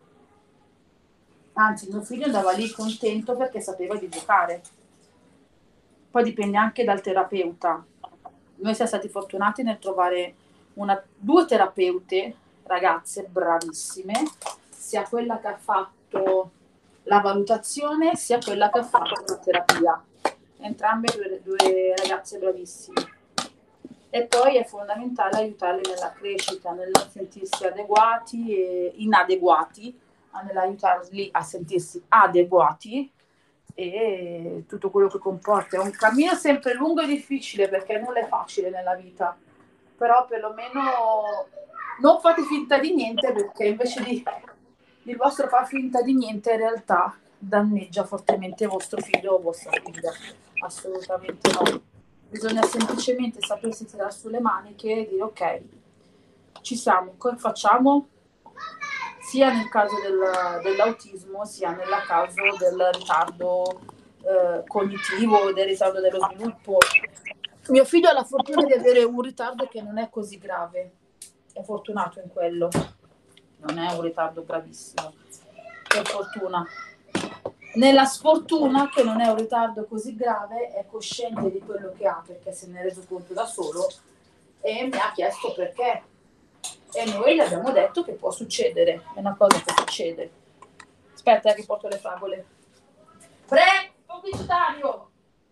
Anzi, mio figlio andava lì contento perché sapeva di giocare. Poi dipende anche dal terapeuta. Noi siamo stati fortunati nel trovare una, due terapeute, ragazze bravissime, sia quella che ha fatto la valutazione, sia quella che ha fatto la terapia. Entrambe due, due ragazze bravissime. E poi è fondamentale aiutarle nella crescita, nel sentirsi adeguati e inadeguati, nell'aiutarli a sentirsi adeguati e tutto quello che comporta. È un cammino sempre lungo e difficile, perché nulla è facile nella vita, però perlomeno non fate finta di niente, perché invece di il vostro far finta di niente in realtà danneggia fortemente vostro figlio o vostra figlia. Assolutamente no. Bisogna semplicemente sapersi tirare sulle maniche e dire ok, ci siamo, come facciamo? Sia nel caso del, dell'autismo, sia nel caso del ritardo eh, cognitivo, del ritardo dello sviluppo. Mio figlio ha la fortuna di avere un ritardo che non è così grave, è fortunato in quello, non è un ritardo gravissimo, per fortuna. Nella sfortuna, che non è un ritardo così grave, è cosciente di quello che ha, perché se ne è reso conto da solo e mi ha chiesto perché. E noi gli abbiamo detto che può succedere, è una cosa che succede. Aspetta che porto le fragole. Pre, pubblicitario!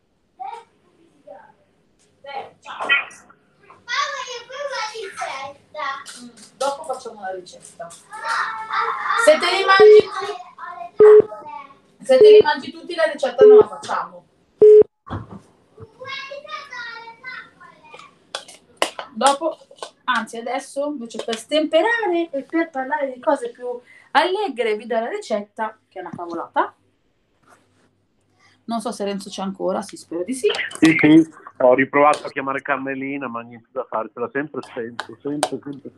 Eh, ciao. Mm, dopo facciamo la ricetta. Se te li mangi, se te li mangi tutti, la ricetta non la facciamo. Dopo, anzi adesso invece, per stemperare e per parlare di cose più allegre, vi do la ricetta, che è una cavolata. Non so se Renzo c'è ancora, sì, spero di sì. Sì, sì, ho riprovato a chiamare Carmelina, ma niente da fare, ce l'ha sempre spento, sempre, sempre.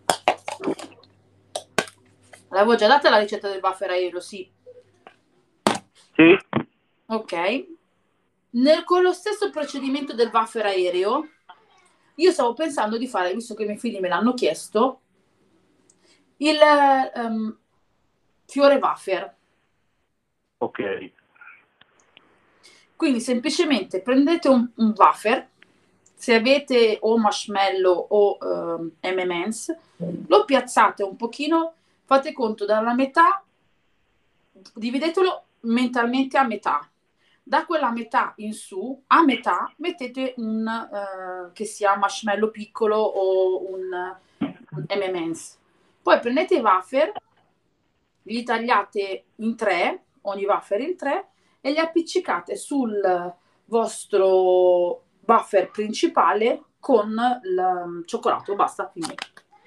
L'avevo già data la ricetta del buffer aereo, sì. Sì. Ok. Nel, con lo stesso procedimento del buffer aereo, io stavo pensando di fare, visto che i miei figli me l'hanno chiesto, il um, fiore buffer. Ok. Quindi semplicemente prendete un, un wafer, se avete o marshmallow o um, emme e m's, lo piazzate un pochino, fate conto dalla metà, dividetelo mentalmente a metà. Da quella metà in su, a metà, mettete un uh, che sia marshmallow piccolo o un, un emme e m's. Poi prendete i wafer, li tagliate in tre, ogni wafer in tre, e li appiccicate sul vostro buffer principale con il cioccolato. Basta, finito.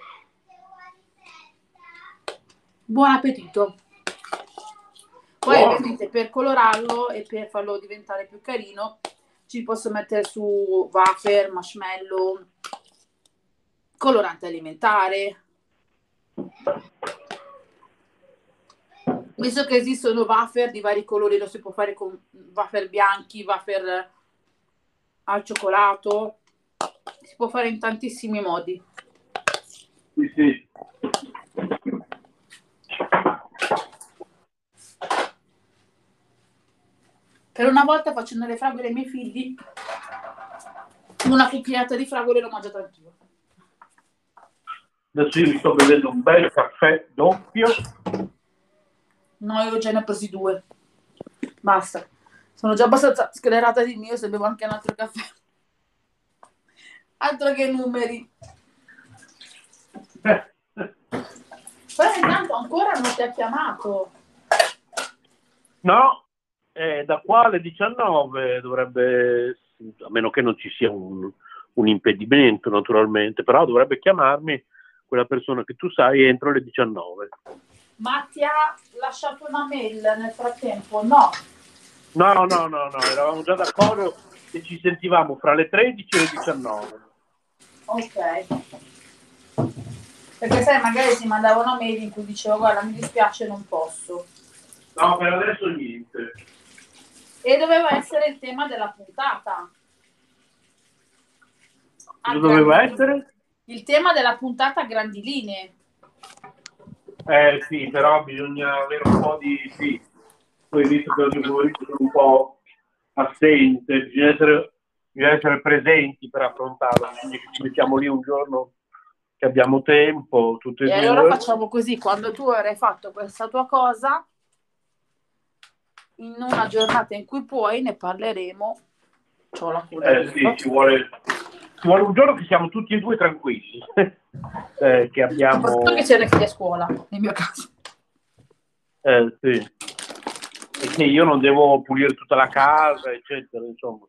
Buon appetito! Poi oh. ovviamente per colorarlo e per farlo diventare più carino ci posso mettere su wafer, marshmallow, colorante alimentare. Visto che esistono wafer di vari colori, lo si può fare con wafer bianchi, wafer al cioccolato, si può fare in tantissimi modi. Sì, sì. Per una volta, facendo le fragole ai miei figli, una cucchiaiata di fragole l'ho mangiata anch'io. Adesso io mi sto bevendo un bel caffè doppio. No, io già ne ho presi due. Basta. Sono già abbastanza sclerata di mio, se bevo anche un altro caffè. Altro che numeri. Eh. Però intanto ancora non ti ha chiamato. No, eh, da qua alle diciannove dovrebbe, a meno che non ci sia un, un impedimento naturalmente, però dovrebbe chiamarmi quella persona che tu sai entro le diciannove. Ma ti ha lasciato una mail nel frattempo? No. No, no, no, no, eravamo già d'accordo che ci sentivamo fra le tredici e le diciannove. Ok. Perché sai, magari si mandava una mail in cui dicevo guarda, mi dispiace, non posso. No, per adesso niente. E doveva essere il tema della puntata. Cosa doveva essere? Il tema della puntata a grandi linee. Eh sì, però bisogna avere un po' di... Sì. Poi visto che oggi pomeriggio sono un po' assente, bisogna essere, bisogna essere presenti per affrontarlo, quindi ci mettiamo lì un giorno che abbiamo tempo, tutte e, e due. Allora facciamo così, quando tu avrai fatto questa tua cosa, in una giornata in cui puoi, ne parleremo. C'ho la coda Eh sì, ci vuole, ci vuole un giorno che siamo tutti e due tranquilli, eh, che abbiamo... Soprattutto che c'è le figlie a scuola, nel mio caso. Eh sì. E che io non devo pulire tutta la casa, eccetera, insomma.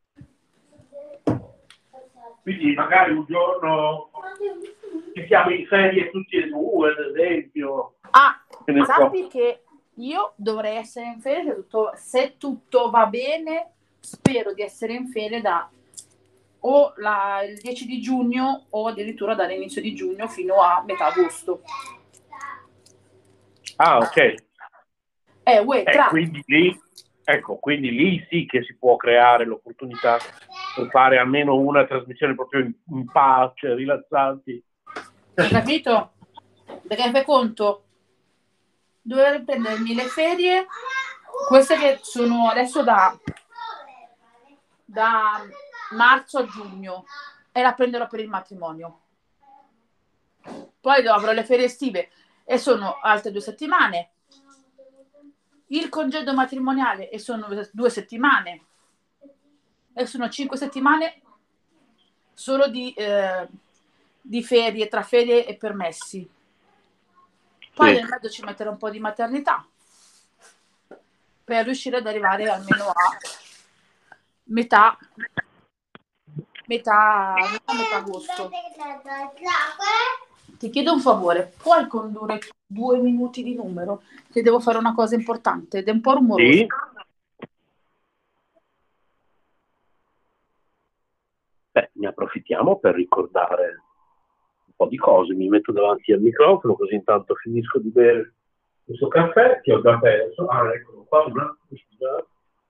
Quindi magari un giorno che siamo in ferie tutti e due, ad esempio. Ah, che sappi so. che io dovrei essere in ferie, se tutto, se tutto va bene, spero di essere in ferie da o la, il dieci di giugno o addirittura dall'inizio di giugno fino a metà agosto. Ah, ok. Eh, uè, Eh, tra... quindi lì, ecco, quindi lì sì che si può creare l'opportunità per fare almeno una trasmissione proprio in, in pace, rilassati. Hai capito? Perché fai conto, dovrei prendermi le ferie, queste che sono adesso da, da marzo a giugno, e la prenderò per il matrimonio. Poi avrò le ferie estive e sono altre due settimane. Il congedo matrimoniale e sono due settimane. E sono cinque settimane solo di, eh, di ferie, tra ferie e permessi. Poi sì. Nel mezzo ci metterò un po' di maternità per riuscire ad arrivare almeno a metà metà, metà, metà agosto. Ti chiedo un favore, puoi condurre due minuti di numero? Che devo fare una cosa importante ed è un po' rumoroso. Sì. Beh, ne approfittiamo per ricordare un po' di cose. Mi metto davanti al microfono, così intanto finisco di bere questo caffè che ho già perso. Ah, eccolo qua, un attimo, scusate.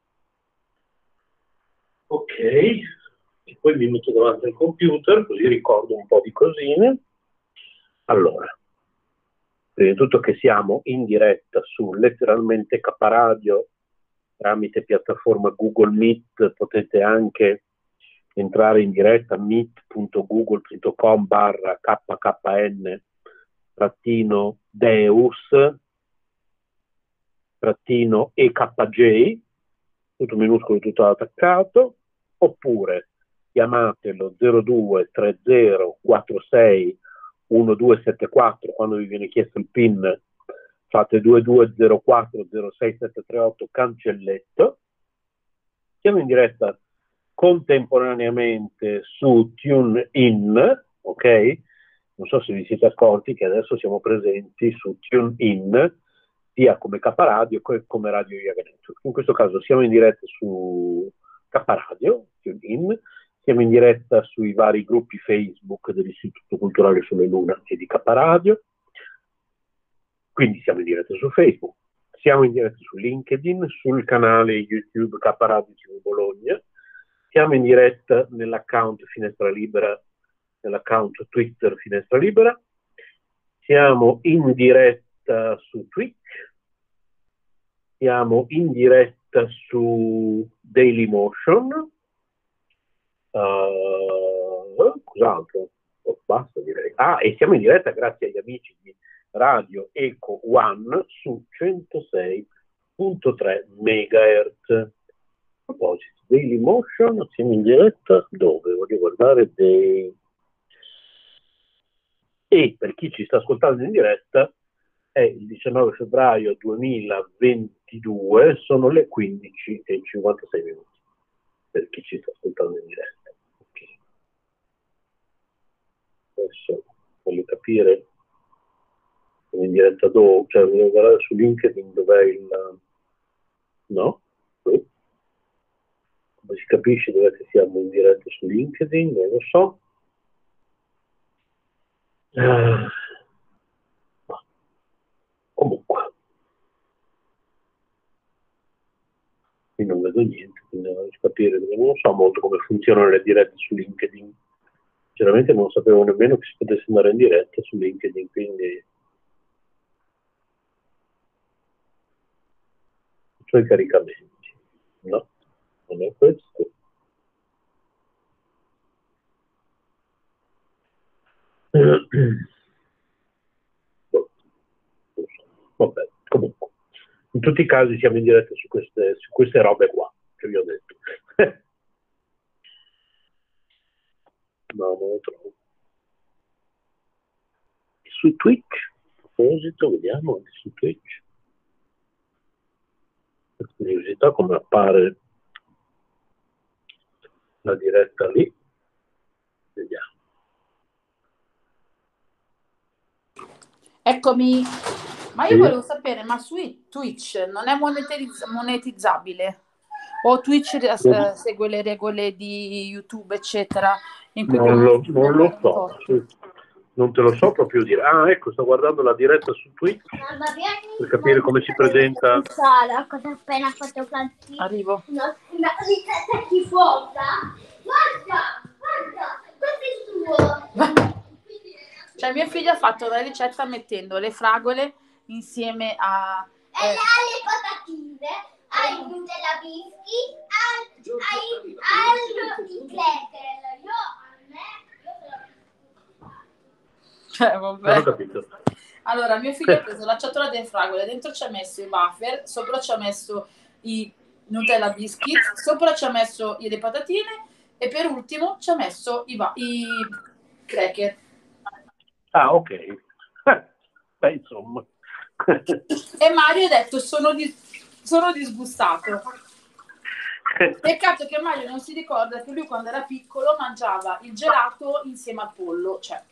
Ok, e poi mi metto davanti al computer, così ricordo un po' di cosine. Allora, prima di tutto che siamo in diretta su letteralmente K Radio tramite piattaforma Google Meet, potete anche entrare in diretta meet punto google punto com barra kkn trattino deus trattino ekj, tutto minuscolo, tutto attaccato, oppure chiamatelo zero due tre zero quattro sei uno due sette quattro, quando vi viene chiesto il PIN fate due due zero quattro zero sei sette tre otto cancelletto. Siamo in diretta contemporaneamente su TuneIn, ok? Non so se vi siete accorti che adesso siamo presenti su TuneIn, sia come K Radio che come Radio Yoga Network. In questo caso siamo in diretta su K Radio, TuneIn, siamo in diretta sui vari gruppi Facebook dell'Istituto Culturale Sole Luna e di K Radio, quindi siamo in diretta su Facebook, siamo in diretta su LinkedIn, sul canale YouTube K Radio T V Bologna, siamo in diretta nell'account Finestra Libera, nell'account Twitter Finestra Libera, siamo in diretta su Twitch, siamo in diretta su Dailymotion, uh, cos'altro? Oh, basta direi. Ah, e siamo in diretta grazie agli amici di Radio Eco One su centosei virgola tre megahertz. A proposito, Dailymotion, siamo in diretta dove? Voglio guardare dei... E per chi ci sta ascoltando in diretta è il diciannove febbraio duemilaventidue, sono le quindici e cinquantasei minuti per chi ci sta ascoltando in diretta. Okay. Adesso voglio capire in diretta dove, cioè voglio guardare su LinkedIn dov'è il... no? Sì. Come si capisce dove che siamo in diretta su LinkedIn, non lo so. Uh, comunque qui non vedo niente, quindi devo capire, non so molto come funzionano le dirette su LinkedIn, sinceramente non sapevo nemmeno che si potesse andare in diretta su LinkedIn, quindi faccio i caricamenti. No, non è questo. Vabbè, comunque, in tutti i casi siamo in diretta su queste, su queste robe qua che vi ho detto. No, non lo trovo. Su Twitch, a proposito, vediamo anche su Twitch. Per curiosità come appare la diretta lì. Vediamo. Eccomi, ma io Sì. volevo sapere, ma su Twitch non è monetizz- monetizzabile? O Twitch eh, segue le regole di YouTube, eccetera? In cui Non lo, comunque non lo so, non te lo so proprio dire. Ah, ecco, sto guardando la diretta su Twitch per capire come si presenta. Sara, cosa ha appena fatto Franci? Arrivo. Una, una ricetta schifosa. Guarda, guarda, questo è suo. Cioè mio figlio ha fatto la ricetta mettendo le fragole insieme a... Eh, e alle patatine, ai Nutella bischi, al, ai, al i cracker. Io a me... Cioè, vabbè. Non ho capito. Allora, mio figlio ha preso la ciotola delle fragole, dentro ci ha messo i wafer, sopra ci ha messo i Nutella biscuit, sopra ci ha messo le patatine e per ultimo ci ha messo i, va- i cracker. Ah, ok. Eh, beh, insomma. E Mario ha detto sono, dis- sono disgustato. Peccato che Mario non si ricorda che lui quando era piccolo mangiava il gelato insieme al pollo, cioè...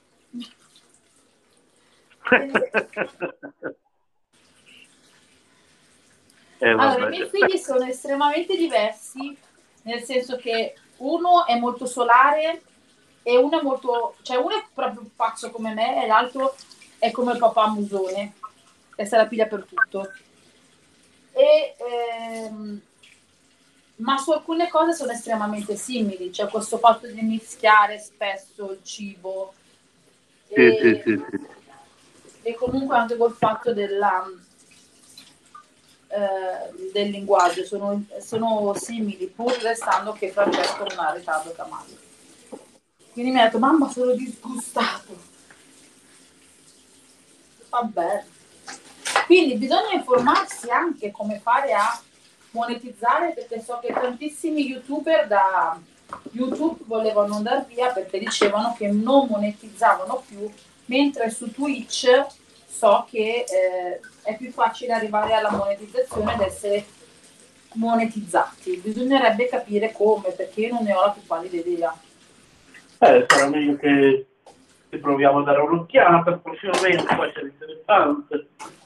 Eh, allora, i miei figli sono estremamente diversi, nel senso che uno è molto solare e uno è molto, cioè uno è proprio pazzo come me e l'altro è come il papà musone e se la piglia per tutto. E, ehm, ma su alcune cose sono estremamente simili, cioè questo fatto di mischiare spesso il cibo sì, e, sì, sì, sì. e comunque anche col fatto della Eh, del linguaggio sono, sono simili, pur restando che Francesco non ha ritardo Camallo. Quindi mi ha detto mamma sono disgustato. Vabbè, quindi bisogna informarsi anche come fare a monetizzare, perché so che tantissimi youtuber da YouTube volevano andare via perché dicevano che non monetizzavano più, mentre su Twitch so che eh, è più facile arrivare alla monetizzazione ed essere monetizzati. Bisognerebbe capire come, perché io non ne ho la più pallida idea. Eh, sarà meglio che, che proviamo a dare un'occhiata, prossimamente può essere interessante.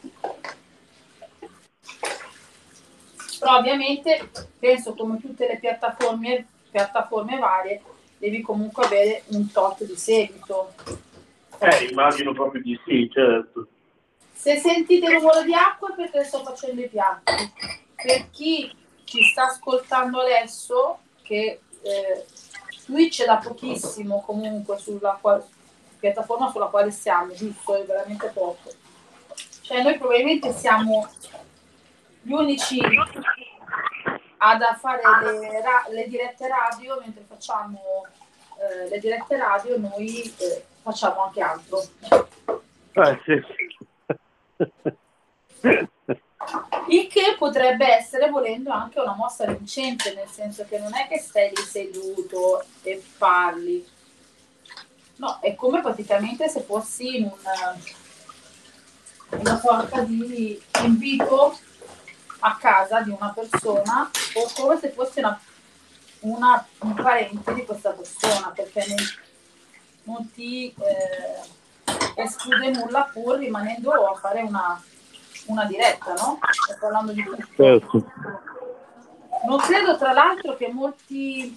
Però ovviamente penso come tutte le piattaforme, piattaforme varie, devi comunque avere un tot di seguito. Eh, immagino proprio di sì, certo. Se sentite il rumore di acqua è perché sto facendo i piatti. Per chi ci sta ascoltando adesso, che eh, Twitch è da pochissimo comunque sulla quale, piattaforma sulla quale siamo, giusto? È veramente poco. Cioè noi probabilmente siamo gli unici ad a fare le, ra- le dirette radio, mentre facciamo eh, le dirette radio noi eh, facciamo anche altro. Eh, sì. Il che potrebbe essere, volendo, anche una mossa vincente, nel senso che non è che stai lì seduto e parli, no, è come praticamente se fossi in una, una sorta di invito a casa di una persona, o come se fosse una, una, un parente di questa persona, perché non, non ti eh, esclude nulla pur rimanendo a fare una una diretta, no? Sto parlando di tutto. Certo. Non credo tra l'altro che molti,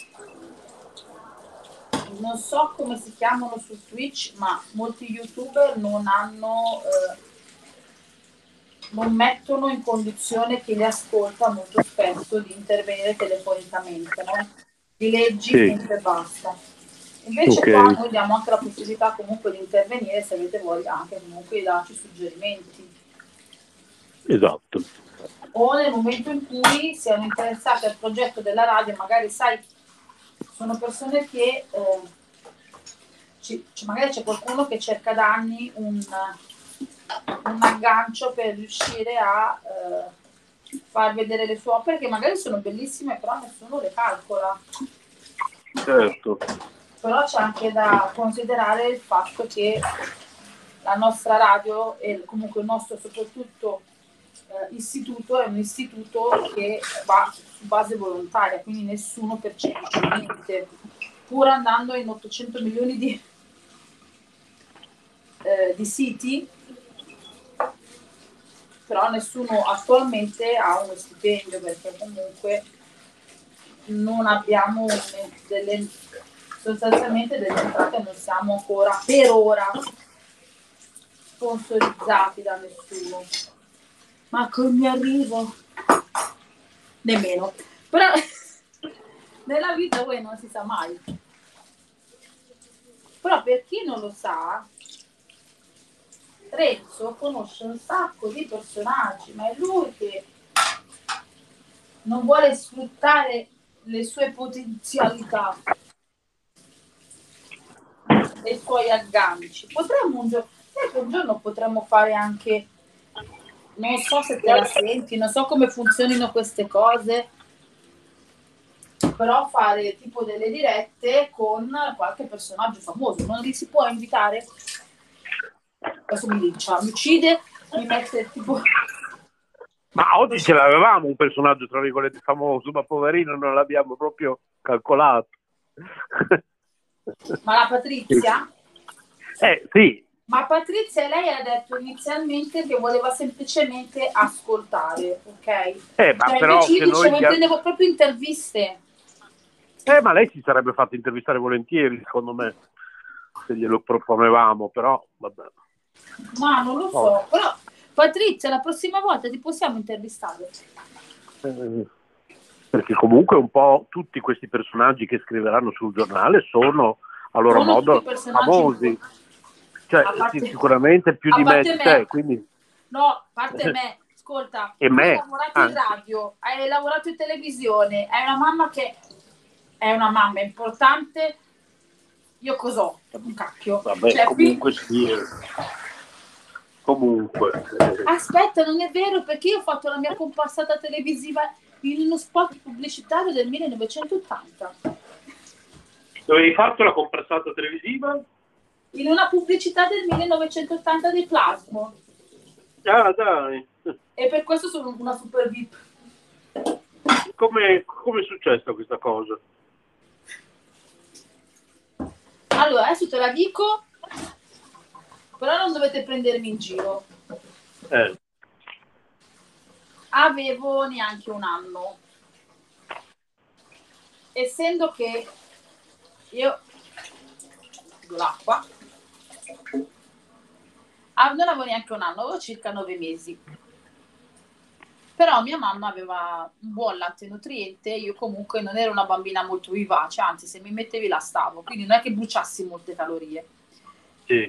non so come si chiamano su Twitch, ma molti youtuber non hanno eh, non mettono in condizione chi li ascolta molto spesso di intervenire telefonicamente, no? Li leggi sì. sempre basta. Invece Ok. qua noi diamo anche la possibilità comunque di intervenire se avete voglia anche comunque di darci suggerimenti. Esatto. O nel momento in cui siano interessati al progetto della radio, magari sai, sono persone che eh, ci, ci- magari c'è qualcuno che cerca da anni un, un aggancio per riuscire a eh, far vedere le sue opere che magari sono bellissime, però nessuno le calcola. Certo. Però c'è anche da considerare il fatto che la nostra radio e comunque il nostro soprattutto eh, istituto è un istituto che va su base volontaria, quindi nessuno percepisce niente, pur andando in ottocento milioni di, eh, di siti, però nessuno attualmente ha uno stipendio perché comunque non abbiamo delle, sostanzialmente delle entrate, non siamo ancora per ora sponsorizzati da nessuno. Ma come arrivo? Nemmeno. Però nella vita voi non si sa mai. Però per chi non lo sa, Renzo conosce un sacco di personaggi, ma è lui che non vuole sfruttare le sue potenzialità e i suoi agganci. Potremmo un giorno, un giorno potremmo fare anche, non so se te la senti, non so come funzionino queste cose, però fare tipo delle dirette con qualche personaggio famoso. Non li si può invitare? Adesso mi lincia, mi uccide, mi mette tipo... Ma oggi ce l'avevamo un personaggio tra virgolette famoso, ma poverino non l'abbiamo proprio calcolato. Ma la Patrizia? Eh sì. Ma Patrizia, lei ha detto inizialmente che voleva semplicemente ascoltare, ok? Eh, ma cioè, però invece io se dicevo, noi... intendevo proprio interviste. Eh, ma lei si sarebbe fatto intervistare volentieri, secondo me, se glielo proponevamo, però vabbè. Ma non lo so, Oh. però Patrizia, la prossima volta ti possiamo intervistare. Eh, perché comunque un po' tutti questi personaggi che scriveranno sul giornale sono a loro Sono modo tutti personaggi famosi, cioè A parte- sì, sicuramente più a di me parte di me. te, quindi No, a parte me, ascolta, E tu me, hai lavorato anche. in radio, hai lavorato in televisione, hai una mamma che è una mamma importante. Io cos'ho? Un cacchio. Vabbè, Cioè, comunque sì. eh. Comunque. eh, Aspetta, non è vero, perché io ho fatto la mia comparsata televisiva in uno spot pubblicitario del millenovecentottanta. Dove hai fatto la compressata televisiva? In una pubblicità del millenovecentottanta di Plasmo. Ah, dai. E per questo sono una super V I P. Come come è successa questa cosa? Allora, adesso te la dico, però non dovete prendermi in giro. Eh. Avevo neanche un anno. Essendo che io l'acqua ah, non avevo neanche un anno, avevo circa nove mesi. Però mia mamma aveva un buon latte nutriente, io comunque non ero una bambina molto vivace, anzi se mi mettevi la stavo, quindi non è che bruciassi molte calorie. Sì.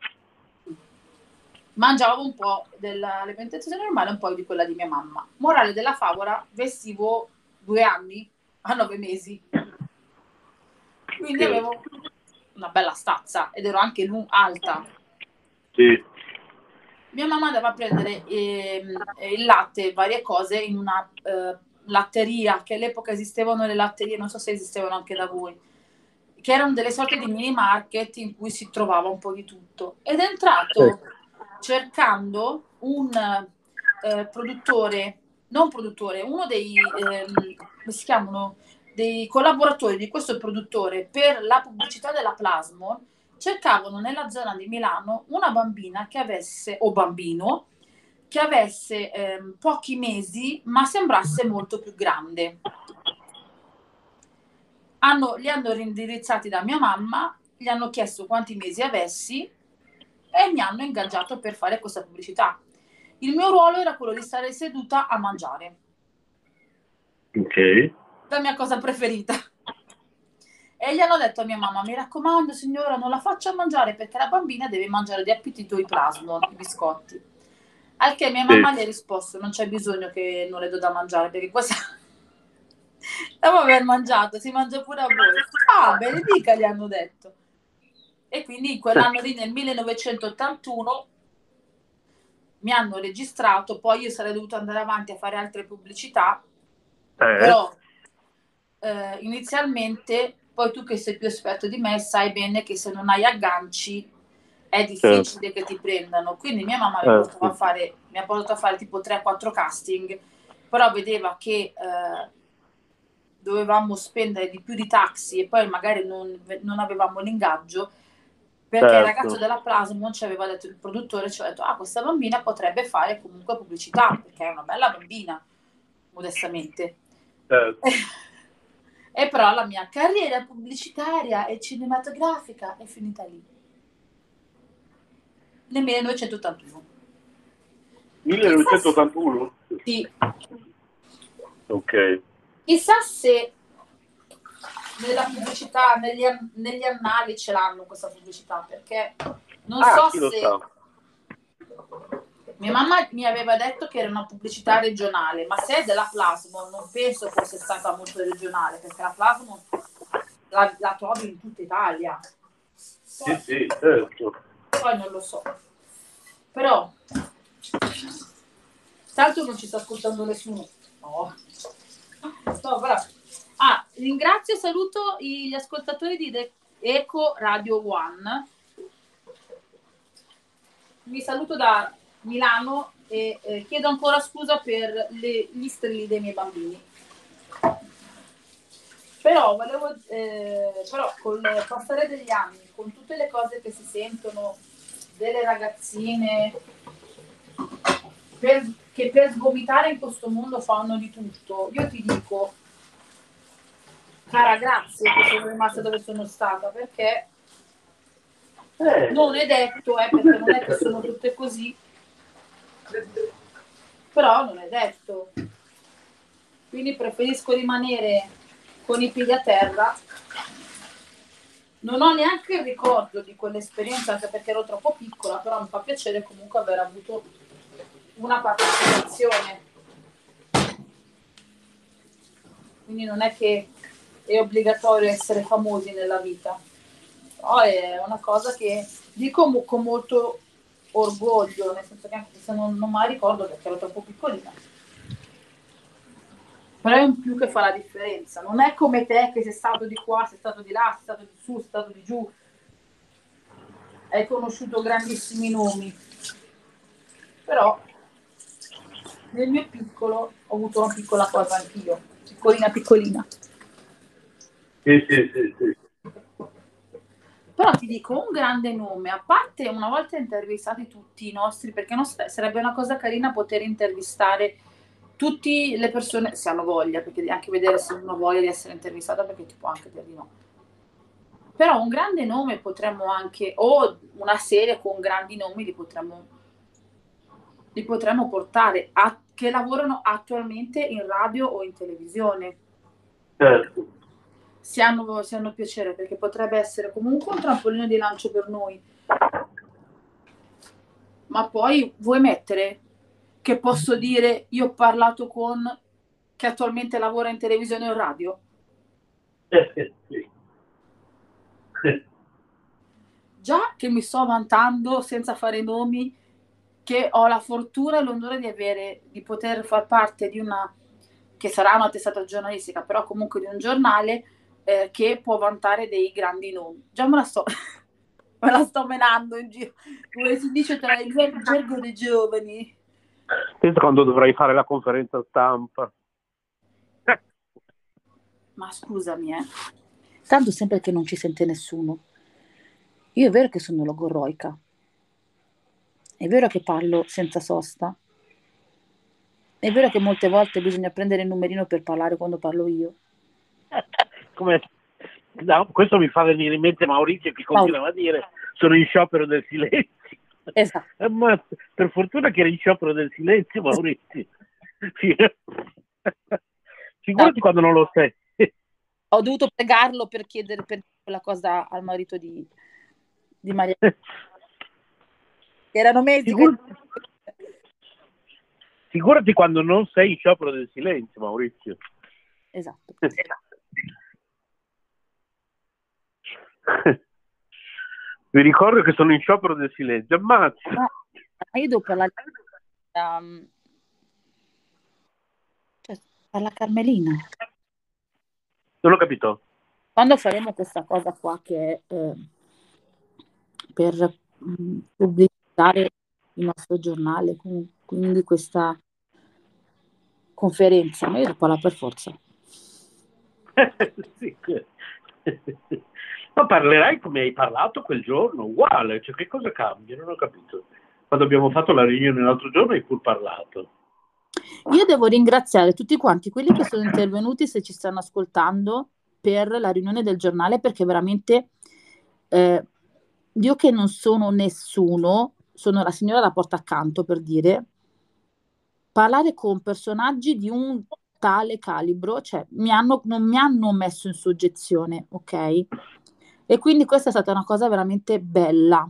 Mangiavo un po' dell'alimentazione normale, un po' di quella di mia mamma. Morale della favola, vestivo due anni a nove mesi. Quindi Ok. avevo una bella stazza ed ero anche lu- alta. Sì. Mia mamma andava a prendere ehm, il latte e varie cose in una eh, latteria, che all'epoca esistevano le latterie, non so se esistevano anche da voi, che erano delle sorte di mini market in cui si trovava un po' di tutto. Ed è entrato cercando un eh, produttore, non produttore, uno dei, ehm, come si chiamano, dei collaboratori di questo produttore per la pubblicità della Plasmon. Cercavano nella zona di Milano una bambina che avesse, o bambino, che avesse ehm, pochi mesi ma sembrasse molto più grande. Hanno, li hanno indirizzati da mia mamma, gli hanno chiesto quanti mesi avessi e mi hanno ingaggiato per fare questa pubblicità. Il mio ruolo era quello di stare seduta a mangiare. Ok. La mia cosa preferita. E gli hanno detto a mia mamma, mi raccomando signora, non la faccia mangiare perché la bambina deve mangiare di appetito i plasmon, i biscotti. Al che mia mamma Sì. gli ha risposto, non c'è bisogno che non le do da mangiare, perché questa dopo aver mangiato si mangia pure a voi. Ah, benedica, gli hanno detto. E quindi in quell'anno lì, nel millenovecentottantuno, mi hanno registrato, poi io sarei dovuta andare avanti a fare altre pubblicità, Eh. però eh, inizialmente, poi tu che sei più esperto di me, sai bene che se non hai agganci è difficile Certo. che ti prendano. Quindi mia mamma mi, Eh, ha portato a sì. fare, mi ha portato a fare tipo tre quattro casting, però vedeva che eh, dovevamo spendere di più di taxi e poi magari non, non avevamo l'ingaggio, perché Certo. il ragazzo della Plasmon ci aveva detto, il produttore ci aveva detto, ah, questa bambina potrebbe fare comunque pubblicità, perché è una bella bambina, modestamente. Certo. E però la mia carriera pubblicitaria e cinematografica è finita lì, nel millenovecentottantuno. millenovecentottantuno? Sì. Ok. Chissà se nella pubblicità, negli, negli annali ce l'hanno questa pubblicità, perché non ah, so chi lo se... sa. Mia mamma mi aveva detto che era una pubblicità regionale, ma se è della Plasmon non penso fosse stata molto regionale, perché la Plasmon la, la trovi in tutta Italia. Poi, Sì, sì, certo. poi non lo so. Però, tanto non ci sta ascoltando nessuno. No. No, però. Ah, ringrazio e saluto gli ascoltatori di De- Eco Radio One. Vi saluto da Milano e eh, chiedo ancora scusa per le, gli strilli dei miei bambini. Però volevo, eh, però col passare degli anni, con tutte le cose che si sentono delle ragazzine per, che per sgomitare in questo mondo fanno di tutto, io ti dico, cara, grazie che sono rimasta dove sono stata, perché Eh. non è detto, eh, perché non è che sono tutte così, però non è detto. Quindi preferisco rimanere con i piedi a terra. Non ho neanche il ricordo di quell'esperienza, anche perché ero troppo piccola, però mi fa piacere comunque aver avuto una partecipazione. Quindi non è che è obbligatorio essere famosi nella vita, però è una cosa che dico mo- con molto orgoglio, nel senso che anche se non, non mai ricordo perché ero troppo piccolina, però è un più che fa la differenza. Non è come te che sei stato di qua, sei stato di là, sei stato di su, sei stato di giù, hai conosciuto grandissimi nomi, però nel mio piccolo ho avuto una piccola cosa anch'io, piccolina piccolina. Sì, sì, sì, sì. Però ti dico, un grande nome, a parte una volta intervistati tutti i nostri, perché non sarebbe una cosa carina poter intervistare tutte le persone, se hanno voglia, perché anche vedere se uno ha voglia di essere intervistata, perché ti può anche dire di no. Però un grande nome potremmo anche, o una serie con grandi nomi li potremmo, li potremmo portare, a, che lavorano attualmente in radio o in televisione. Certo. Si hanno, si hanno piacere, perché potrebbe essere comunque un trampolino di lancio per noi. Ma poi vuoi mettere che posso dire io ho parlato con che attualmente lavora in televisione o radio? Eh, eh, sì. Già che mi sto vantando senza fare nomi che ho la fortuna e l'onore di avere, di poter far parte di una, che sarà una testata giornalistica, però comunque di un giornale eh, che può vantare dei grandi nomi. Già me la sto, me la sto menando in giro, come si dice tra il gergo dei giovani. Penso quando dovrai fare la conferenza stampa. Ma scusami, eh. Tanto sempre che non ci sente nessuno. Io è vero che sono logorroica. È vero che parlo senza sosta. È vero che molte volte bisogna prendere il numerino per parlare quando parlo io. Come... No, questo mi fa venire in mente Maurizio che continuava a dire sono in sciopero del silenzio. Esatto. Ma per fortuna che era in sciopero del silenzio, Maurizio. Figurati no. Quando non lo sei. Ho dovuto pregarlo per chiedere per quella cosa al marito di, di Maria. Erano mesi Figurati, che... figurati quando non sei in sciopero del silenzio, Maurizio. Esatto. Vi ricordo che sono in sciopero del silenzio. Ammazza. No, io devo parlare um, cioè, parla Carmelina. Non ho capito. Quando faremo questa cosa qua che è eh, per mh, pubblicizzare il nostro giornale, quindi questa conferenza, ma io devo parlare per forza. Sì. Ma parlerai come hai parlato quel giorno, uguale, cioè che cosa cambia? Non ho capito. Quando abbiamo fatto la riunione l'altro giorno hai pur parlato. Io devo ringraziare tutti quanti quelli che sono intervenuti, se ci stanno ascoltando, per la riunione del giornale, perché veramente eh, io che non sono nessuno, sono la signora da porta accanto, per dire, parlare con personaggi di un tale calibro, cioè mi hanno, non mi hanno messo in soggezione, ok? E quindi questa è stata una cosa veramente bella.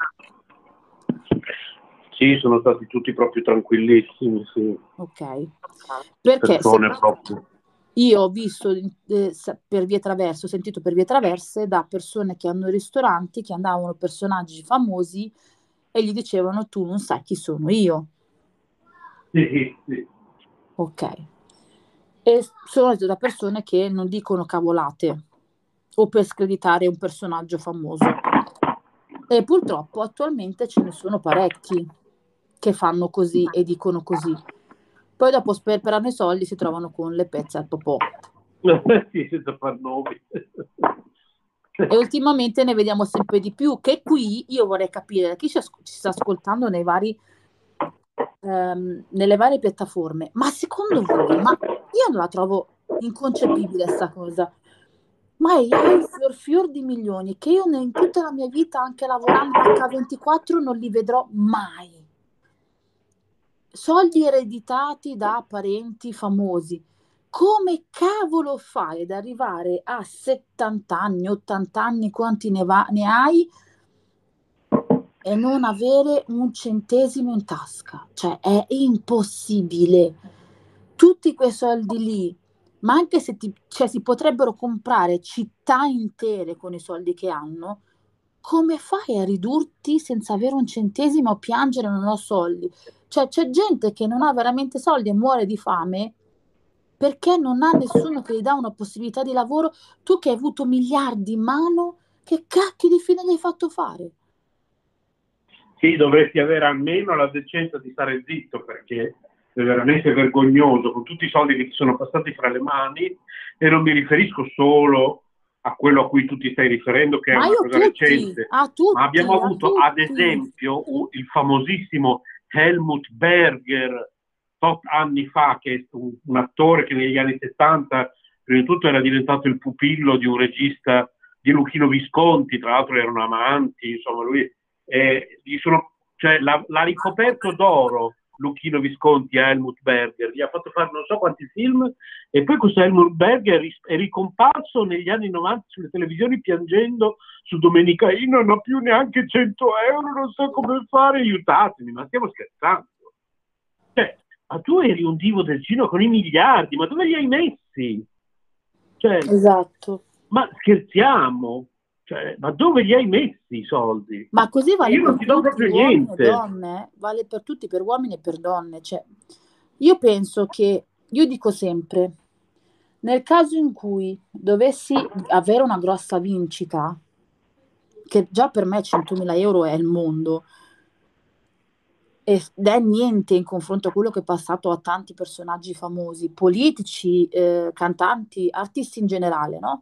Sì, sono stati tutti proprio tranquillissimi, sì. Ok. Perché persone se... proprio. Io ho visto eh, per vie traverse, ho sentito per vie traverse da persone che hanno ristoranti che andavano personaggi famosi e gli dicevano: tu non sai chi sono io. Sì, sì. Ok. E sono da persone che non dicono cavolate o per screditare un personaggio famoso. E purtroppo attualmente ce ne sono parecchi che fanno così e dicono così. Poi dopo sperperano i soldi, si trovano con le pezze al popò. Sì, senza far nomi. E ultimamente ne vediamo sempre di più, che qui io vorrei capire, chi ci, ci sta ascoltando nei vari, ehm, nelle varie piattaforme, ma secondo voi, ma io non la trovo inconcepibile sta cosa, ma hai fior fior di milioni che io in tutta la mia vita, anche lavorando acca ventiquattro, non li vedrò mai. Soldi ereditati da parenti famosi. Come cavolo fai ad arrivare a settanta anni, ottanta anni, quanti ne, va, ne hai, e non avere un centesimo in tasca? Cioè è impossibile. Tutti quei soldi lì, ma anche se ti, cioè, si potrebbero comprare città intere con i soldi che hanno, come fai a ridurti senza avere un centesimo, a piangere non ho soldi? Cioè c'è gente che non ha veramente soldi e muore di fame perché non ha nessuno che gli dà una possibilità di lavoro. Tu che hai avuto miliardi in mano, che cacchio di fine gli hai fatto fare? Sì, dovresti avere almeno la decenza di stare zitto, perché è veramente vergognoso con tutti i soldi che ti sono passati fra le mani, e non mi riferisco solo a quello a cui tu ti stai riferendo, che ma è una cosa tutti, recente, tutti, ma abbiamo avuto tutti. ad esempio il famosissimo Helmut Berger, tot anni fa, che è un, un attore che negli anni settanta prima di tutto era diventato il pupillo di un regista, di Luchino Visconti, tra l'altro erano amanti, insomma lui eh, gli sono, cioè, l'ha, l'ha ricoperto d'oro Luchino Visconti a Helmut Berger, gli ha fatto fare non so quanti film, e poi questo Helmut Berger è ricomparso negli anni novanta sulle televisioni piangendo su Domenica: io non ho più neanche cento euro, non so come fare, aiutatemi. Ma stiamo scherzando? Cioè, ma tu eri un divo del cinema con i miliardi, ma dove li hai messi? Cioè, esatto. Ma scherziamo? Cioè, ma dove li hai messi i soldi? Ma così vale io per non ti do proprio uomini niente. e donne, vale per tutti, per uomini e per donne. Cioè, io penso che, io dico sempre, nel caso in cui dovessi avere una grossa vincita, che già per me centomila euro è il mondo, ed è niente in confronto a quello che è passato a tanti personaggi famosi, politici, eh, cantanti, artisti in generale, no?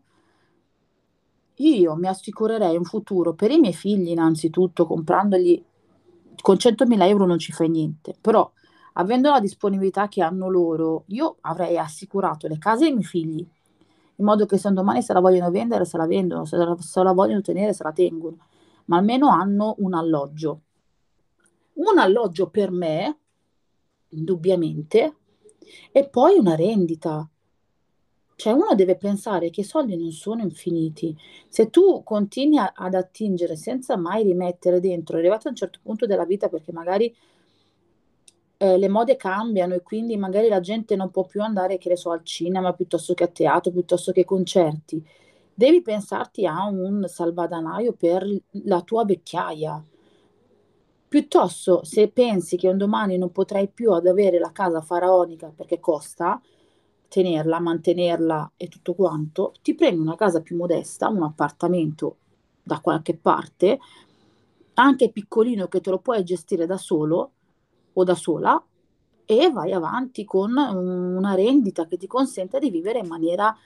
Io mi assicurerei un futuro per i miei figli, innanzitutto, comprandogli, con centomila euro non ci fai niente, però avendo la disponibilità che hanno loro, io avrei assicurato le case ai miei figli, in modo che se un domani se la vogliono vendere, se la vendono, se la, se la vogliono tenere, se la tengono, ma almeno hanno un alloggio. Un alloggio per me, indubbiamente, e poi una rendita. Cioè uno deve pensare che i soldi non sono infiniti. Se tu continui a- ad attingere senza mai rimettere dentro, arrivato a un certo punto della vita, perché magari eh, le mode cambiano e quindi magari la gente non può più andare, che ne so, al cinema piuttosto che a teatro, piuttosto che concerti, devi pensarti a un salvadanaio per la tua vecchiaia. Piuttosto, se pensi che un domani non potrai più ad avere la casa faraonica perché costa tenerla, mantenerla e tutto quanto, ti prendi una casa più modesta, un appartamento da qualche parte, anche piccolino che te lo puoi gestire da solo o da sola e vai avanti con una rendita che ti consente di vivere in maniera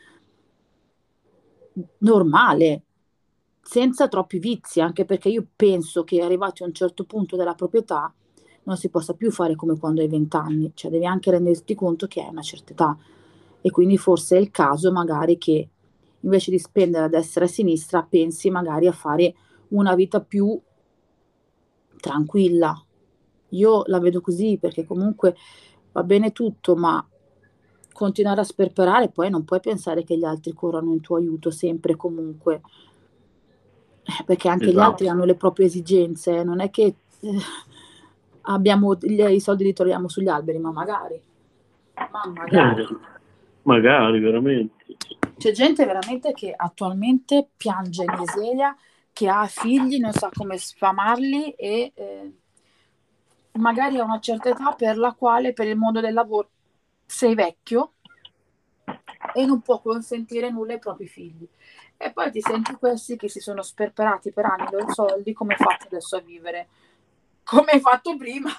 normale, senza troppi vizi, anche perché io penso che arrivati a un certo punto della proprietà non si possa più fare come quando hai venti anni, cioè devi anche renderti conto che hai una certa età e quindi forse è il caso magari che invece di spendere a destra e a sinistra pensi magari a fare una vita più tranquilla. Io la vedo così perché comunque va bene tutto, ma continuare a sperperare poi non puoi pensare che gli altri corrano in tuo aiuto sempre e comunque, eh, perché anche gli Esatto. altri hanno le proprie esigenze, eh, non è che eh, abbiamo gli- i soldi li troviamo sugli alberi, ma magari, ma magari. Eh, magari, veramente. C'è gente veramente che attualmente piange in miseria, che ha figli, non sa come sfamarli e eh, magari a una certa età per la quale per il mondo del lavoro sei vecchio e non può consentire nulla ai propri figli. E poi ti senti questi che si sono sperperati per anni i loro soldi, come fate adesso a vivere? Come hai fatto prima?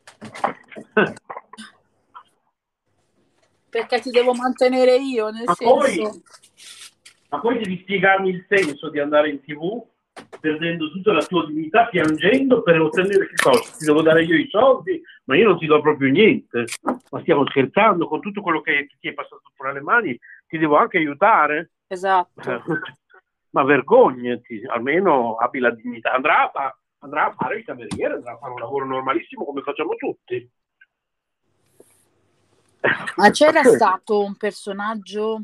Perché ti devo mantenere io, nel Ma senso... poi, ma poi devi spiegarmi il senso di andare in TV perdendo tutta la tua dignità, piangendo per ottenere che cosa? Ti devo dare io i soldi, ma io non ti do proprio niente. Ma stiamo scherzando, con tutto quello che ti è passato fra le mani, ti devo anche aiutare? Esatto. Ma vergognati, almeno abbi la dignità. Andrà a, fa- andrà a fare il cameriere, andrà a fare un lavoro normalissimo come facciamo tutti. Ma c'era stato un personaggio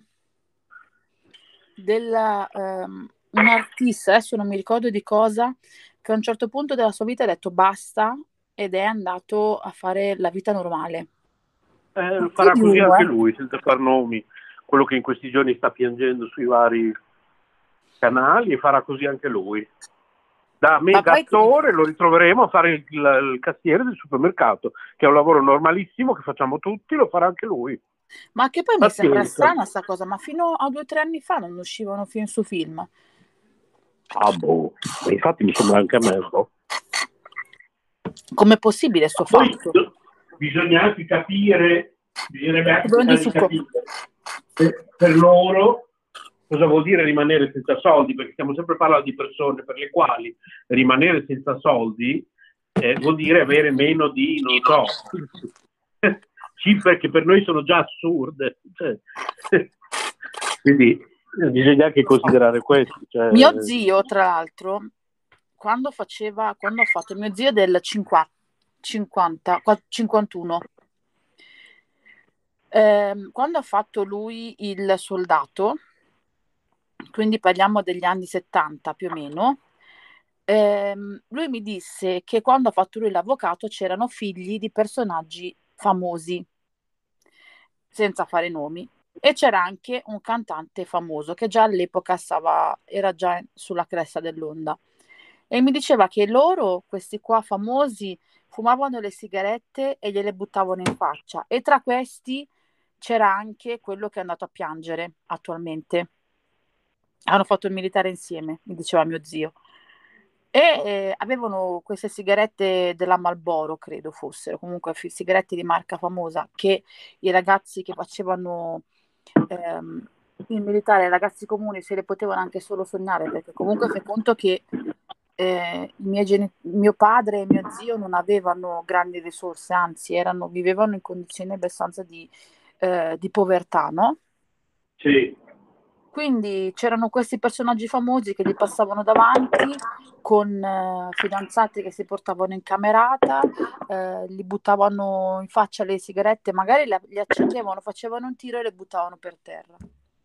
della, um, un artista, adesso non mi ricordo di cosa, che a un certo punto della sua vita ha detto basta ed è andato a fare la vita normale. Eh, farà Più di così uno, anche eh. lui, senza far nomi, quello che in questi giorni sta piangendo sui vari canali, e farà così anche lui. Da mega attore lo ritroveremo a fare il, il, il cassiere del supermercato, che è un lavoro normalissimo che facciamo tutti, lo farà anche lui. Ma che poi mi sembra Pazienza. strana sta cosa, ma fino a due o tre anni fa non uscivano film su film. Ah boh, infatti mi sembra anche a me, boh. Com'è possibile sto Poi, fatto? Bisogna anche capire, bisognerebbe anche Buon cercare di capire per, per loro cosa vuol dire rimanere senza soldi, perché stiamo sempre parlando di persone per le quali rimanere senza soldi eh, vuol dire avere meno di, non so, cifre che per noi sono già assurde. Cioè, quindi bisogna anche considerare questo. Cioè... Mio zio, tra l'altro, quando faceva, quando ha fatto mio zio del cinquanta, cinquanta, cinquantuno, ehm, quando ha fatto lui il soldato, quindi parliamo degli anni settanta più o meno, ehm, lui mi disse che quando ha fatto lui l'avvocato c'erano figli di personaggi famosi, senza fare nomi, e c'era anche un cantante famoso che già all'epoca stava, era già sulla cresta dell'onda. E mi diceva che loro, questi qua famosi, fumavano le sigarette e gliele buttavano in faccia. E tra questi c'era anche quello che è andato a piangere attualmente. Hanno fatto il militare insieme, mi diceva mio zio. E eh, avevano queste sigarette della Marlboro, credo fossero, comunque fi- sigarette di marca famosa, che i ragazzi che facevano ehm, il militare, i ragazzi comuni, se le potevano anche solo sognare, perché comunque fai conto che eh, i miei geni- mio padre e mio zio non avevano grandi risorse, anzi erano, vivevano in condizioni abbastanza di, eh, di povertà, no? Sì. Quindi c'erano questi personaggi famosi che li passavano davanti con eh, fidanzati che si portavano in camerata, eh, gli buttavano in faccia le sigarette, magari le, le accendevano, facevano un tiro e le buttavano per terra.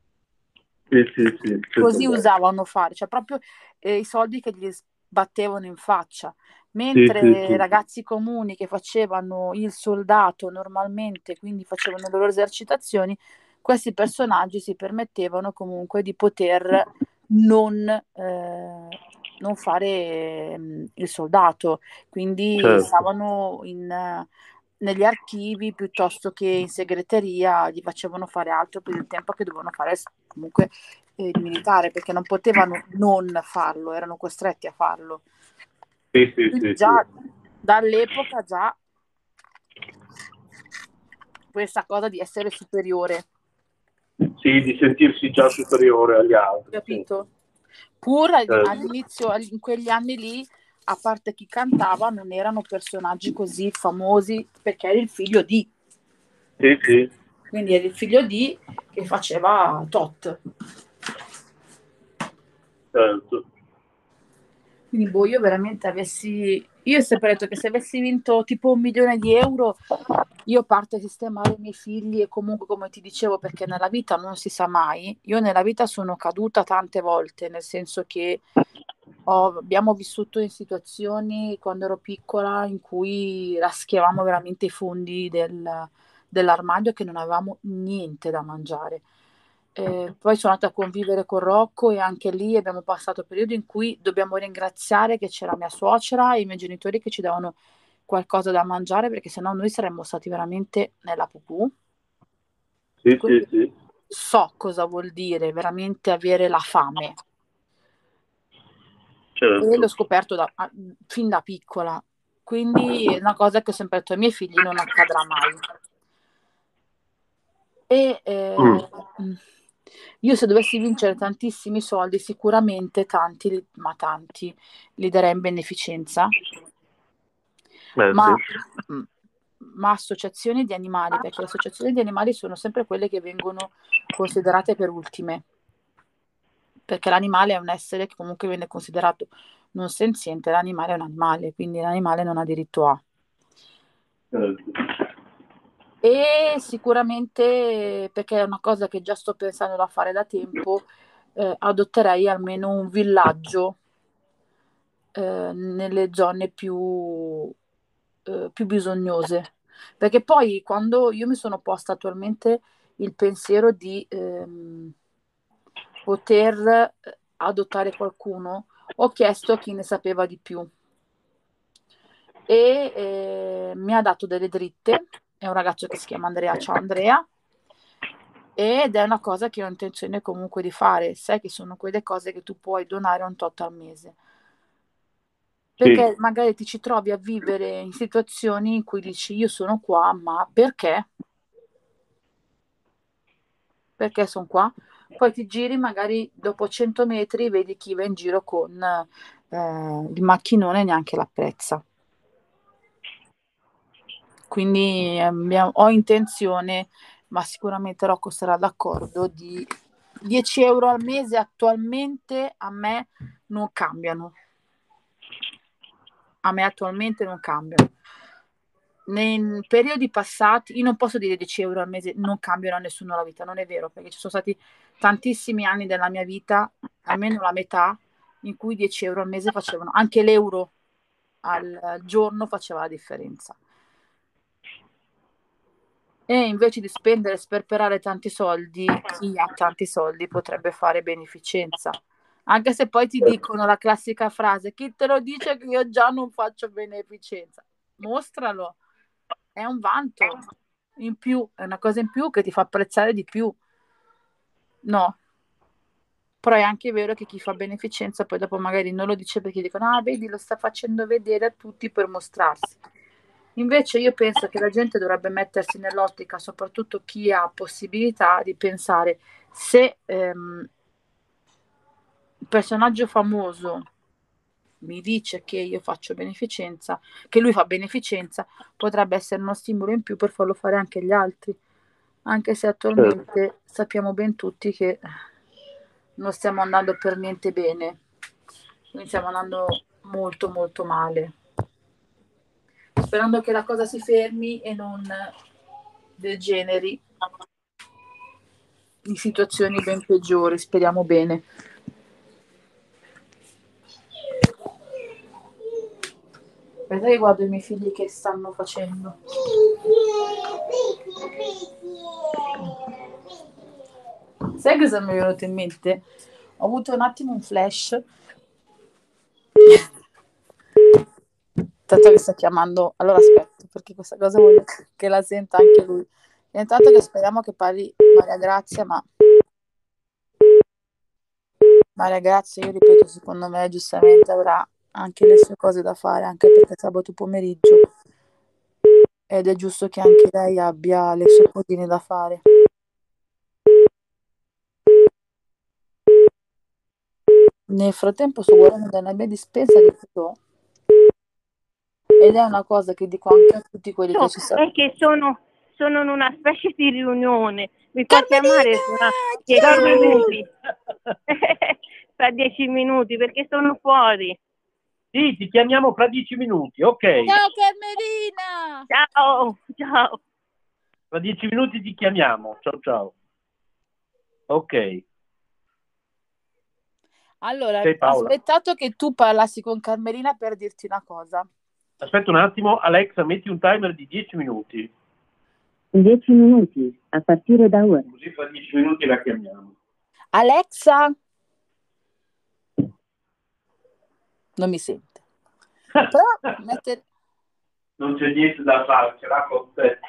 Sì, sì, sì, Così certo. usavano fare, cioè proprio eh, i soldi che gli sbattevano in faccia. Mentre Sì, sì, sì. ragazzi comuni che facevano il soldato normalmente, quindi facevano le loro esercitazioni, questi personaggi si permettevano comunque di poter non, eh, non fare eh, il soldato, quindi Certo. stavano in, eh, negli archivi piuttosto che in segreteria, gli facevano fare altro per il tempo che dovevano fare comunque eh, il militare, perché non potevano non farlo, erano costretti a farlo. Sì, sì, Quindi sì, già sì. dall'epoca già questa cosa di essere superiore, Sì, di sentirsi già superiore agli altri. capito? Pur all- Certo. all'inizio, all- in quegli anni lì, a parte chi cantava, non erano personaggi così famosi perché era il figlio di. Sì, sì. Quindi era il figlio di che faceva tot. Certo. Quindi boh, io veramente avessi, io ho sempre detto che se avessi vinto tipo un milione di euro, io parto a sistemare i miei figli e comunque come ti dicevo, perché nella vita non si sa mai, io nella vita sono caduta tante volte, nel senso che ho- abbiamo vissuto in situazioni quando ero piccola in cui raschiavamo veramente i fondi del- dell'armadio che non avevamo niente da mangiare. Eh, poi sono andata a convivere con Rocco e anche lì abbiamo passato periodi in cui dobbiamo ringraziare che c'era mia suocera e i miei genitori che ci davano qualcosa da mangiare perché sennò noi saremmo stati veramente nella pupù. Sì, Quindi sì, sì. so cosa vuol dire veramente avere la fame e l'ho Certo. scoperto da- a- fin da piccola. Quindi è una cosa che ho sempre detto ai miei figli non accadrà mai. E Mm. eh, io se dovessi vincere tantissimi soldi, sicuramente tanti, li- ma tanti, li darei in beneficenza, Eh, ma, sì. mm, ma associazioni di animali, perché le associazioni di animali sono sempre quelle che vengono considerate per ultime, perché l'animale è un essere che comunque viene considerato non senziente, l'animale è un animale, quindi l'animale non ha diritto a. Certo. E sicuramente, perché è una cosa che già sto pensando da fare da tempo, eh, adotterei almeno un villaggio eh, nelle zone più, eh, più bisognose. Perché poi quando io mi sono posta attualmente il pensiero di ehm, poter eh, adottare qualcuno, ho chiesto a chi ne sapeva di più e eh, mi ha dato delle dritte. È un ragazzo che si chiama Andrea. Ciao Andrea. Ed è una cosa che ho intenzione comunque di fare. Sai che sono quelle cose che tu puoi donare un tot al mese. Perché Sì. magari ti ci trovi a vivere in situazioni in cui dici io sono qua, ma perché? Perché sono qua? Poi ti giri, magari dopo cento metri vedi chi va in giro con eh, il macchinone e neanche l'apprezza. Quindi eh, abbiamo- ho intenzione, ma sicuramente Rocco sarà d'accordo, di dieci euro al mese attualmente a me non cambiano. A me attualmente non cambiano. Nei periodi passati, io non posso dire dieci euro al mese non cambiano a nessuno la vita, non è vero, perché ci sono stati tantissimi anni della mia vita, almeno la metà, in cui dieci euro al mese facevano, anche l'euro al, al giorno faceva la differenza. E invece di spendere e sperperare tanti soldi, chi ha tanti soldi potrebbe fare beneficenza. Anche se poi ti dicono la classica frase, chi te lo dice che io già non faccio beneficenza? Mostralo, è un vanto in più, è una cosa in più che ti fa apprezzare di più. No, però è anche vero che chi fa beneficenza poi dopo magari non lo dice perché dicono, ah, vedi, lo sta facendo vedere a tutti per mostrarsi. Invece io penso che la gente dovrebbe mettersi nell'ottica, soprattutto chi ha possibilità di pensare se ehm, il personaggio famoso mi dice che io faccio beneficenza, che lui fa beneficenza, potrebbe essere uno stimolo in più per farlo fare anche agli altri, anche se attualmente Certo. sappiamo ben tutti che non stiamo andando per niente bene, quindi stiamo andando molto molto male. Sperando che la cosa si fermi e non degeneri in situazioni ben peggiori, speriamo bene. Aspetta che guardo i miei figli che stanno facendo. Sai cosa mi è venuto in mente? Ho avuto un attimo un flash. Tanto che sta chiamando, allora aspetta, perché questa cosa voglio che la senta anche lui. E intanto che speriamo che parli Maria Grazia, ma Maria Grazia, io ripeto, secondo me giustamente avrà anche le sue cose da fare, anche perché sabato pomeriggio, ed è giusto che anche lei abbia le sue cosine da fare. Nel frattempo sto guardando nella mia dispensa che do, ed è una cosa che dico anche a tutti quelli che ci sono. È che sono, sono in una specie di riunione, mi fa chiamare fra dieci minuti, fra dieci minuti perché sono fuori. Sì, ti chiamiamo fra dieci minuti, ok. Ciao Carmelina! Ciao, ciao. Fra dieci minuti ti chiamiamo, ciao ciao. Ok. Allora, Sei ho Paola. aspettato che tu parlassi con Carmelina per dirti una cosa. Aspetta un attimo, Alexa, metti un timer di dieci minuti. dieci minuti, a partire da ora. Così fra dieci minuti la chiamiamo. Alexa? Non mi sente. Però mette... Non c'è niente da fare, ce l'ha con te.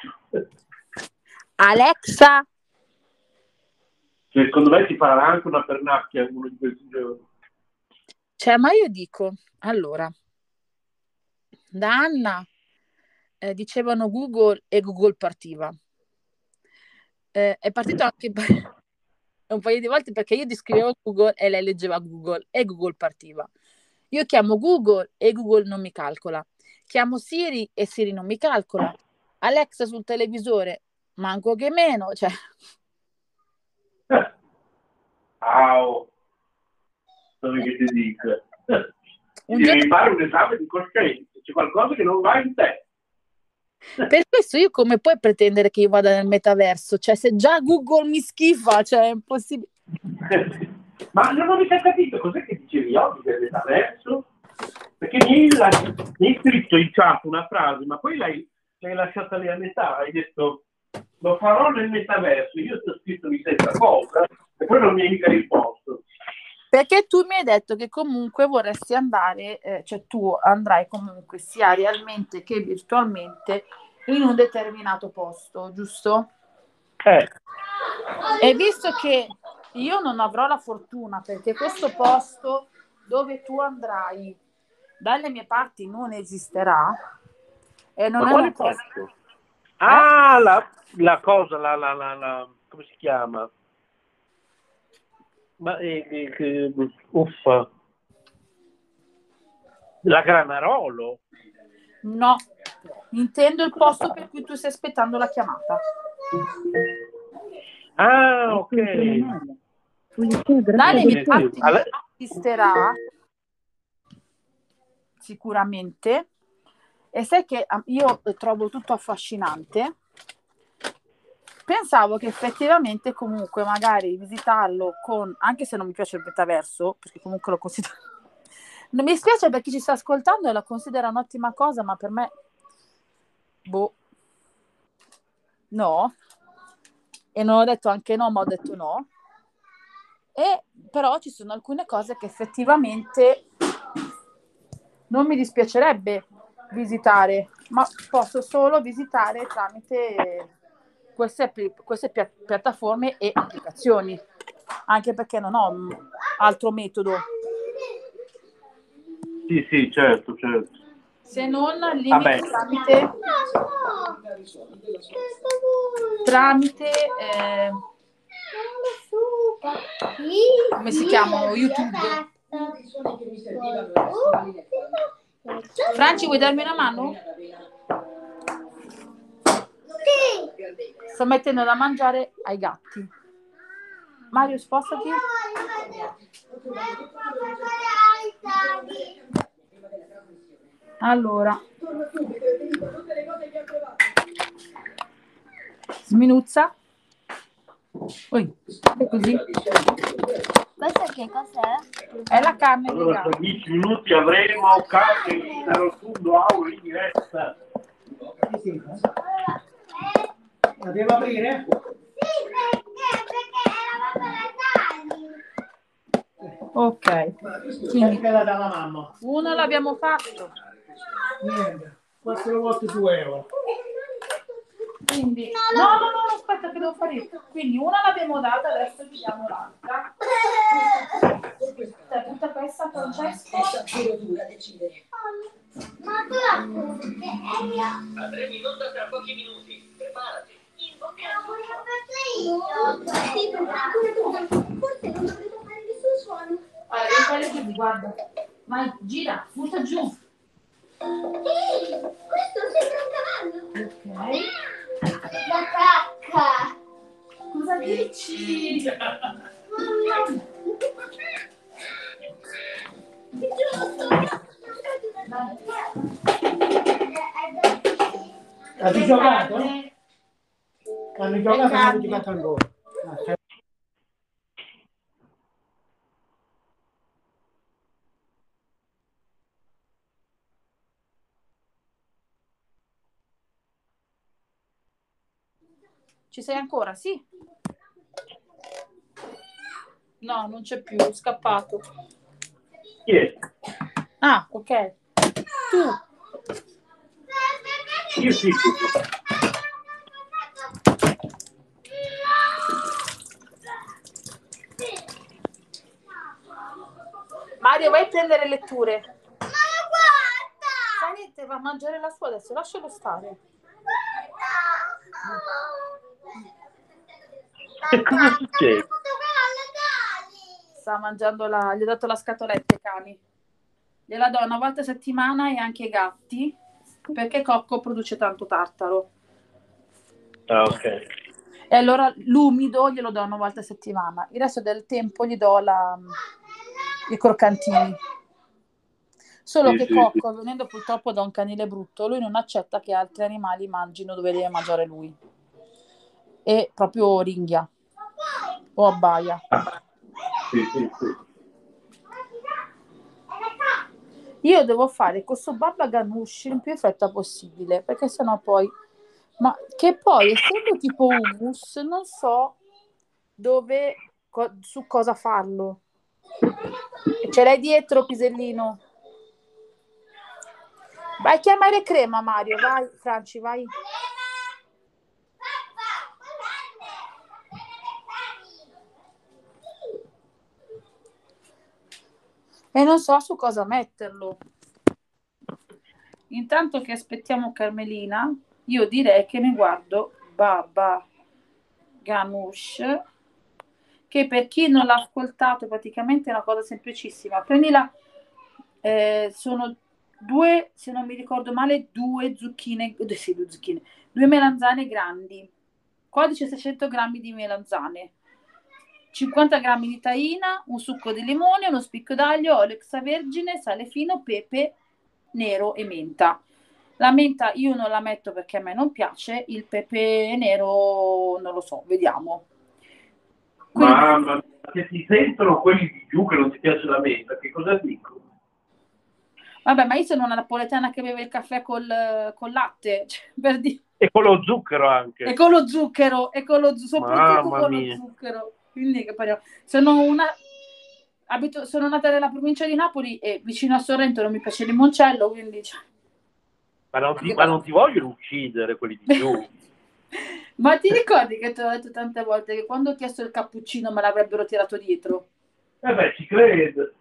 Alexa? Cioè, secondo me ti farà anche una pernacchia uno di questi giorni. Cioè, ma io dico, allora, da Anna eh, dicevano Google e Google partiva. Eh, è partito anche un paio di volte perché io descrivevo Google e lei leggeva Google e Google partiva. Io chiamo Google e Google non mi calcola. Chiamo Siri e Siri non mi calcola. Alexa sul televisore, manco che meno, cioè... Ciao. Dove che ti dico? Un Devi giorno... fare un esame di coscienza, c'è qualcosa che non va in te. Per questo io come puoi pretendere che io vada nel metaverso? Cioè, se già Google mi schifa, cioè è impossibile. Ma non ho mica capito cos'è che dicevi oggi del metaverso? Perché mi hai, mi hai scritto in chat una frase, ma poi l'hai, l'hai lasciata lì a metà, hai detto lo farò nel metaverso, io ti ho scritto di stessa cosa e poi non mi hai mica risposto. Perché tu mi hai detto che comunque vorresti andare, eh, cioè tu andrai comunque sia realmente che virtualmente in un determinato posto, giusto? Eh. E visto che io non avrò la fortuna, perché questo posto dove tu andrai dalle mie parti non esisterà, e non Ma è quale una cosa... posto? Ah, eh? la, la cosa, la, la, la, la, come si chiama? Ma eh, eh, uffa. La Granarolo? No, intendo il posto per cui tu stai aspettando la chiamata. Ah, ok. Dalle mie parti non esisterà sicuramente, e sai che io trovo tutto affascinante. Pensavo che effettivamente comunque magari visitarlo con, anche se non mi piace il metaverso, perché comunque lo considero, non mi spiace per chi ci sta ascoltando e la considera un'ottima cosa, ma per me boh, no, e non ho detto anche no, ma ho detto no. E però ci sono alcune cose che effettivamente non mi dispiacerebbe visitare, ma posso solo visitare tramite queste, queste pi- piattaforme e applicazioni, anche perché non ho um, altro metodo. Sì, sì, certo, certo. Se non limite tramite tramite eh, come si chiamano? YouTube. Franci, vuoi darmi una mano? Sto mettendo da mangiare ai gatti. Mario, spostati. Allora, sminuzza. Ui, è così. Questa che cos'è? È la carne di Allora, gatto. tra dieci minuti avremo carne dal fondo aula in diretta. La devo aprire? Ok, Quindi quella dalla mamma. uno l'abbiamo fatto. Niente, quattro volte due euro. Quindi, no, no, no, aspetta che devo fare io. Quindi una l'abbiamo data, adesso gli diamo l'altra. Cioè, tutta questa, Francesco. Ma tu la cucchi. Andremo in onda tra pochi minuti, preparati. In bocca la voglio fare io. Sì, però forse non dovremmo fare nessun suono. Allora, devi fare così, guarda. Vai, gira, butta giù. Ehi, questo sembra un cavallo. Ok. La cacca. Cosa dici? Hai giocato? Hanno giocato e hanno giocato ancora. Ci sei ancora? Sì. No, non c'è più, è scappato. Chi è? Ah, ok. Tu. Io sì. Mario, vai a prendere letture. Ma guarda! Sai niente, va a mangiare la sua adesso, lascialo stare. Cosa succede? Sta mangiando la... gli ho dato la scatoletta ai cani. Gliela do una volta a settimana e anche ai gatti, perché Cocco produce tanto tartaro. Ah, ok. E allora l'umido glielo do una volta a settimana. Il resto del tempo gli do la... i croccantini. Solo Sì, che sì, Cocco, sì. venendo purtroppo da un canile brutto, lui non accetta che altri animali mangino dove deve mangiare lui. E proprio ringhia o abbaia. Ah, sì, sì, sì. Io devo fare questo baba ganoush il più in fretta possibile, perché sennò poi... Ma che poi, essendo tipo hummus, non so dove, co- su cosa farlo. Ce l'hai dietro, Pisellino? Vai a chiamare Crema, Mario, vai, Franci, vai. E non so su cosa metterlo. Intanto che aspettiamo Carmelina, io direi che ne guardo Baba Ganoush, che per chi non l'ha ascoltato praticamente è una cosa semplicissima. Prendila, eh, sono due, se non mi ricordo male, due zucchine, eh, sì, due zucchine, due melanzane grandi, qua dice seicento grammi di melanzane, cinquanta grammi di tahina, un succo di limone, uno spicco d'aglio, olio extravergine, sale fino, pepe nero e menta. La menta io non la metto perché a me non piace, il pepe nero non lo so, vediamo. Quindi... Ma, ma se ti sentono quelli di giù che non ti piace la menta, che cosa dicono? Vabbè, ma io sono una napoletana che beve il caffè col, col latte, cioè, per dire. E con lo zucchero anche. E con lo zucchero, e con lo zu- soprattutto Mamma con mia. lo zucchero. Quindi che parliamo. Sono una abito, sono nata nella provincia di Napoli e vicino a Sorrento non mi piace il limoncello, quindi cioè... Ma non, ti, ma non ti vogliono uccidere quelli di giù. Ma ti ricordi che ti ho detto tante volte che quando ho chiesto il cappuccino me l'avrebbero tirato dietro? Eh beh, ci credo.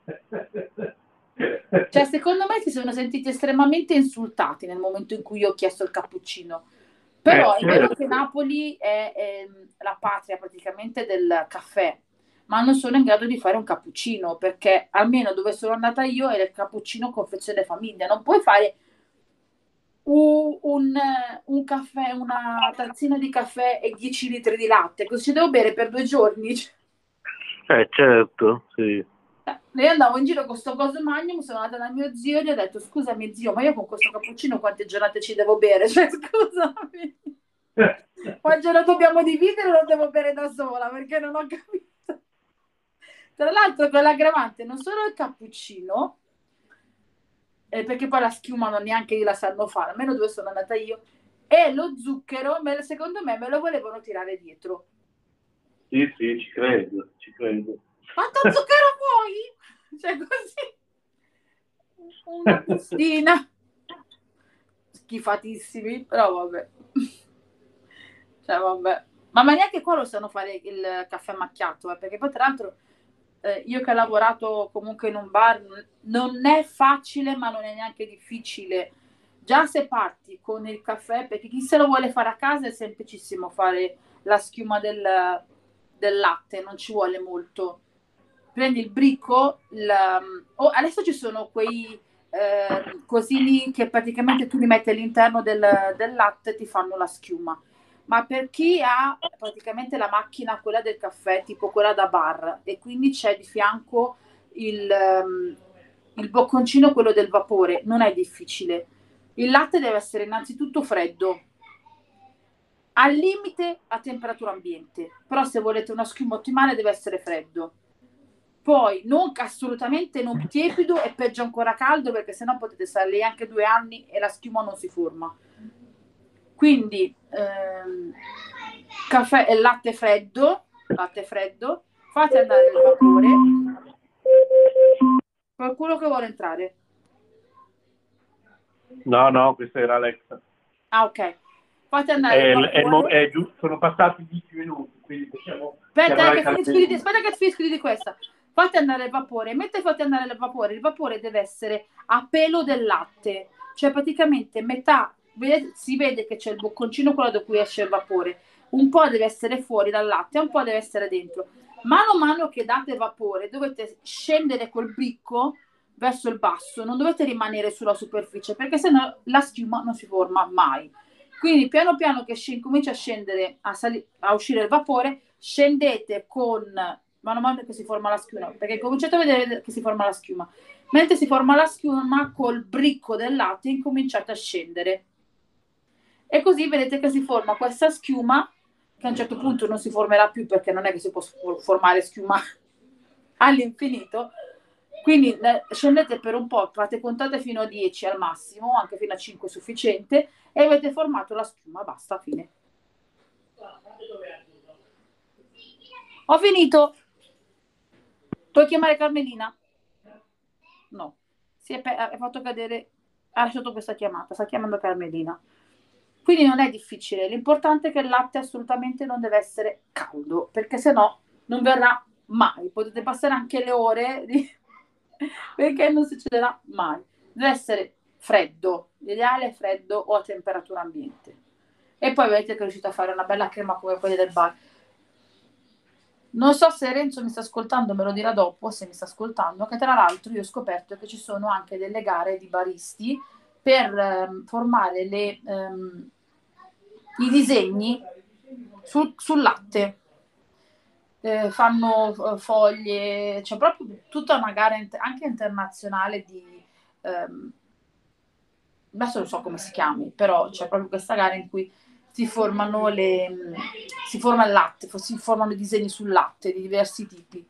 Cioè, secondo me si sono sentiti estremamente insultati nel momento in cui io ho chiesto il cappuccino. Però Eh, è vero certo. che Napoli è, è la patria praticamente del caffè, ma non sono in grado di fare un cappuccino, perché almeno dove sono andata io era il cappuccino confezione famiglia. Non puoi fare un, un, un caffè, una tazzina di caffè e dieci litri di latte, così ci devo bere per due giorni. Eh, certo, sì. Io andavo in giro con sto coso magnum, sono andata da mio zio e gli ho detto: scusami zio, ma io con questo cappuccino quante giornate ci devo bere? Cioè, scusami. Oggi lo dobbiamo dividere o lo devo bere da sola? Perché non ho capito. Tra l'altro con l'aggravante non solo il cappuccino, eh, perché poi la schiuma non neanche io la sanno fare, almeno dove sono andata io, e lo zucchero, me, secondo me me lo volevano tirare dietro. Sì, sì, ci credo, ci credo. Quanto zucchero vuoi? Cioè così. Una bustina. Schifatissimi, però vabbè. Cioè vabbè. Ma, ma neanche qua lo sanno fare il caffè macchiato, eh, perché poi tra l'altro eh, io che ho lavorato comunque in un bar, non è facile ma non è neanche difficile. Già se parti con il caffè, perché chi se lo vuole fare a casa è semplicissimo fare la schiuma del, del latte, non ci vuole molto. Prendi il bricco, il, oh, adesso ci sono quei eh, cosini che praticamente tu li metti all'interno del, del latte e ti fanno la schiuma. Ma per chi ha praticamente la macchina, quella del caffè, tipo quella da bar, e quindi c'è di fianco il, um, il bocconcino, quello del vapore, non è difficile. Il latte deve essere innanzitutto freddo, al limite a temperatura ambiente, però se volete una schiuma ottimale deve essere freddo. Poi non assolutamente non tiepido e peggio ancora caldo, perché sennò potete stare lì anche due anni e la schiuma non si forma. Quindi ehm, caffè e latte freddo, latte freddo, fate andare il vapore. Qualcuno che vuole entrare? No, no, questa era Alexa. Ah, ok. Fate andare È, il è, vapore. è giusto, sono passati dieci minuti, quindi possiamo... Aspetta che, finisco di, aspetta che finisco di questa. Fate andare il vapore. Mentre fate andare il vapore, il vapore deve essere a pelo del latte. Cioè praticamente metà... si vede che c'è il bocconcino, quello da cui esce il vapore, un po' deve essere fuori dal latte, un po' deve essere dentro. Mano a mano che date vapore dovete scendere col bricco verso il basso, non dovete rimanere sulla superficie, perché sennò la schiuma non si forma mai. Quindi piano piano che sc- comincia a scendere, a, sali- a uscire il vapore, scendete con mano a mano che si forma la schiuma, perché cominciate a vedere che si forma la schiuma. Mentre si forma la schiuma, col bricco del latte incominciate a scendere. E così vedete che si forma questa schiuma, che a un certo punto non si formerà più, perché non è che si può formare schiuma all'infinito. Quindi eh, scendete per un po', fate contate fino a dieci al massimo, anche fino a cinque è sufficiente, e avete formato la schiuma, basta, fine. Ho finito. Puoi chiamare Carmelina? No, si è, è fatto cadere, ha lasciato questa chiamata, sta chiamando Carmelina. Quindi non è difficile, l'importante è che il latte assolutamente non deve essere caldo, perché sennò non verrà mai. Potete passare anche le ore, di... perché non succederà mai. Deve essere freddo, l'ideale è freddo o a temperatura ambiente. E poi vedete che riuscite a fare una bella crema come quella del bar. Non so se Renzo mi sta ascoltando, me lo dirà dopo, se mi sta ascoltando, che tra l'altro io ho scoperto che ci sono anche delle gare di baristi per um, formare le, um, i disegni sul, sul latte. Eh, fanno uh, foglie, c'è proprio tutta una gara inter- anche internazionale di... Um, adesso non so come si chiami, però c'è proprio questa gara in cui si formano le... si forma il latte, si formano i disegni sul latte di diversi tipi.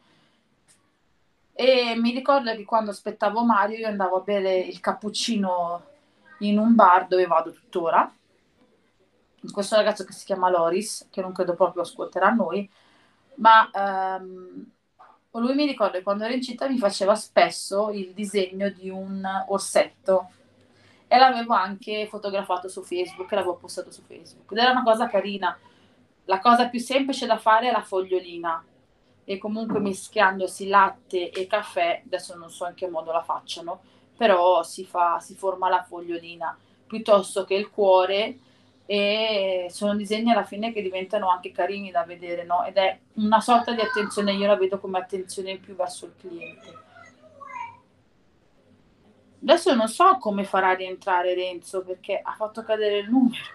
E mi ricordo che quando aspettavo Mario io andavo a bere il cappuccino in un bar dove vado tuttora, questo ragazzo che si chiama Loris, che non credo proprio ascolterà noi, ma um, lui mi ricordo che quando ero in città mi faceva spesso il disegno di un orsetto e l'avevo anche fotografato su Facebook e l'avevo postato su Facebook ed era una cosa carina. La cosa più semplice da fare è la fogliolina, e comunque mischiandosi latte e caffè, adesso non so in che modo la facciano, però si fa, si forma la fogliolina piuttosto che il cuore, e sono disegni alla fine che diventano anche carini da vedere, no? Ed è una sorta di attenzione, io la vedo come attenzione in più verso il cliente. Adesso non so come farà a rientrare Renzo, perché ha fatto cadere il numero.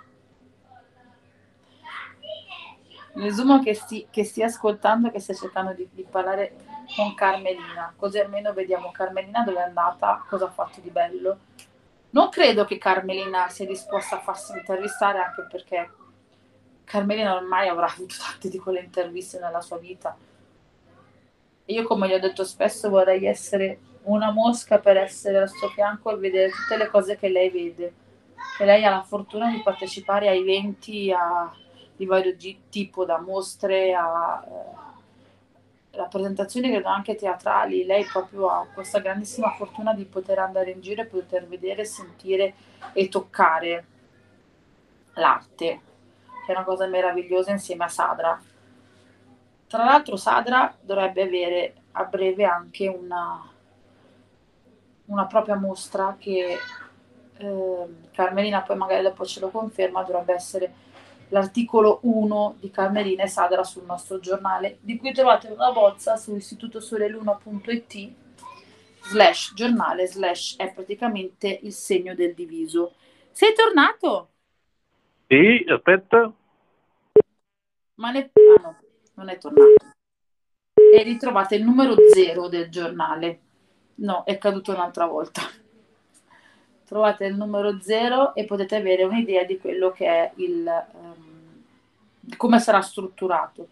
Presumo che, sti, che stia ascoltando, che stia cercando di, di parlare con Carmelina, così almeno vediamo Carmelina dove è andata, cosa ha fatto di bello. Non credo che Carmelina sia disposta a farsi intervistare, anche perché Carmelina ormai avrà avuto tante di quelle interviste nella sua vita. E io, come gli ho detto spesso, vorrei essere una mosca per essere al suo fianco e vedere tutte le cose che lei vede. Che lei ha la fortuna di partecipare a eventi a, di vario tipo, da mostre a eh, rappresentazioni, credo anche teatrali. Lei proprio ha questa grandissima fortuna di poter andare in giro e poter vedere, sentire e toccare l'arte, che è una cosa meravigliosa, insieme a Sadra. Tra l'altro Sadra dovrebbe avere a breve anche una, una propria mostra che eh, Carmelina poi magari dopo ce lo conferma, dovrebbe essere l'articolo uno di Carmelina e Sadra sul nostro giornale, di cui trovate una bozza su istitutosoreluna.it slash giornale slash è praticamente il segno del diviso. Sei tornato? Sì, aspetta. Ma ne... ah, no, non è tornato. E ritrovate il numero zero del giornale. No, è caduto un'altra volta. Trovate il numero zero e potete avere un'idea di quello che è il um, di come sarà strutturato.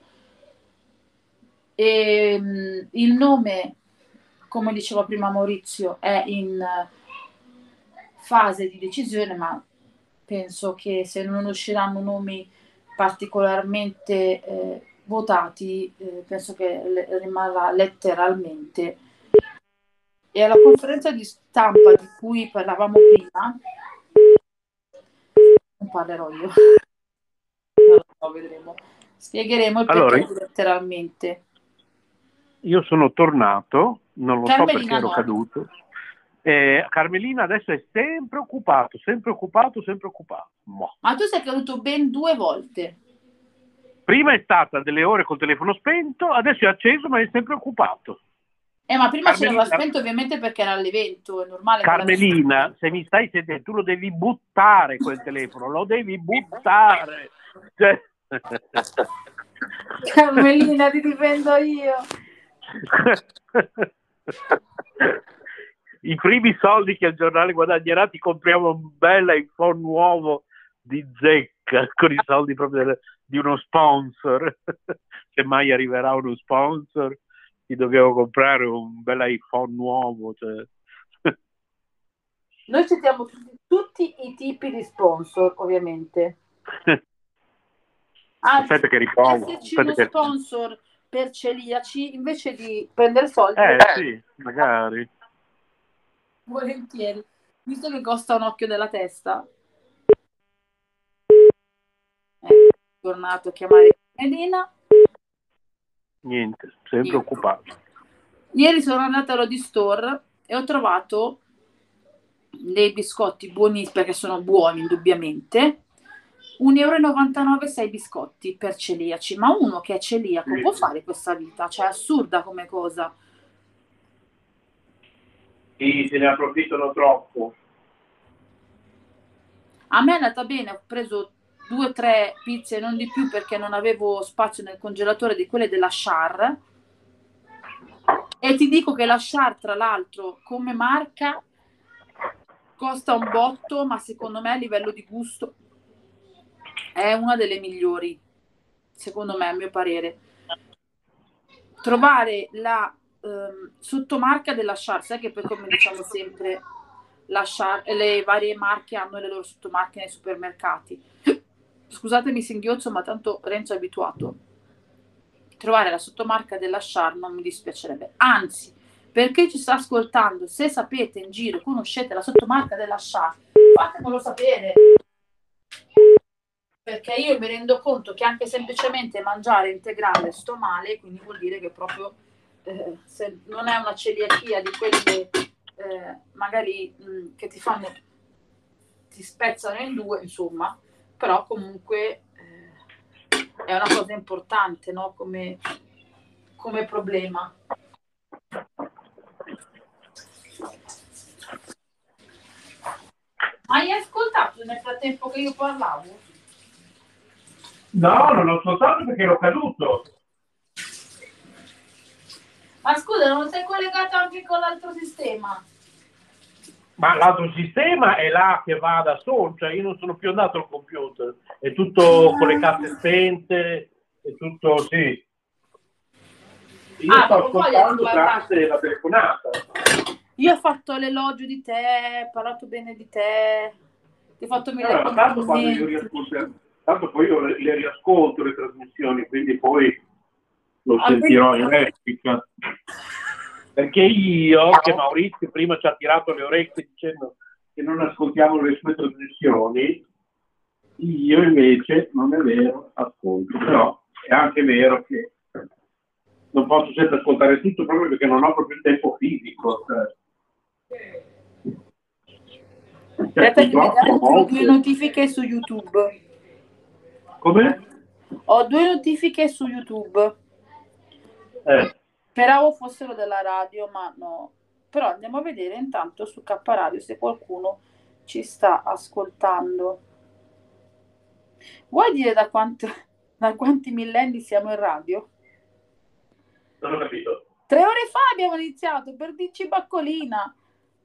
E um, il nome, come diceva prima Maurizio, è in fase di decisione, ma penso che se non usciranno nomi particolarmente eh, votati, eh, penso che le, rimarrà letteralmente. E alla conferenza di stampa di cui parlavamo prima, non parlerò io, non lo so, vedremo. Spiegheremo il allora, perché letteralmente. Io sono tornato, non lo Carmelina so perché ero no. caduto. Eh, Carmelina adesso è sempre occupato, sempre occupato, sempre occupato. Mo. Ma tu sei caduto ben due volte. Prima è stata delle ore col telefono spento, adesso è acceso ma è sempre occupato. Eh, ma prima Carmelina, ce l'aveva spento ovviamente perché era all'evento, è normale. Carmelina, che se mi stai sentendo, tu lo devi buttare quel telefono, lo devi buttare. Cioè... Carmelina, ti difendo io. I primi soldi che il giornale guadagnerà ti compriamo un bel iPhone nuovo di zecca con i soldi proprio del, di uno sponsor. Se mai arriverà uno sponsor ti dobbiamo comprare un bel iPhone nuovo, cioè. Noi citiamo tutti, tutti i tipi di sponsor, ovviamente. Anzi, aspetta che riprovo, esserci uno che... sponsor per celiaci, invece di prendere soldi, eh sì, magari volentieri, visto che costa un occhio della testa. È tornato a chiamare Elena. Niente, sempre Niente. occupato. Ieri sono andata all'Odi Store e ho trovato dei biscotti buonissimi, perché sono buoni indubbiamente. un euro e novantanove sei biscotti per celiaci, ma uno che è celiaco può fare questa vita? Cioè è assurda come cosa. Sì, se ne approfittano troppo. A me è andata bene, ho preso due o tre pizze, non di più, perché non avevo spazio nel congelatore di quelle della Char. E ti dico che la Char, tra l'altro, come marca costa un botto, ma secondo me a livello di gusto è una delle migliori, secondo me, a mio parere. Trovare la um, sottomarca della Char, sai che poi, come diciamo sempre, la Char, le varie marche hanno le loro sottomarche nei supermercati. Scusatemi singhiozzo, ma tanto Renzo è abituato. Trovare la sottomarca della Char non mi dispiacerebbe, anzi, perché ci sta ascoltando, se sapete in giro, conoscete la sottomarca della Char, fatemelo sapere. Perché io mi rendo conto che anche semplicemente mangiare integrale sto male, quindi vuol dire che proprio eh, se non è una celiachia di quelle eh, magari mh, che ti fanno, ti spezzano in due, insomma, però comunque eh, è una cosa importante, no? Come, come problema. Hai ascoltato nel frattempo che io parlavo? No, non l'ho ascoltato perché ero caduto. Ma scusa, non sei collegato anche con l'altro sistema? Ma l'altro sistema è là che va da solo, cioè io non sono più andato al computer. è tutto con le casse spente, è tutto, sì. Io Ah, sto non voglio ascoltando guardare. tramite la telefonata. Io ho fatto l'elogio di te, ho parlato bene di te, ti ho fatto mille Allora, tanto quando io complimenti. riascolto, tanto poi io le, le riascolto le trasmissioni, quindi poi lo Ah, sentirò quindi- in replica. Perché io, che Maurizio prima ci ha tirato le orecchie dicendo che non ascoltiamo le sue trasmissioni, io invece non è vero, ascolto. Però è anche vero che non posso sempre ascoltare tutto proprio perché non ho proprio il tempo fisico. Cioè. Aspetta che mi purtroppo danno molte- due notifiche su YouTube. Come? Ho due notifiche su YouTube. Eh. Speravo fossero della radio, ma no. Però andiamo a vedere intanto su K Radio se qualcuno ci sta ascoltando. Vuoi dire da, quanto, da quanti millenni siamo in radio? Non ho capito. Tre ore fa abbiamo iniziato per dirci baccolina.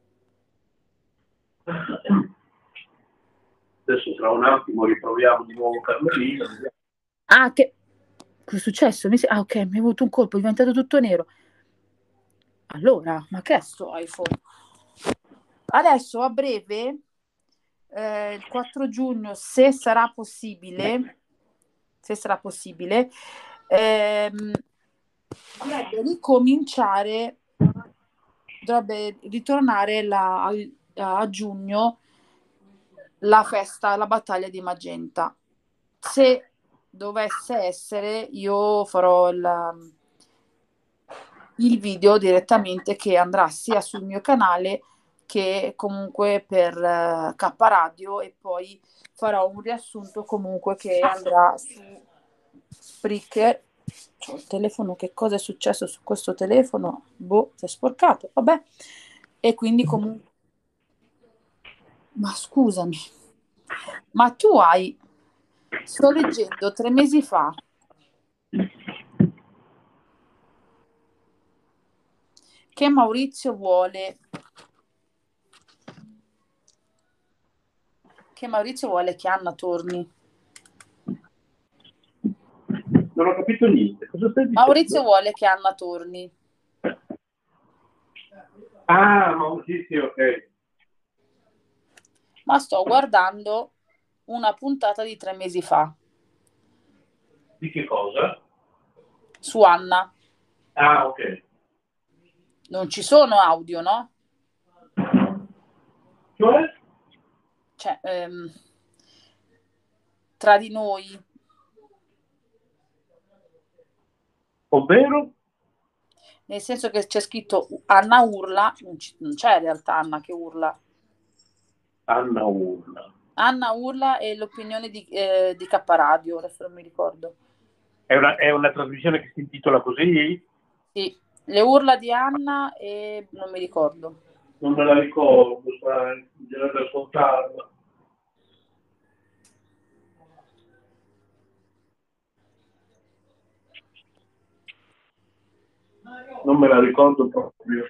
Adesso tra un attimo riproviamo di nuovo Carmelina. Ah, che... Cosa è successo? Mi si- Ah, ok, mi è avuto un colpo, è diventato tutto nero. Allora, ma che è sto iPhone? Adesso a breve, eh, il quattro giugno, se sarà possibile, se sarà possibile, ehm, dovrebbe ricominciare, dovrebbe ritornare la- al- a giugno la festa, la battaglia di Magenta. Se dovesse essere, io farò il, il video direttamente che andrà sia sul mio canale che comunque per eh, K Radio, e poi farò un riassunto comunque che andrà su Spreaker. C'ho il telefono, che cosa è successo su questo telefono? Boh, si è sporcato, vabbè. E quindi comunque... Ma scusami, ma tu hai... Sto leggendo tre mesi fa che Maurizio vuole che Maurizio vuole che Anna torni. Non ho capito niente. Cosa stai dicendo? Maurizio vuole che Anna torni. Ah, ma sì, sì, ok. Ma sto guardando una puntata di tre mesi fa Di che cosa? su Anna. Ah, ok. Non ci sono audio, no? Cioè? Cioè, ehm, tra di noi. Ovvero? Nel senso che c'è scritto Anna urla, non, ci- non c'è in realtà Anna che urla. Anna urla. Anna urla e l'opinione di, eh, di K Radio, adesso non mi ricordo. È una, è una trasmissione che si intitola così? Sì, le urla di Anna e non mi ricordo. Non me la ricordo, sai, bisognerebbe ascoltarla. Non me la ricordo proprio.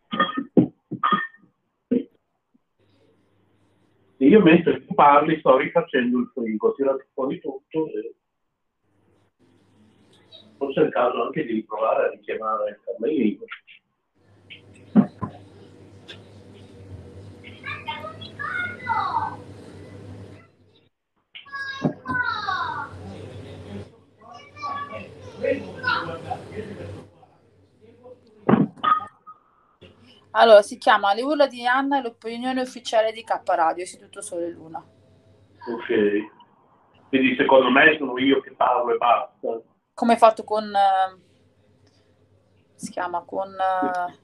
Io mentre tu parli sto rifacendo il frigo, ho tirato fuori tutto e forse è il caso anche di riprovare a richiamare il Carmelino. Allora, si chiama Le urla di Anna e l'opinione ufficiale di K Radio, Istituto Sole e Luna. Ok. Quindi secondo me sono io che parlo e basta. Come fatto con... eh, si chiama con... eh,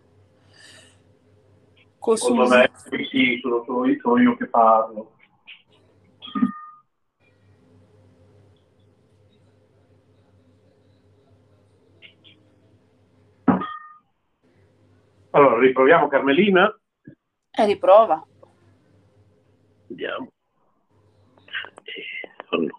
con Secondo Susi. me sì, sì, sono, sono io, sono io che parlo. Allora, riproviamo Carmelina? E riprova. Vediamo. Eh, allora.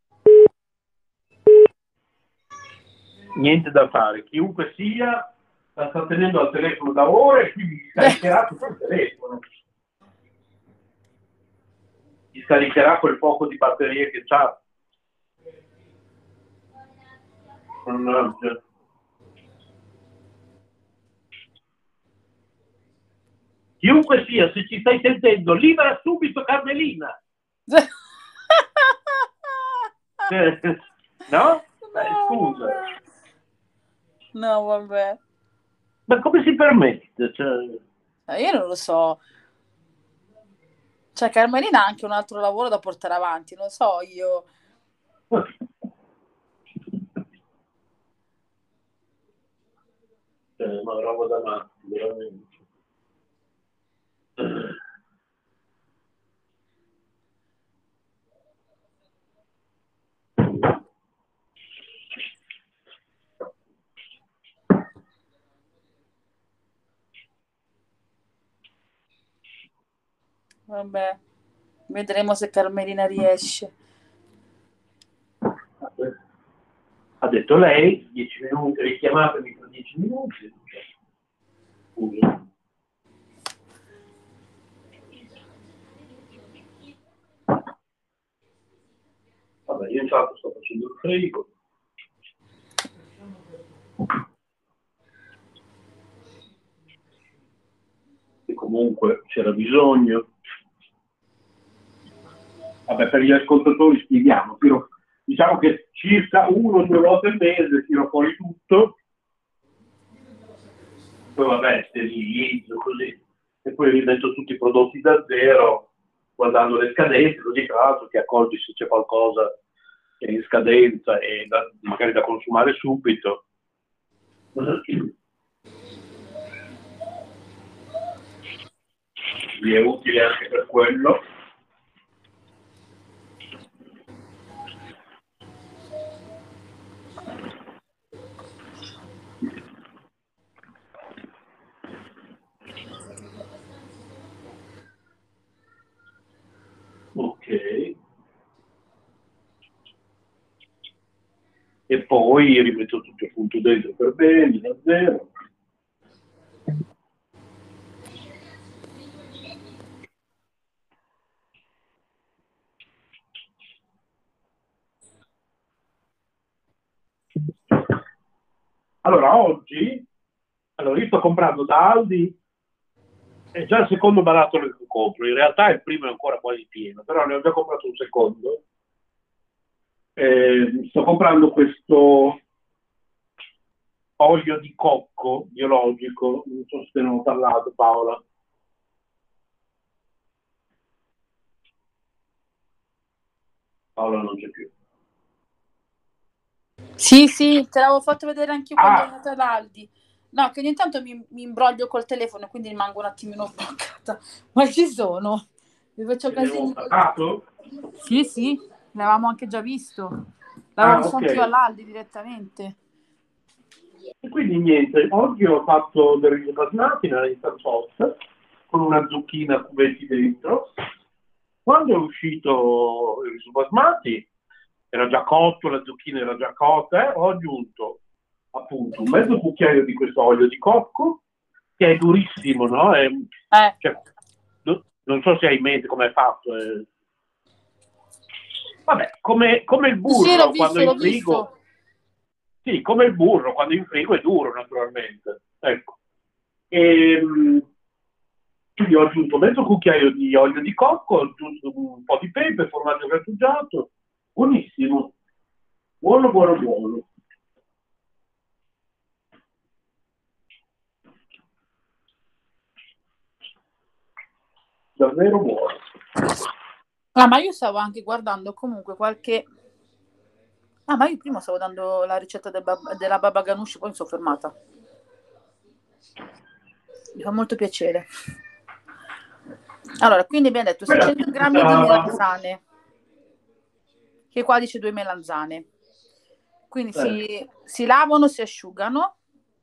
Niente da fare, chiunque sia, la sta tenendo al telefono da ore e quindi si scaricherà tutto il telefono. Si scaricherà quel poco di batterie che c'ha. Mannaggia. Chiunque sia, se ci stai sentendo, libera subito Carmelina. No? Beh, scusa. No, vabbè. Ma come si permette? Cioè... Io non lo so. Cioè, Carmelina ha anche un altro lavoro da portare avanti, non so io. Eh, ma roba da matti, veramente. Vabbè, vedremo se Carmelina riesce. Ha detto lei, dieci minuti, richiamatemi per dieci minuti. Scusa. Vabbè, io intanto sto facendo il frigo. E comunque c'era bisogno. Vabbè, per gli ascoltatori spieghiamo, tiro, diciamo che circa uno o due volte al mese tiro fuori tutto, poi vabbè, sterilizzo così, e poi rimetto tutti i prodotti da zero, guardando le scadenze, così tra l'altro ti accorgi se c'è qualcosa che è in scadenza e da, magari da consumare subito. Vi è utile anche per quello. Ok. E poi rimetto tutto appunto dentro per bene, da zero. Allora, oggi, allora io sto comprando da Aldi, è già il secondo barattolo che compro, in realtà il primo è ancora quasi pieno, però ne ho già comprato un secondo. Eh, sto comprando questo olio di cocco biologico, non so se te ne ho parlato, Paola. Paola non c'è più. Sì, sì, te l'avevo fatto vedere anche io quando Ah. è andata ad Aldi. No, che ogni tanto mi, mi imbroglio col telefono e quindi rimango un attimino bloccata. Ma ci sono. Vi faccio casini. Pagato? Sì, sì, l'avevamo anche già visto. L'avevo Ah, visto ok. anche io all'Aldi direttamente. E quindi niente, oggi ho fatto del riso basmati nella instant sauce con una zucchina a cubetti dentro. Quando è uscito il riso basmati era già cotto, la zucchina era già cotta, eh? Ho aggiunto appunto un mezzo cucchiaio di questo olio di cocco che è durissimo, no? È, Eh. cioè, no, non so se hai in mente come è fatto. eh. Vabbè, come, come il burro Sì, l'ho visto, quando l'ho in frigo. visto. Sì, come il burro, quando in frigo è duro, naturalmente. Ecco. E, quindi ho aggiunto mezzo cucchiaio di olio di cocco, ho aggiunto un po' di pepe, formaggio grattugiato. Buonissimo. Buono, buono, buono. Davvero buono. Ah, ma io stavo anche guardando comunque qualche... Ah, ma io prima stavo dando la ricetta del bab- della baba ganoush, poi mi sono fermata. Mi fa molto piacere. Allora, quindi abbiamo detto seicento grammi di melanzane, che qua dice due melanzane. Quindi si, si lavano, si asciugano,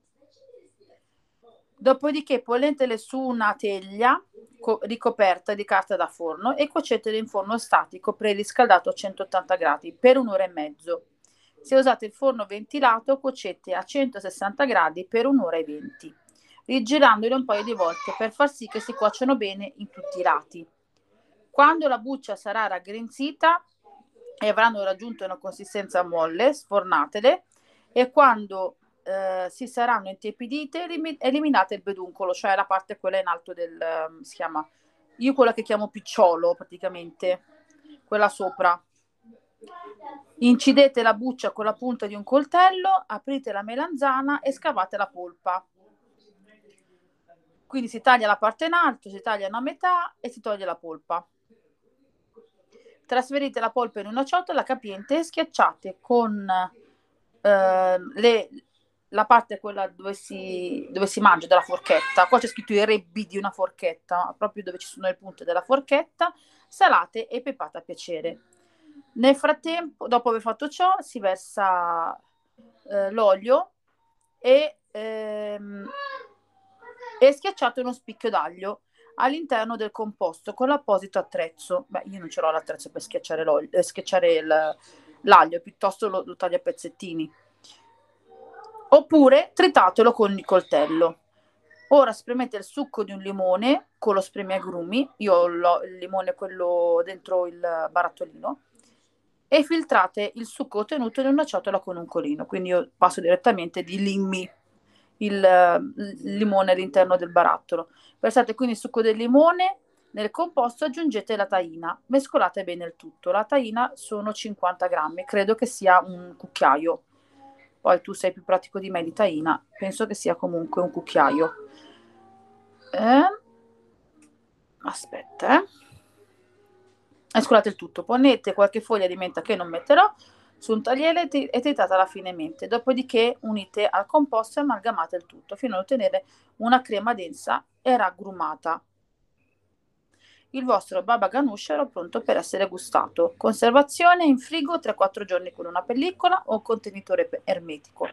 dopodiché polentele su una teglia co- ricoperta di carta da forno e cuocetele in forno statico preriscaldato a centottanta gradi per un'ora e mezzo. Se usate il forno ventilato, cuocete a centosessanta gradi per un'ora e venti, rigirandoli un paio di volte per far sì che si cuociano bene in tutti i lati. Quando la buccia sarà raggrinzita e avranno raggiunto una consistenza molle, sfornatele, e quando eh, si saranno intiepidite, elim- eliminate il peduncolo, cioè la parte quella in alto del, um, si chiama, io quella che chiamo picciolo praticamente, quella sopra. Incidete la buccia con la punta di un coltello, aprite la melanzana e scavate la polpa. Quindi si taglia la parte in alto, si tagliano a metà e si toglie la polpa. Trasferite la polpa in una ciotola capiente e schiacciate con eh, le, la parte quella dove si, dove si mangia della forchetta. Qua c'è scritto i rebbi di una forchetta, proprio dove ci sono le punte della forchetta, salate e pepate a piacere. Nel frattempo, dopo aver fatto ciò, si versa eh, l'olio e, ehm, e schiacciato uno spicchio d'aglio all'interno del composto con l'apposito attrezzo. Beh, io non ce l'ho l'attrezzo per schiacciare, l'olio, eh, schiacciare il, l'aglio, piuttosto lo, lo taglio a pezzettini. Oppure tritatelo con il coltello. Ora spremete il succo di un limone con lo spremiagrumi, io ho il limone quello dentro il barattolino, e filtrate il succo ottenuto in una ciotola con un colino. Quindi io passo direttamente di limmi il, il limone all'interno del barattolo. Versate quindi il succo del limone nel composto, aggiungete la tahina, mescolate bene il tutto. La tahina sono cinquanta grammi, credo che sia un cucchiaio. Poi tu sei più pratico di me di tahina, penso che sia comunque un cucchiaio. Eh? Aspetta, eh. Mescolate il tutto, ponete qualche foglia di menta che non metterò su un tagliere e tritatela finemente, dopodiché unite al composto e amalgamate il tutto fino ad ottenere una crema densa e raggrumata. Il vostro baba ganoush era pronto per essere gustato. Conservazione in frigo tre quattro giorni con una pellicola o contenitore ermetico.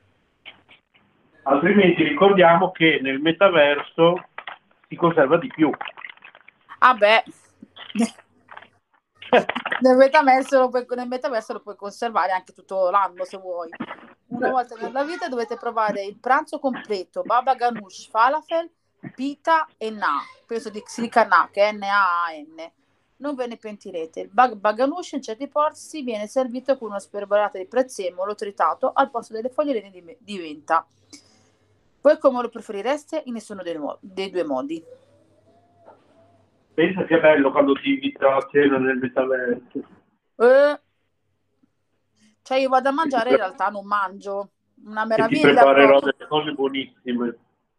Altrimenti ricordiamo che nel metaverso si conserva di più. Ah beh, nel metaverso, lo puoi, nel metaverso lo puoi conservare anche tutto l'anno se vuoi. Una volta nella vita dovete provare il pranzo completo, baba ganoush, falafel, pita e na, penso di, si dica na, che è N A A N. Non ve ne pentirete. Il baba ganoush in certi posti viene servito con una sperbolata di prezzemolo tritato al posto delle foglioline di, di menta. Voi come lo preferireste? In nessuno dei, dei due modi. Pensa che è bello quando ti invita a cena nel metaverso. Eh, cioè io vado a mangiare, in realtà non mangio. Una meraviglia. E ti preparerò proprio delle cose buonissime.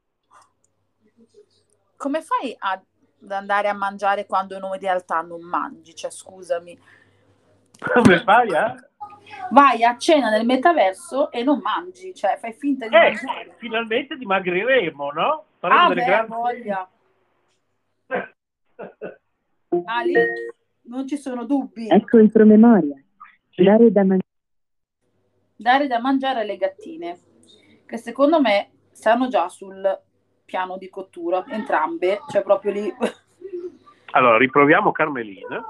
Come fai ad andare a mangiare quando in realtà non mangi? Cioè, scusami. Come fai, eh? Vai a cena nel metaverso e non mangi, cioè fai finta di eh, mangiare. Finalmente dimagriremo, no? Faremo Ah, delle beh, grandi... voglia. Ah, lì non ci sono dubbi. Ecco il promemoria. Sì. Dare da mangiare. Dare da mangiare alle gattine, che secondo me stanno già sul piano di cottura, entrambe, cioè proprio lì. Allora, riproviamo Carmelina.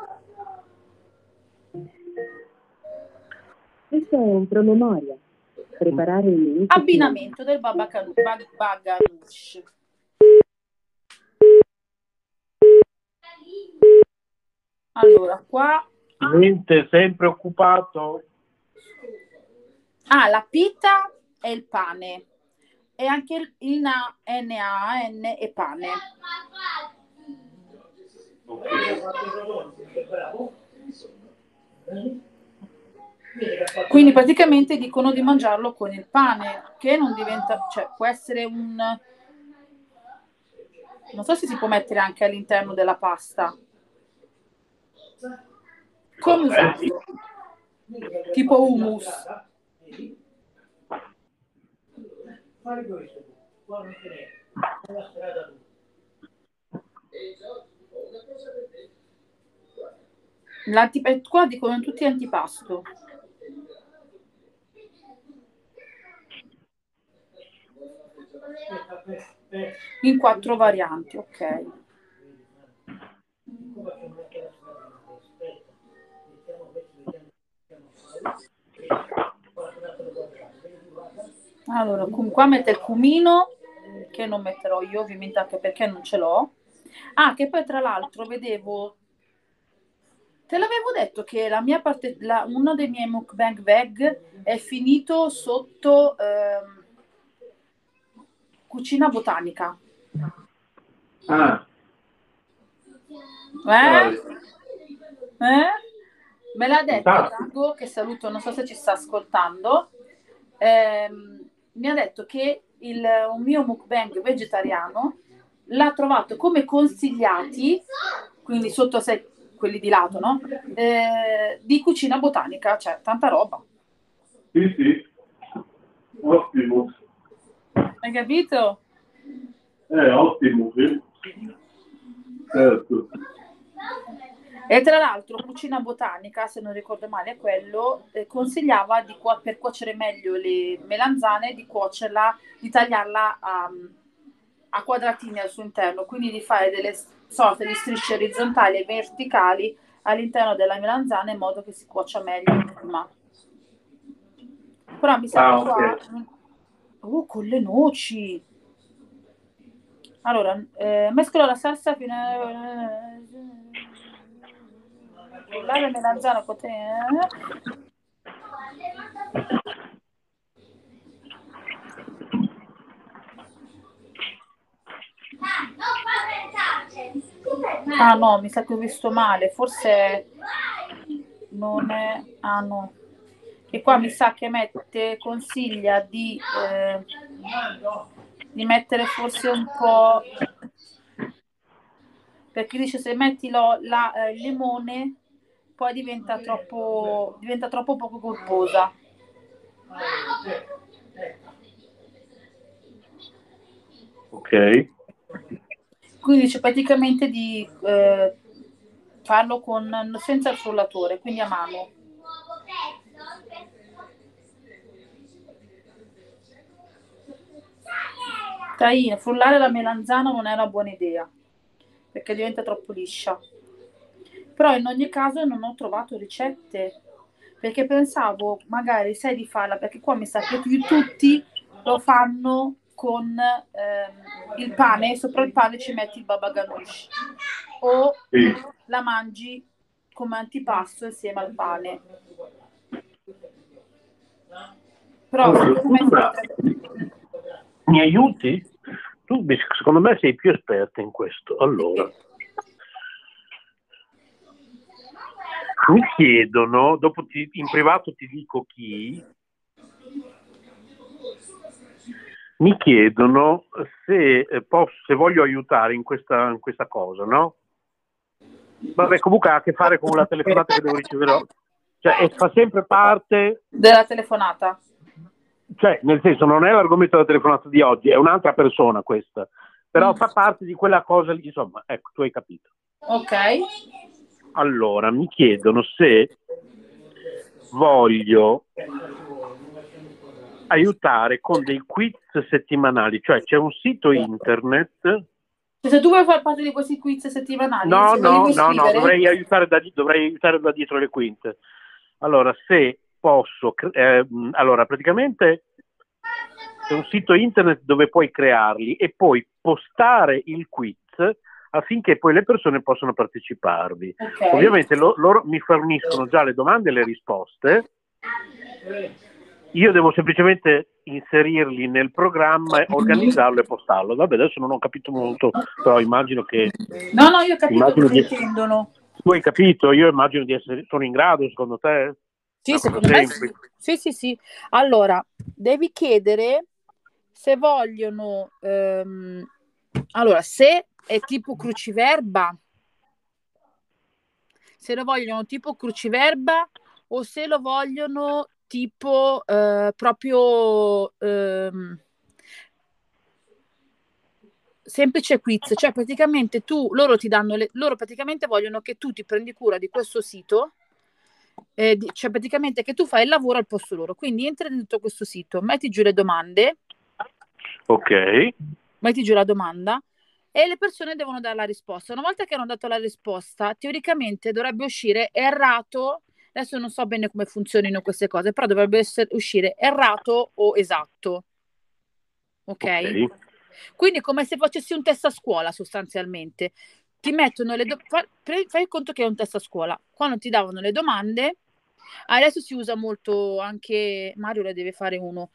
Questo è un promemoria. Preparare il abbinamento del baba ganoush. Allora, qua... Mente sempre occupato. Ah, la pita è il pane. E anche il N A A N è pane. Okay. Quindi praticamente dicono di mangiarlo con il pane, che non diventa... Cioè, può essere un... Non so se si può mettere anche all'interno della pasta. Come usarlo? Tipo hummus. L'antip- qua dicono tutti antipasto. In quattro varianti, ok. Allora, cum- qua mette il cumino, che non metterò io, ovviamente, anche perché non ce l'ho. Ah, che poi tra l'altro vedevo, te l'avevo detto che la mia parte, la- uno dei miei mukbang veg è finito sotto ehm, cucina botanica. Ah, Eh? Eh? Me l'ha detto Fantastico. Dago, che saluto, non so se ci sta ascoltando. Ehm, mi ha detto che il, un mio mukbang vegetariano l'ha trovato come consigliati, quindi sotto se, quelli di lato, no? Eh, di cucina botanica, cioè tanta roba. Sì, sì, ottimo. Hai capito? Eh, ottimo, sì. Certo. E tra l'altro cucina botanica, se non ricordo male, è quello, eh, consigliava di cuo- per cuocere meglio le melanzane di cuocerla, di tagliarla a, a quadratini al suo interno, quindi di fare delle sorte di strisce orizzontali e verticali all'interno della melanzana in modo che si cuocia meglio prima. Però mi sa Ah, che qua... ok. Oh, con le noci! Allora, eh, mescolo la salsa fino a... Frullare melanzana con te... Ah no, mi sa che ho visto male, forse non è... Ah no, che qua mi sa che mette, consiglia di, eh, di mettere forse un po'... Perché dice se metti lo, la, eh, il limone poi diventa troppo, diventa troppo poco corposa. Ok. Quindi dice praticamente di eh, farlo con, senza il frullatore, quindi a mano. Dai, frullare la melanzana non è una buona idea, perché diventa troppo liscia. Però in ogni caso non ho trovato ricette, perché pensavo magari sai di farla, perché qua mi sa che tutti lo fanno con ehm, il pane, sopra il pane ci metti il baba ganoush o Sì. la mangi come antipasto insieme al pane. Però Allora, secondo me si scusa, potrebbe... mi aiuti? Tu, secondo me, sei più esperta in questo. Allora, mi chiedono, dopo ti, in privato ti dico chi, mi chiedono se, eh, posso, se voglio aiutare in questa, in questa cosa, no? Vabbè, comunque ha a che fare con la telefonata che devo ricevere. Cioè, e fa sempre parte... Della telefonata? Cioè, nel senso, non è l'argomento della telefonata di oggi, è un'altra persona questa. Però Mm. fa parte di quella cosa lì, insomma, ecco, tu hai capito. Ok. Allora, mi chiedono se voglio aiutare con dei quiz settimanali, cioè c'è un sito internet... Se tu vuoi far parte di questi quiz settimanali, No, se me li no, vuoi no, no, scrivere? dovrei aiutare da, dovrei aiutare da dietro le quinte. Allora, se posso... Eh, allora, praticamente c'è un sito internet dove puoi crearli e poi postare il quiz affinché poi le persone possano parteciparvi. Ok. Ovviamente lo, loro mi forniscono già le domande e le risposte. Io devo semplicemente inserirli nel programma, organizzarlo e postarlo. Vabbè, adesso non ho capito molto, però immagino che... No, no, io ho capito immagino cosa di... intendono. Tu hai capito? Io immagino di essere... Sono in grado, secondo te? Sì, Una secondo cosa me semplice. sì, sì, sì. Allora, devi chiedere se vogliono... ehm, allora, se è tipo cruciverba, se lo vogliono tipo cruciverba o se lo vogliono tipo eh, proprio ehm, semplice quiz, cioè praticamente tu, loro ti danno le, loro praticamente vogliono che tu ti prendi cura di questo sito, eh, di- cioè praticamente che tu fai il lavoro al posto loro, quindi entri dentro questo sito, metti giù le domande, Ok. metti giù la domanda e le persone devono dare la risposta. Una volta che hanno dato la risposta, teoricamente dovrebbe uscire errato. Adesso non so bene come funzionino queste cose, però dovrebbe essere, uscire errato o esatto. ok? Quindi come se facessi un test a scuola sostanzialmente. Ti mettono le do- fa- pre- fai conto che è un test a scuola. Quando ti davano le domande, adesso si usa molto anche, Mario le deve fare uno,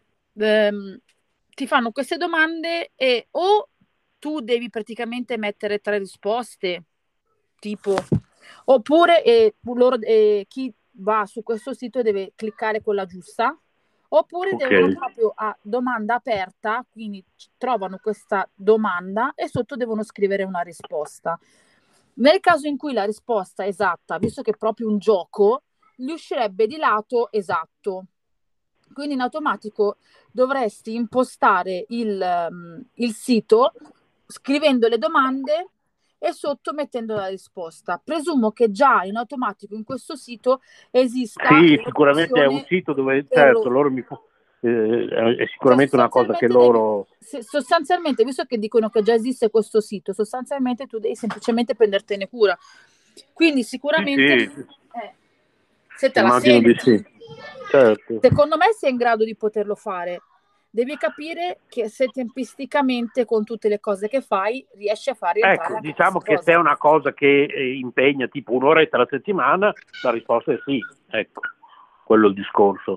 ehm, ti fanno queste domande e o tu devi praticamente mettere tre risposte, tipo, oppure eh, loro, eh, chi va su questo sito deve cliccare quella giusta, oppure Ok. devono proprio a domanda aperta, quindi c- trovano questa domanda e sotto devono scrivere una risposta. Nel caso in cui la risposta è esatta, visto che è proprio un gioco, gli uscirebbe di lato esatto. Quindi in automatico dovresti impostare il, um, il sito scrivendo le domande e sotto mettendo la risposta. Presumo che già in automatico in questo sito esista Sì, la sicuramente è un opzione sito dove, erro- certo, loro mi fa- eh, è cioè, sicuramente una cosa che sostanzialmente, loro... devi, se- sostanzialmente, visto che dicono che già esiste questo sito, sostanzialmente tu devi semplicemente prendertene cura. Quindi sicuramente Sì, sì, eh, se te la immagino di senti, sì, certo. secondo me sei in grado di poterlo fare. Devi capire che se tempisticamente con tutte le cose che fai riesci a far rientrare Ecco, anche diciamo questa che se è cosa. una cosa che eh, impegna tipo un'oretta alla settimana, la risposta è sì, ecco, quello è il discorso.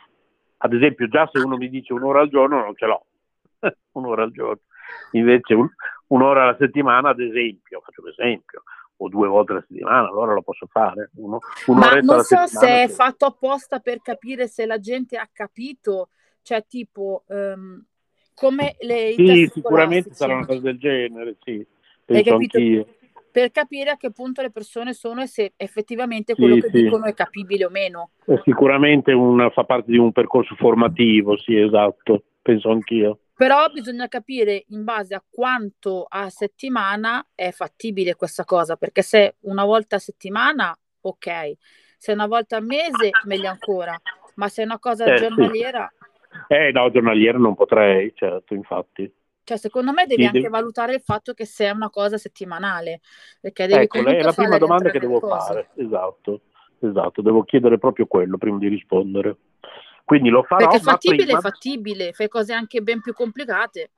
Ad esempio, già se uno mi dice un'ora al giorno non ce l'ho, un'ora al giorno. Invece un- un'ora alla settimana, ad esempio, faccio un esempio, o due volte alla settimana, allora lo posso fare. Uno, Ma un'oretta non alla so se settimana. è Sì, fatto apposta per capire se la gente ha capito, cioè tipo ehm, come le, i sì, test sicuramente sarà scolastici, una cosa del genere, sì, hai penso capito? anch'io. Per capire a che punto le persone sono e se effettivamente quello Sì, che sì. dicono è capibile o meno. È sicuramente una, fa parte di un percorso formativo, sì, esatto, penso anch'io. Però bisogna capire in base a quanto a settimana è fattibile questa cosa, perché se una volta a settimana, ok, se una volta al mese, meglio ancora, ma se è una cosa Eh, giornaliera, sì. Eh no, giornaliero non potrei, certo, infatti. cioè secondo me devi Sì, anche devi- valutare il fatto che sia una cosa settimanale, perché devi Ecco, lei- è comunque la farle prima domanda rientrare che nelle devo cose. fare, esatto, esatto, devo chiedere proprio quello prima di rispondere. Quindi lo farò, Perché ma fattibile prima... è fattibile, fai cose anche ben più complicate.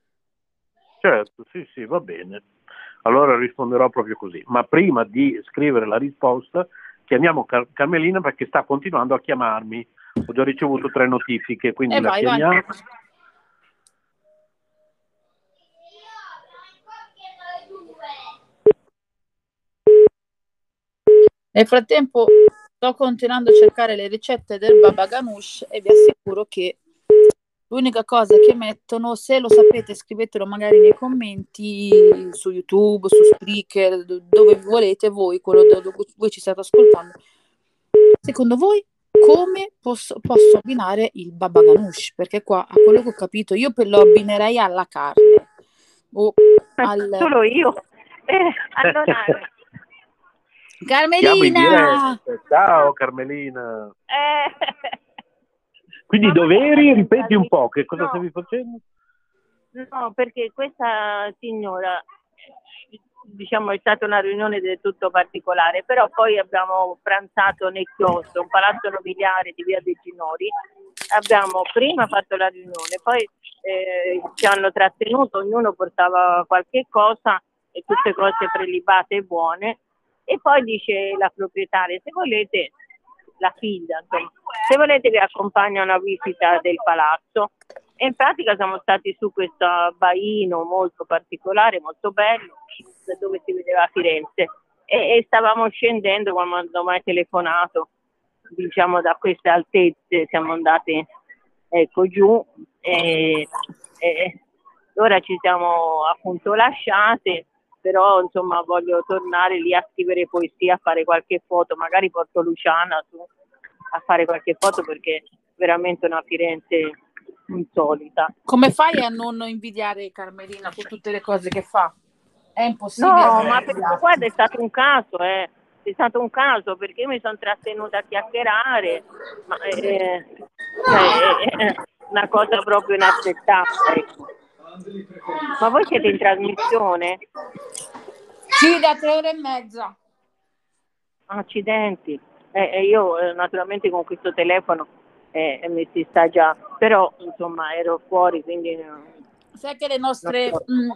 Certo, sì, sì, va bene. Allora risponderò proprio così. Ma prima di scrivere la risposta, chiamiamo Car- Carmelina perché sta continuando a chiamarmi. Ho già ricevuto tre notifiche, quindi E la vai, vai. chiamiamo. Nel frattempo sto continuando a cercare le ricette del baba ganoush e vi assicuro che l'unica cosa che mettono, se lo sapete scrivetelo magari nei commenti su YouTube, su Spreaker, do- dove volete voi, quello da dove voi ci state ascoltando. Secondo voi come posso, posso abbinare il baba ganoush? Perché qua, a quello che ho capito, io pe- lo abbinerei alla carne o al... Solo io. Eh, allora, Siamo in Carmelina! diretta. Ciao Carmelina. eh, Quindi Ma doveri, magari ripeti un po', che cosa no. stavi facendo? no, perché questa signora, diciamo, è stata una riunione del tutto particolare, però poi abbiamo pranzato nel chiostro, un palazzo nobiliare di Via dei Ginori. Abbiamo prima fatto la riunione, poi eh, ci hanno trattenuto, ognuno portava qualche cosa e tutte cose prelibate e buone. E poi dice la proprietaria, se volete, la figlia, insomma, se volete vi accompagno a una visita del palazzo. E in pratica siamo stati su questo baino molto particolare, molto bello, da dove si vedeva Firenze. E, e stavamo scendendo quando mi hai telefonato, diciamo da queste altezze siamo andati ecco giù e, e ora ci siamo appunto lasciate, però insomma voglio tornare lì a scrivere poesia, a fare qualche foto, magari porto Luciana su a fare qualche foto perché è veramente una Firenze insolita. Come fai a non invidiare Carmelina con tutte le cose che fa? È impossibile. No, ma perché guarda, è stato un caso, eh. È stato un caso perché io mi sono trattenuta a chiacchierare, ma è, cioè, è una cosa proprio inaspettata. Ecco. Ma voi siete in trasmissione? Sì, da tre ore e mezza. Accidenti. E eh, io eh, naturalmente con questo telefono e, e mi si sta già, però insomma ero fuori, quindi sai che le nostre mh,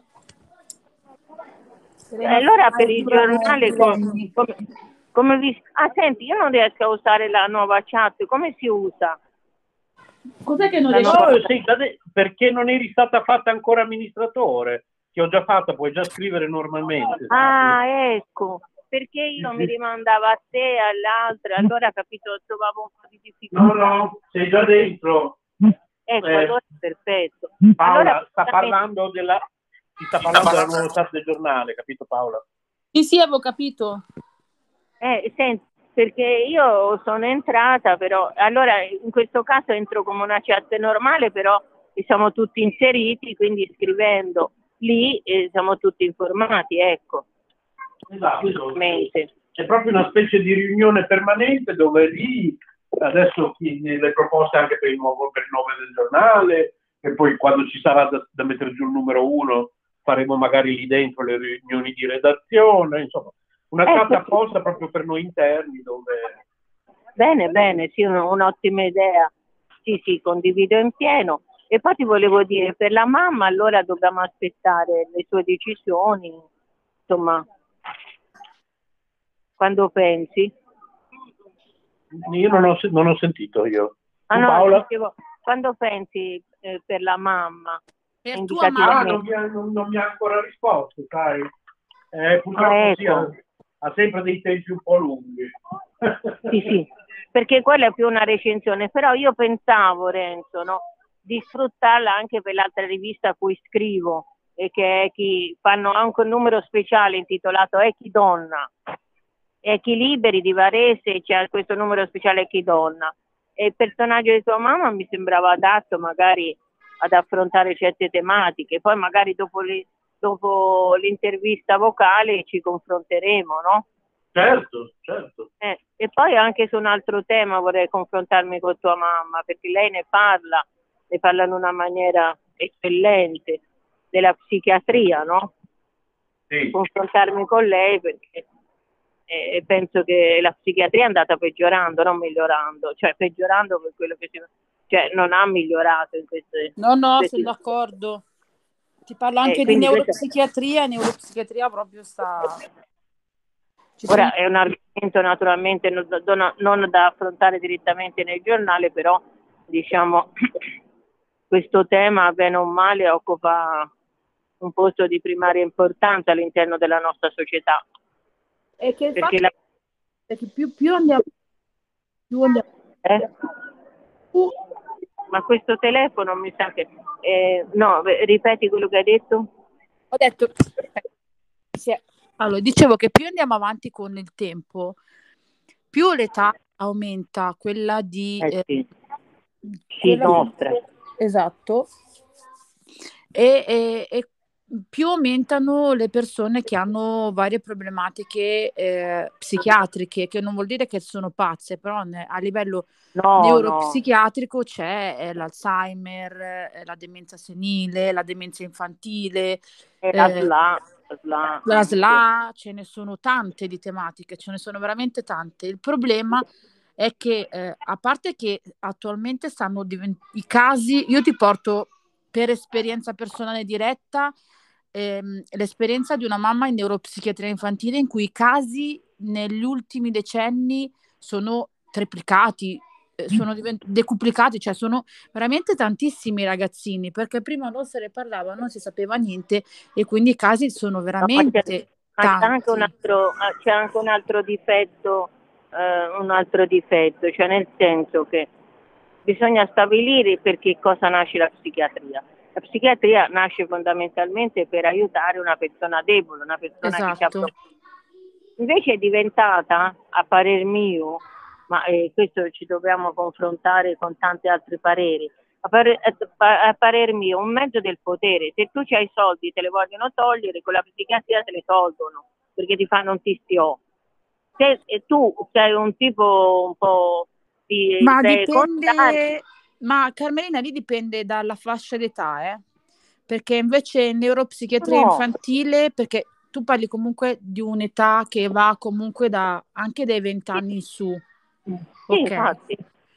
E allora per il giornale come, come, come vi... Ah, senti, io non riesco a usare la nuova chat, come si usa? Cos'è che non La riesci nuova- a... sì, da de- perché non eri stata fatta ancora amministratore, che ho già fatta, puoi già scrivere normalmente. Ah, ecco, perché io mi rimandavo a te, all'altra, allora capito, trovavo un po' di difficoltà. No, no, sei già dentro. Ecco, Eh, allora perfetto. Paola Allora, sta parlando della si sta parlando della nuova chat del giornale, capito Paola? Sì, sì, avevo capito. Eh, senti, perché io sono entrata, però, allora in questo caso entro come una chat normale, però siamo tutti inseriti, quindi scrivendo lì eh, siamo tutti informati, ecco. Esatto, è proprio una specie di riunione permanente dove lì adesso chi- le proposte anche per il nuovo per il nome del giornale, e poi quando ci sarà da, da mettere giù il numero uno faremo magari lì dentro le riunioni di redazione, insomma una Ecco. chat apposta proprio per noi interni dove Bene, bene, sì, un- un'ottima idea. Sì, sì, condivido in pieno. E poi ti volevo dire, per la mamma allora dobbiamo aspettare le sue decisioni, insomma, quando pensi? io non ho, se- non ho sentito io. Ah Tu, no, Paola? dicevo, quando pensi eh, per la mamma? Per tua Indicativamente. Ah, non mi, ha, non, non mi ha ancora risposto, sai. Eh, purtroppo Ah, sì, ecco. ha, ha sempre dei tempi un po' lunghi. Sì, sì, perché quella è più una recensione, però io pensavo, Renzo, no, di sfruttarla anche per l'altra rivista a cui scrivo, e che è chi fanno anche un numero speciale intitolato Echi Donna, Echi Liberi di Varese, c'è questo numero speciale Echi Donna, e il personaggio di tua mamma mi sembrava adatto magari ad affrontare certe tematiche, poi magari dopo, le, dopo l'intervista vocale ci confronteremo, no? Certo, certo. Eh, e poi anche su un altro tema vorrei confrontarmi con tua mamma, perché lei ne parla, ne parla in una maniera eccellente, della psichiatria, no? Sì. Confrontarmi con lei perché eh, penso che la psichiatria è andata peggiorando, non migliorando, cioè peggiorando per quello che si... cioè non ha migliorato in queste... No, no, questi- sono d'accordo. Ti parlo Eh, anche di quindi questa- neuropsichiatria, neuropsichiatria proprio sta... Ci Ora sono- è un argomento naturalmente non, non- non da affrontare direttamente nel giornale, però diciamo questo tema bene o male occupa un posto di primaria importanza all'interno della nostra società. è che il Perché fatto la- è che più, più andiamo... Più andiamo... eh? Ma questo telefono mi sa che... eh, no, ripeti quello che hai detto? Ho detto... Sì. Allora, dicevo che più andiamo avanti con il tempo, più l'età aumenta, quella di... Eh eh, sì, sì, quella di- nostra. Esatto. E, e- e più aumentano le persone che hanno varie problematiche eh, psichiatriche, che non vuol dire che sono pazze, però ne- a livello No, no. neuropsichiatrico c'è eh, l'Alzheimer, eh, la demenza senile, la demenza infantile, E la eh, S L A, la S L A. la S L A, ce ne sono tante di tematiche, ce ne sono veramente tante. Il problema è che, eh, a parte che attualmente stanno divent- i casi, io ti porto per esperienza personale diretta ehm, l'esperienza di una mamma in neuropsichiatria infantile in cui i casi negli ultimi decenni sono triplicati, eh, sono divent- decuplicati, cioè sono veramente tantissimi ragazzini, perché prima non se ne parlava, non si sapeva niente e quindi i casi sono No, ma veramente c'è, ma c'è anche un tanti. altro, ah, c'è anche un altro difetto, eh, un altro difetto, cioè nel senso che bisogna stabilire per che cosa nasce la psichiatria. La psichiatria nasce fondamentalmente per aiutare una persona debole, una persona che ha Esatto. problemi. Invece è diventata, a parer mio, ma eh, questo ci dobbiamo confrontare con tanti altri pareri, a parer, a parer mio un mezzo del potere. Se tu hai i soldi te le vogliono togliere, con la psichiatria te le tolgono perché ti fanno un T S O. Se e tu sei un tipo un po' di Ma idee contrarie, dipende, ma Carmelina lì dipende dalla fascia d'età, eh? Perché invece in neuropsichiatria No. infantile, perché tu parli comunque di un'età che va comunque da anche dai venti anni in su, sì, ok? infatti.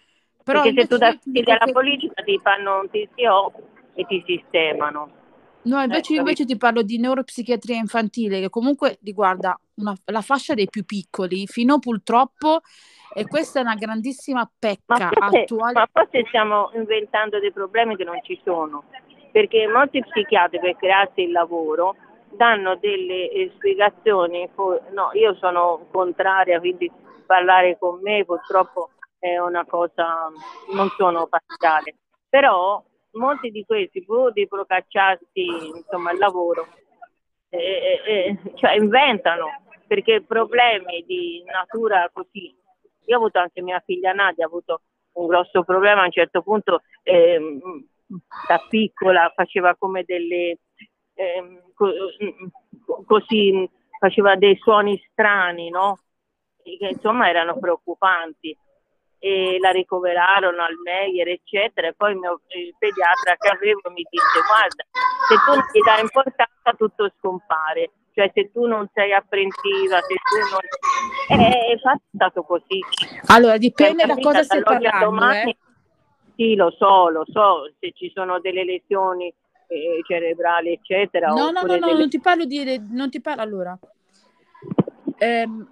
Però perché se tu dai alla politica ti fanno un T C O e ti sistemano. No, invece, eh, invece ti parlo di neuropsichiatria infantile, che comunque riguarda una, la fascia dei più piccoli, fino purtroppo, e questa è una grandissima pecca ma forse, attuale. Ma forse stiamo inventando dei problemi che non ci sono, perché molti psichiatri, per crearsi il lavoro, danno delle eh, spiegazioni. No, io sono contraria, quindi parlare con me purtroppo è una cosa, non sono parziale, però molti di questi, pur di procacciarsi insomma il lavoro, eh, eh, cioè inventano, perché problemi di natura così. Io ho avuto anche mia figlia Nadia, ha avuto un grosso problema a un certo punto, eh, da piccola faceva come delle eh, co- così faceva dei suoni strani, no? Che insomma erano preoccupanti, e la ricoverarono al Meyer eccetera, e poi il, mio, il pediatra che avevo mi disse: guarda, se tu non gli dai importanza tutto scompare, cioè se tu non sei apprensiva, se tu non è, è stato così. Allora dipende da cosa stai parlando, domani, eh? Sì, lo so, lo so, se ci sono delle lesioni eh, cerebrali eccetera. No, no, no, no, delle... non ti parlo di non ti parlo allora. Ehm,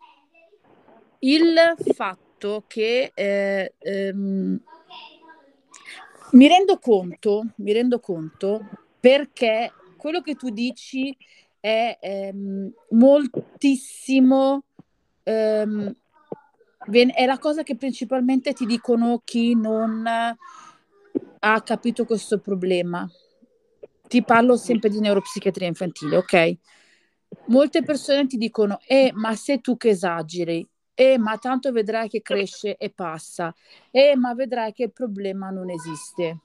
il fatto che eh, ehm, mi rendo conto, mi rendo conto perché quello che tu dici è ehm, moltissimo, ehm, è la cosa che principalmente ti dicono chi non ha capito questo problema. Ti parlo sempre di neuropsichiatria infantile, ok? Molte persone ti dicono: eh, ma sei tu che esageri, eh, ma tanto vedrai che cresce e passa, eh, ma vedrai che il problema non esiste.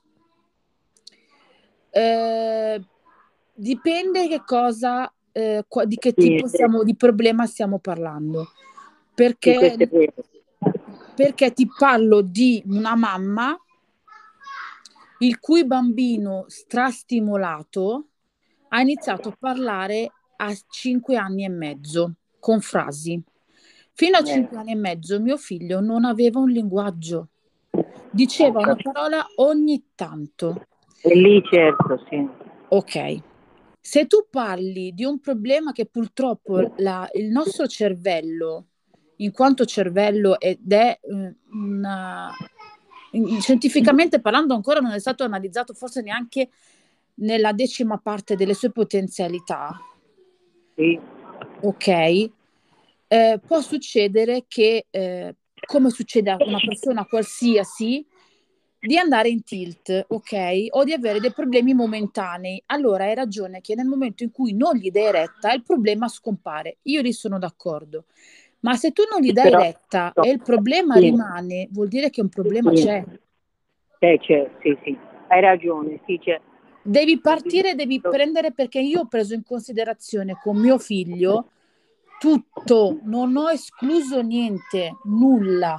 Eh, dipende che cosa, eh, di che tipo siamo, di problema stiamo parlando, perché, perché ti parlo di una mamma il cui bambino strastimolato ha iniziato a parlare a cinque anni e mezzo con frasi. Fino a cinque anni e mezzo mio figlio non aveva un linguaggio, diceva una parola ogni tanto. E lì certo, sì. Ok. Se tu parli di un problema che purtroppo la, il nostro cervello, in quanto cervello, ed è una... scientificamente parlando ancora non è stato analizzato forse neanche nella decima parte delle sue potenzialità. Sì. Ok, eh, può succedere che, eh, come succede a una persona qualsiasi, di andare in tilt, ok? O di avere dei problemi momentanei. Allora hai ragione che nel momento in cui non gli dai retta il problema scompare. Io lì sono d'accordo. Ma se tu non gli dai Però, retta no. e il problema sì. rimane, vuol dire che un problema sì. c'è. Eh, c'è, sì, sì, hai ragione, sì, c'è. Devi partire, devi prendere, perché io ho preso in considerazione con mio figlio tutto, non ho escluso niente, nulla.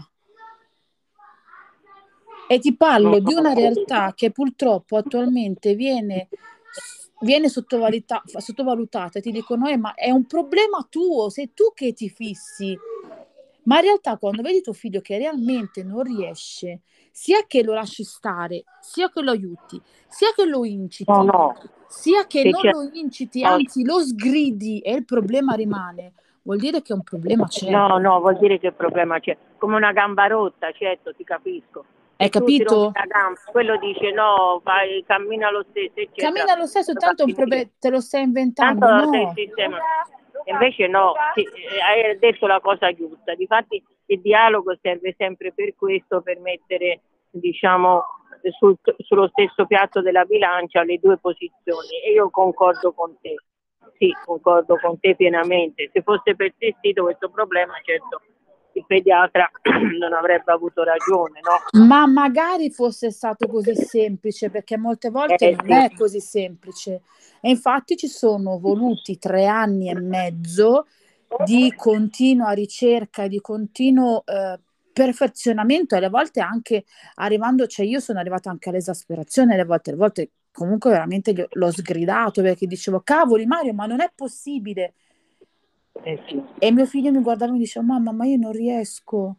E ti parlo di una realtà che purtroppo attualmente viene, viene sottovaluta, sottovalutata, e ti dicono eh, ma è un problema tuo, sei tu che ti fissi. Ma in realtà quando vedi tuo figlio che realmente non riesce, sia che lo lasci stare, sia che lo aiuti, sia che lo inciti, no, no. sia che Se non c'è... lo inciti, anzi lo sgridi e il problema rimane, vuol dire che un problema c'è. No, no, vuol dire che il problema c'è. Come una gamba rotta, certo, ti capisco. Hai capito? Gamba, quello dice no, vai, cammina lo stesso, eccetera. Cammina lo stesso, tanto un problema te lo stai inventando, tanto no? Sistema. Invece no, sì, hai detto la cosa giusta. Difatti il dialogo serve sempre per questo, per mettere, diciamo, sul, sullo stesso piatto della bilancia le due posizioni, e io concordo con te. Sì, concordo con te pienamente. Se fosse persistito questo problema, certo, il pediatra non avrebbe avuto ragione, no? Ma magari fosse stato così semplice, perché molte volte eh, non sì. è così semplice. E infatti ci sono voluti tre anni e mezzo di continua ricerca, di continuo eh, perfezionamento, e alle volte anche arrivando, cioè io sono arrivata anche all'esasperazione, alle volte, alle volte comunque veramente l'ho sgridato, perché dicevo cavoli Mario, ma non è possibile. Eh sì. E mio figlio mi guardava e mi diceva mamma, ma io non riesco.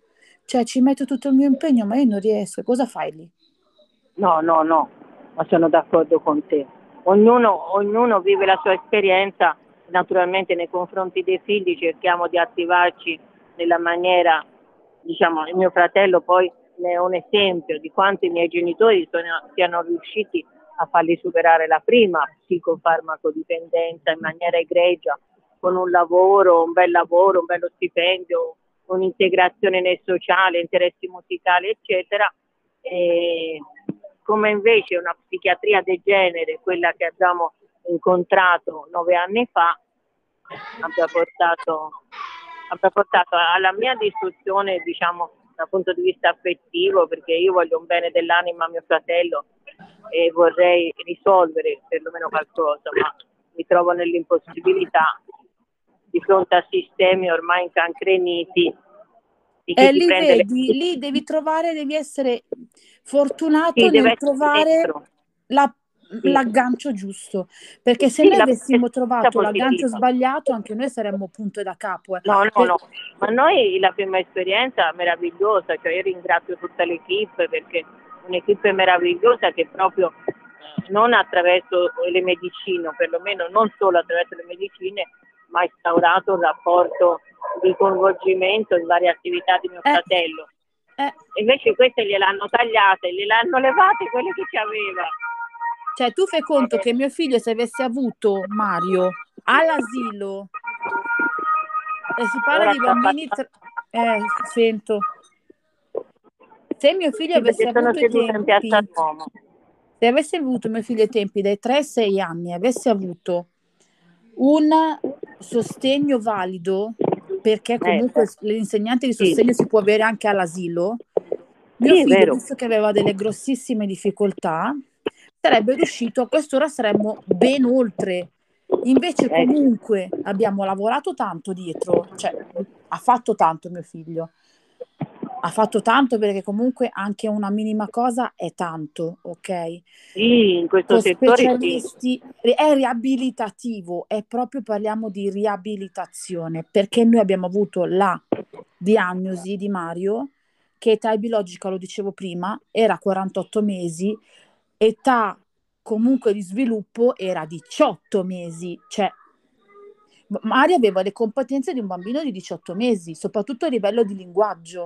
cioè ci metto tutto il mio impegno, ma io non riesco. Cosa fai lì? No, no, no, ma sono d'accordo con te. Ognuno, ognuno vive la sua esperienza, naturalmente nei confronti dei figli cerchiamo di attivarci nella maniera, diciamo, il mio fratello poi ne è un esempio di quanto i miei genitori sono, siano riusciti a farli superare la prima psicofarmacodipendenza in maniera egregia, con un lavoro, un bel lavoro, un bello stipendio, un'integrazione nel sociale, interessi musicali, eccetera. E come invece una psichiatria del genere, quella che abbiamo incontrato nove anni fa, abbia portato, abbia portato alla mia distruzione, diciamo, dal punto di vista affettivo, perché io voglio un bene dell'anima a mio fratello e vorrei risolvere perlomeno qualcosa, ma mi trovo nell'impossibilità di fronte a sistemi ormai incancreniti. E lì vedi, le... lì devi trovare, devi essere fortunato sì, nel trovare la, sì. l'aggancio giusto, perché se sì, noi avessimo trovato positiva. l'aggancio sbagliato anche noi saremmo punto da capo. Eh. No, no, per... no, ma noi la prima esperienza meravigliosa, cioè io ringrazio tutta l'equipe perché è un'equipe meravigliosa che proprio eh, non attraverso le medicine, o perlomeno non solo attraverso le medicine, ma ha instaurato un rapporto di coinvolgimento in varie attività di mio eh, fratello. Eh. Invece queste gliel'hanno tagliate, gliel'hanno levate quelle che ci aveva. Cioè tu fai conto eh. che mio figlio, se avesse avuto Mario all'asilo, e si parla Ora di bambini tra... eh sento se mio figlio sì, avesse avuto i tempi se avesse avuto mio figlio ai tempi dai tre ai sei anni, avesse avuto un sostegno valido, perché comunque eh, l'insegnante di sostegno sì. si può avere anche all'asilo, mio sì, figlio, visto che aveva delle grossissime difficoltà, sarebbe riuscito, a quest'ora saremmo ben oltre. Invece comunque abbiamo lavorato tanto dietro, cioè ha fatto tanto mio figlio, ha fatto tanto perché comunque anche una minima cosa è tanto, ok? Sì, in questo Con settore specialisti sì. È riabilitativo, è proprio, parliamo di riabilitazione, perché noi abbiamo avuto la diagnosi di Mario, che età biologica, lo dicevo prima, era quarantotto mesi, età comunque di sviluppo era diciotto mesi, cioè Mario aveva le competenze di un bambino di diciotto mesi, soprattutto a livello di linguaggio.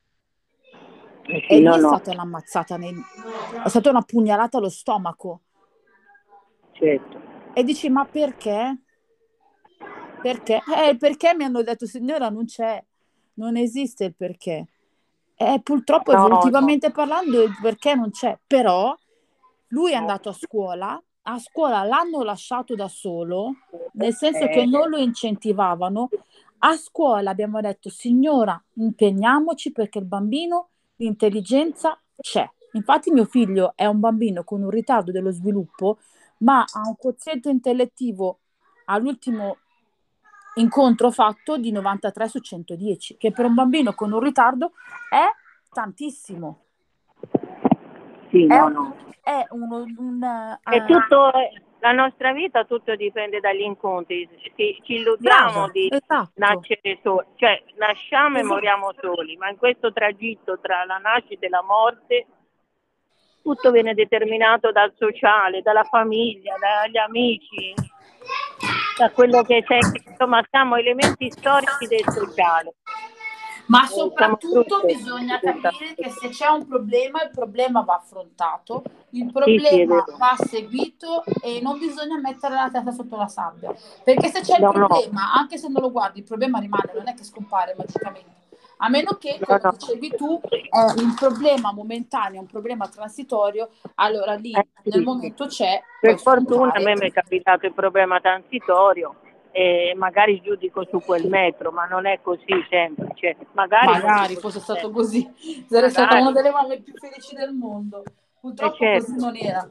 Sì, e no, lì è no. stata un'ammazzata, nel... è stata una pugnalata allo stomaco. Certo. E dici, ma perché? Perché? Eh, perché mi hanno detto, signora, non c'è, non esiste il perché. Eh, purtroppo, no, evolutivamente no. parlando, il perché non c'è. Però lui è andato a scuola, a scuola l'hanno lasciato da solo, nel senso che non lo incentivavano. A scuola abbiamo detto, signora, impegniamoci perché il bambino l'intelligenza c'è. Infatti mio figlio è un bambino con un ritardo dello sviluppo, ma ha un quoziente intellettivo all'ultimo incontro fatto di novantatré su centodieci, che per un bambino con un ritardo è tantissimo. Sì, è no, un, no. È uno, un... È uh, tutto, la nostra vita tutto dipende dagli incontri. Ci, ci illudiamo brava, di esatto. nascere soli, cioè nasciamo esatto. e moriamo soli, ma in questo tragitto tra la nascita e la morte tutto viene determinato dal sociale, dalla famiglia, dagli amici, da quello che c'è, insomma siamo elementi storici del sociale. Ma soprattutto bisogna capire che se c'è un problema, il problema va affrontato, il problema sì, sì, va seguito e non bisogna mettere la testa sotto la sabbia, perché se c'è no, il problema, no. anche se non lo guardi, il problema rimane, non è che scompare magicamente, a meno che, come no, no. dicevi tu, è un problema momentaneo, un problema transitorio, allora lì eh, sì, nel momento c'è. Per fortuna a me mi è capitato il problema transitorio, e magari giudico su quel metro, ma non è così semplice. Magari, magari fosse stato così, sarei stata una delle mamme più felici del mondo. Purtroppo certo. così non era.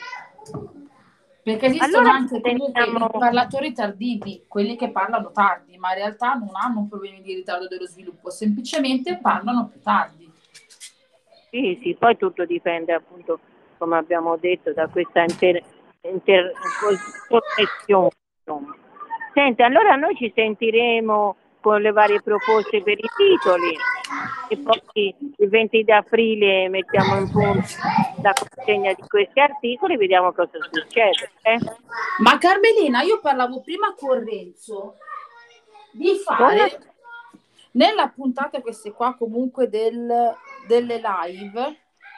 Perché esistono allora, anche comunque teniamo... i parlatori tardivi, quelli che parlano tardi, ma in realtà non hanno problemi di ritardo dello sviluppo, semplicemente parlano più tardi. Sì, sì, poi tutto dipende appunto, come abbiamo detto, da questa inter... inter... connessione. Senti, allora noi ci sentiremo con le varie proposte per i titoli. e poi il venti di aprile mettiamo in punto la consegna di questi articoli e vediamo cosa succede. Eh? Ma Carmelina, io parlavo prima con Renzo di fare nella puntata queste qua comunque del, delle live,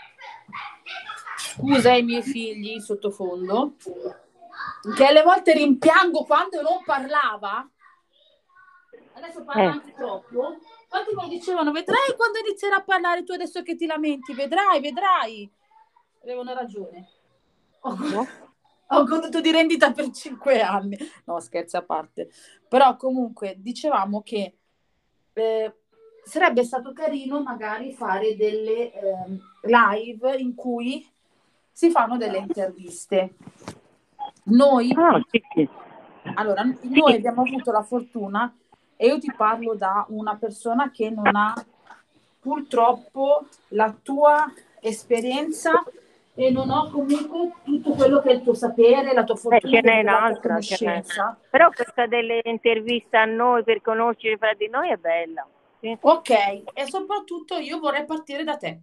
scusa i miei figli in sottofondo, che alle volte rimpiango quando non parlava, adesso parla eh. anche troppo. Quanti mi dicevano, vedrai quando inizierà a parlare tu adesso che ti lamenti, vedrai, vedrai. Avevano ragione. Ho, no? ho goduto di rendita per cinque anni. No, scherzi a parte. Però comunque dicevamo che eh, sarebbe stato carino magari fare delle eh, live in cui si fanno delle interviste. Noi, oh, sì, sì. Allora, noi abbiamo avuto la fortuna, e io ti parlo da una persona che non ha purtroppo la tua esperienza e non ho comunque tutto quello che è il tuo sapere, la tua fortuna, eh, ce n'è la tua un'altra, conoscenza. Però questa delle interviste a noi per conoscere fra di noi è bella. Sì. Ok, e soprattutto io vorrei partire da te.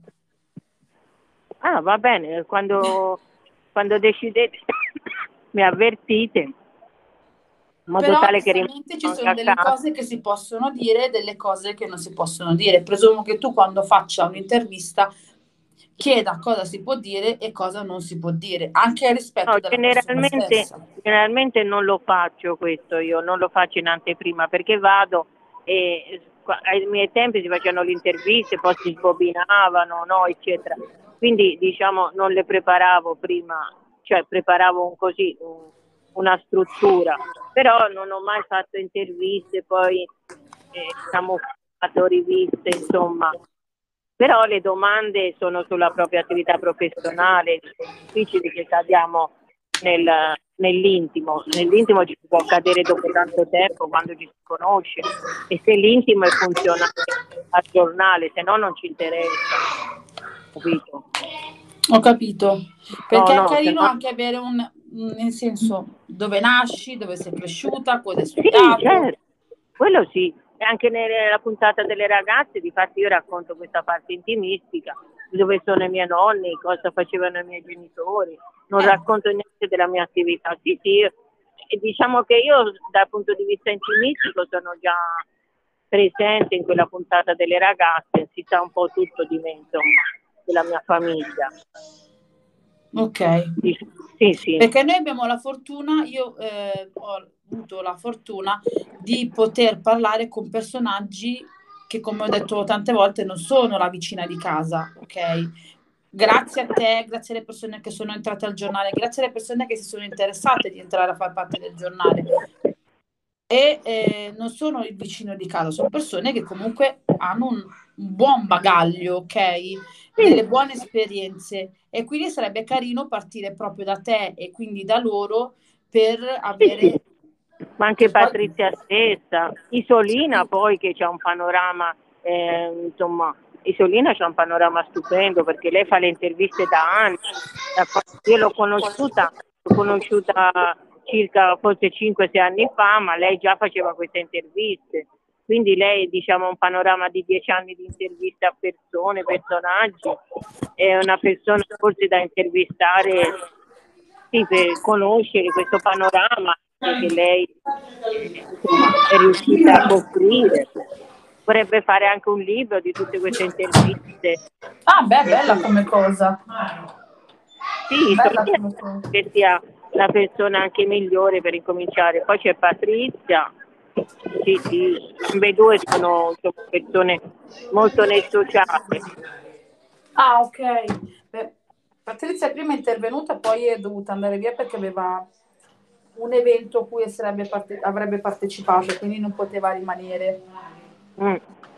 Ah, va bene, quando, quando decidete mi avvertite. In modo Però tale che ci sono delle cose che si possono dire e delle cose che non si possono dire. Presumo che tu quando faccia un'intervista chieda cosa si può dire e cosa non si può dire, anche rispetto no, della generalmente, stessa. Generalmente non lo faccio questo, io non lo faccio in anteprima perché vado e ai miei tempi si facevano le interviste, poi si sbobinavano, no, eccetera. Quindi diciamo non le preparavo prima, cioè preparavo un così un, una struttura, però non ho mai fatto interviste, poi eh, diciamo fatto riviste, insomma. Però le domande sono sulla propria attività professionale, è difficile che cadiamo nel, nell'intimo. Nell'intimo ci si può cadere dopo tanto tempo quando ci si conosce e se l'intimo è funzionale al giornale, se no non ci interessa. Capito? Ho capito, perché no, no, è carino no... anche avere un, nel senso, dove nasci, dove sei cresciuta, cosa hai studiato. Sì, certo. Quello sì. E anche nella puntata delle ragazze, difatti io racconto questa parte intimistica, dove sono i miei nonni, cosa facevano i miei genitori, non eh. racconto niente della mia attività. Sì, sì, e diciamo che io dal punto di vista intimistico sono già presente in quella puntata delle ragazze, si sa un po' tutto di me, insomma, della mia famiglia. Ok, sì, sì. Perché noi abbiamo la fortuna, io eh, ho avuto la fortuna di poter parlare con personaggi che, come ho detto tante volte, non sono la vicina di casa, ok? Grazie a te, grazie alle persone che sono entrate al giornale, grazie alle persone che si sono interessate di entrare a far parte del giornale. E eh, non sono il vicino di casa, sono persone che comunque hanno un, un buon bagaglio, ok? Delle buone esperienze, e quindi sarebbe carino partire proprio da te e quindi da loro per avere... Sì, sì. Ma anche Patrizia stessa, Isolina poi che c'ha un panorama, eh, insomma, Isolina c'ha un panorama stupendo perché lei fa le interviste da anni, io l'ho conosciuta, l'ho conosciuta circa forse cinque sei anni fa, ma lei già faceva queste interviste, quindi lei diciamo un panorama di dieci anni di interviste a persone, personaggi, è una persona forse da intervistare, sì, per conoscere questo panorama che lei insomma, è riuscita a costruire. Vorrebbe fare anche un libro di tutte queste interviste. Ah, beh, bella come cosa. Sì, so che sia la persona anche migliore per incominciare. Poi c'è Patrizia, sì, sì, i due sono, sono persone molto nel sociale. Ah, ok. Beh, Patrizia prima è intervenuta, poi è dovuta andare via perché aveva un evento a cui sarebbe parte- avrebbe partecipato, quindi non poteva rimanere. Mm.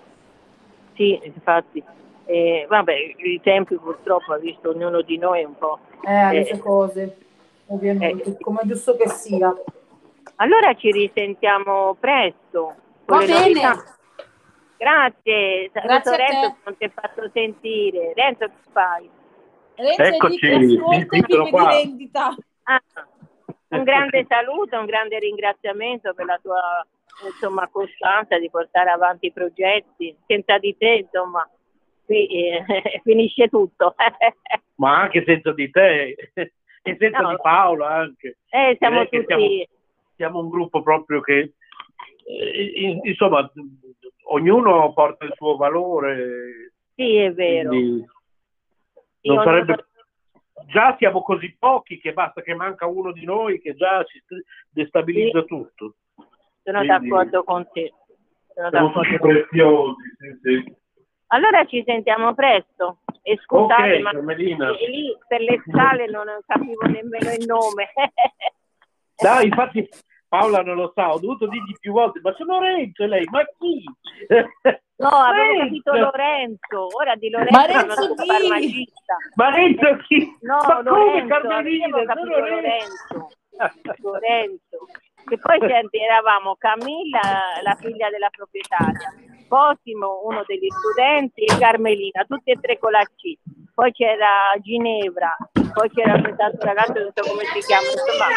Sì, infatti. Eh, vabbè, i tempi purtroppo ha visto ognuno di noi un po'. Eh, le sue cose, ovviamente, eh, come è giusto che sia. Allora ci risentiamo presto. Va bene. Novità. Grazie. Grazie a Renzo, te. non ti ho fatto sentire. Renzo, che fai? Renzo, eccoci, ascolta eccolo qua. Di vendita. Ah, un grande saluto, un grande ringraziamento per la tua insomma costanza di portare avanti i progetti. Senza di te, insomma, qui eh, finisce tutto. Ma anche senza di te e senza No. di Paola anche. Eh, siamo Direi che tutti... siamo, siamo un gruppo proprio che, eh, in- insomma, ognuno porta il suo valore. Sì, è vero. Quindi Io non non- sarebbe... Già siamo così pochi che basta che manca uno di noi che già ci destabilizza Sì. tutto. Sono Quindi d'accordo con te. Sono siamo d'accordo tutti con te. preziosi. Sì, sì. Allora ci sentiamo presto. E scusate, Ok, ma Carmelina. e lì per le scale non capivo nemmeno il nome. Dai, infatti Paola non lo sa, ho dovuto dirgli più volte, ma c'è Lorenzo e lei, ma chi? No, avevo Lorenzo! capito Lorenzo. Ora di Lorenzo Ma sono Renzo tutto chi? farmacista. Ma Renzo chi? No, Ma come Lorenzo, Carmelina? avevo capito Sono Lorenzo. Lorenzo. Che poi senti, eravamo Camilla, la figlia della proprietaria, Cosimo, uno degli studenti, e Carmelina, tutti e tre con la C. Poi c'era Ginevra, poi c'era quest'altro ragazzo, non so come si chiama, insomma,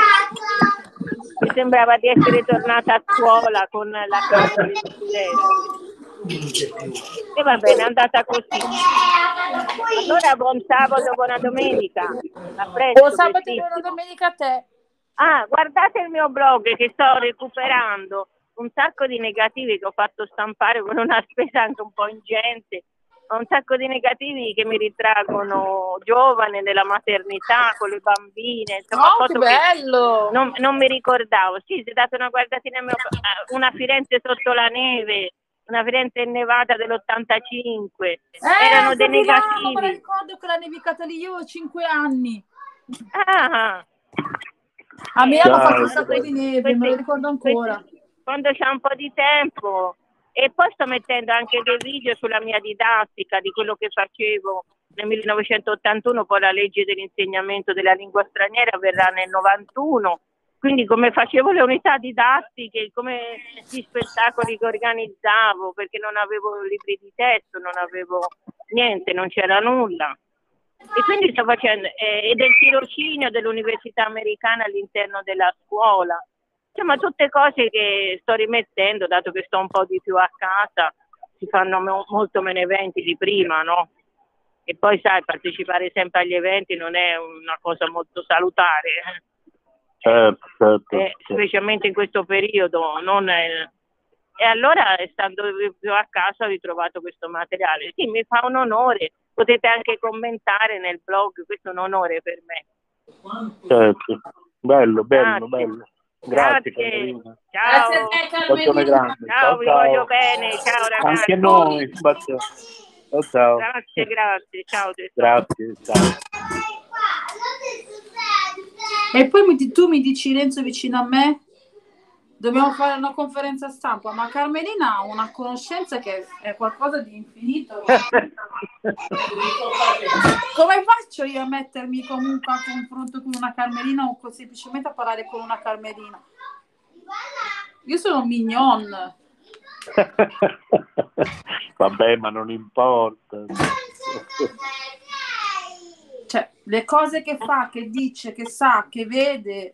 mi sembrava di essere tornata a scuola con la classe degli studenti. E va bene, è andata così. Allora buon sabato, buona domenica. A presto, Buon sabato e prestissimo. buona domenica a te. Ah, guardate il mio blog che sto recuperando un sacco di negativi che ho fatto stampare con una spesa anche un po' ingente. Ho un sacco di negativi che mi ritraggono giovane nella maternità con le bambine, insomma, Oh, che foto bello! non, non mi ricordavo. Sì, si è dato una guardatina al mio, eh, una Firenze sotto la neve, una Firenze innevata dell'ottantacinque. Eh, Erano anche a dei Milano, me la negativi. ricordo che la nevicata lì, io ho cinque anni. Ah, A Milano ha Dai, fatto un sacco dai. di neve, me lo ricordo ancora. questi- quando c'è un po' di tempo. E poi sto mettendo anche dei video sulla mia didattica di quello che facevo nel millenovecentottantuno, poi la legge dell'insegnamento della lingua straniera verrà nel novantuno, quindi come facevo le unità didattiche, come gli spettacoli che organizzavo, perché non avevo libri di testo, non avevo niente, non c'era nulla. E quindi sto facendo, eh, e del tirocinio dell'università americana all'interno della scuola. Insomma, tutte cose che sto rimettendo, dato che sto un po' di più a casa, si fanno mo- molto meno eventi di prima, no? E poi, sai, partecipare sempre agli eventi non è una cosa molto salutare, eh. Certo, certo, Eh, certo. specialmente in questo periodo. Non è... E allora, stando più a casa, ho ritrovato questo materiale. Sì, mi fa un onore. Potete anche commentare nel blog, questo è un onore per me. Certo. Bello, bello, Grazie. bello. Grazie, Grazie. Carmelina. Ciao. Grazie a te, Bacione Carmelina. grande. Ciao, vi voglio bene. Ciao ragazzi. Anche noi. Un bacio. Ciao, ciao. Grazie, grazie. Ciao tesoro. Grazie, ciao. E poi mi di- tu mi dici, Renzo, vicino a me, dobbiamo fare una conferenza stampa, ma Carmelina ha una conoscenza che è qualcosa di infinito. Come faccio io a mettermi comunque a confronto con una Carmelina o co- semplicemente a parlare con una Carmelina? Io sono un mignon. Vabbè, ma non importa. Cioè, le cose che fa, che dice, che sa, che vede.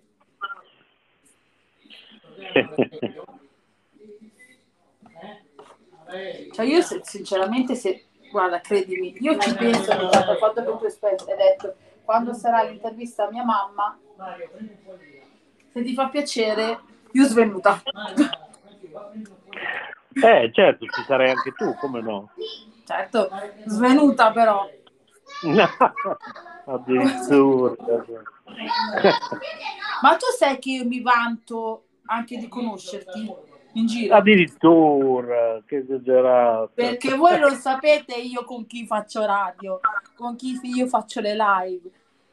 Cioè io se- sinceramente se guarda, credimi, io ci penso ogni tanto al fatto che tu spesso hai detto quando sarà l'intervista a mia mamma, se ti fa piacere, io svenuta. Eh, certo, ci sarai anche tu, come no? Certo, svenuta però. No, addirittura. Ma tu sai che io mi vanto anche di conoscerti in giro? Addirittura, che esagerato. Perché voi lo sapete io con chi faccio radio, con chi io faccio le live.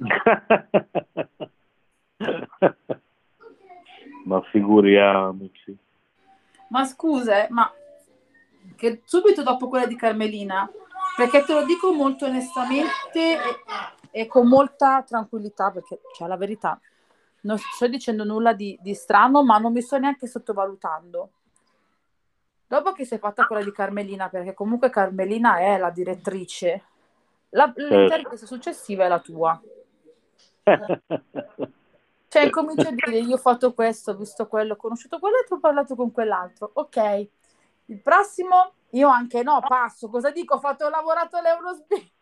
Ma figuriamoci. Ma scusa, eh, ma che subito dopo quella di Carmelina, perché te lo dico molto onestamente e, e con molta tranquillità, perché cioè, la verità, non sto dicendo nulla di, di strano, ma non mi sto neanche sottovalutando. Dopo che sei fatta quella di Carmelina, perché comunque Carmelina è la direttrice, la, l'intervista successiva è la tua. Cioè, comincio a dire, io ho fatto questo, ho visto quello, ho conosciuto quello e ho parlato con quell'altro. Ok, il prossimo Io anche no, passo. Cosa dico? Ho fatto ho lavorato all'Eurospin.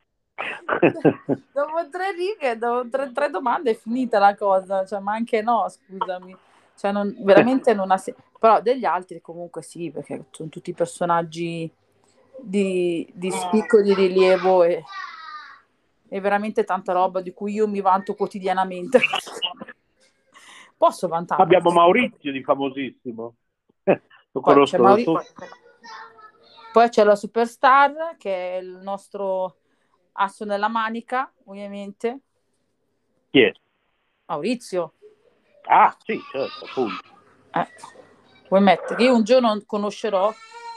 Dopo tre righe, dopo tre, tre domande è finita la cosa. Cioè, ma anche no, scusami. Cioè, non, veramente non ha senso. Però degli altri comunque sì, perché sono tutti personaggi di, di spicco, di rilievo e, e veramente tanta roba di cui io mi vanto quotidianamente. Posso vantarmi? Abbiamo Maurizio di famosissimo. Lo Poi c'è, conosco Mauri- tutti. Poi c'è la Superstar, che è il nostro asso nella manica, ovviamente. Chi è? Maurizio. Ah, sì, certo, appunto. Eh. Vuoi mettere? Io un giorno conoscerò.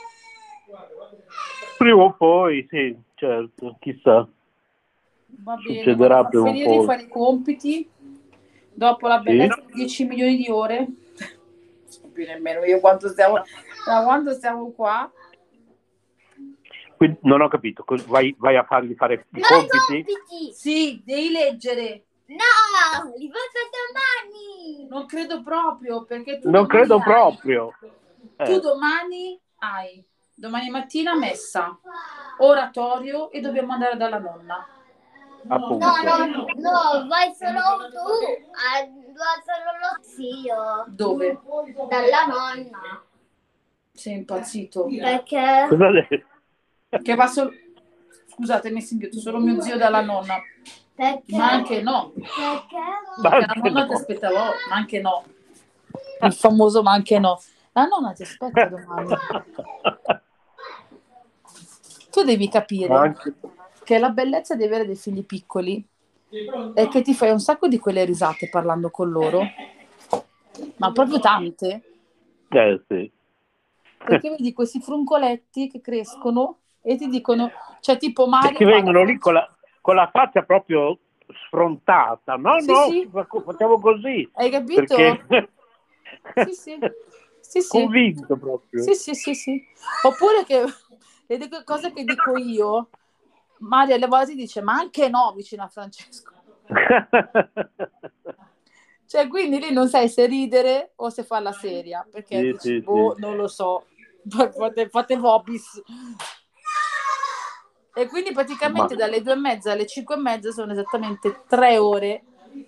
Prima o poi, sì, certo, chissà. Va bene, Succederà vado a prima o finire di poi. fare i compiti. Dopo la bellezza di dieci milioni di ore. Non so più nemmeno io quanto stiamo, da quanto stiamo qua. Quindi, non ho capito, cos- vai, vai a fargli fare i compiti? Sì, devi leggere. No, li faccio domani. Non credo proprio, perché tu Non domani credo hai- proprio. Tu Eh, domani hai, domani mattina messa, oratorio e dobbiamo andare dalla nonna. appunto. No, no, no, vai solo tu, ah, va solo lo zio. Dove? Dalla nonna. Sei impazzito. Perché? Cosa ha detto? Che va solo... Scusate, mi è sentito solo mio zio dalla nonna. Perché? Ma anche no. Perché? Perché la anche nonna no. ti aspettava, ma anche no. Il famoso ma anche no. La nonna ti aspetta domani. Tu devi capire Anche- che la bellezza di avere dei figli piccoli è che ti fai un sacco di quelle risate parlando con loro, ma proprio tante, Eh, sì. perché vedi questi fruncoletti che crescono e ti dicono, cioè tipo Mario Che fa la vengono lì faccia- con la, con la faccia proprio sfrontata. No, Sì, no, sì. fa- facciamo così. Hai capito? Perché Sì, sì. Sì, sì. convinto proprio. Sì, sì, sì, sì. Oppure che le dico- cose che dico io, Mario alle volte dice, ma anche no, vicino a Francesco. Cioè, quindi lì non sai se ridere o se farla seria, perché Sì, dici, sì, boh, sì. non lo so, fate, fate vobis. E quindi praticamente Ma- dalle due e mezza alle cinque e mezza sono esattamente tre ore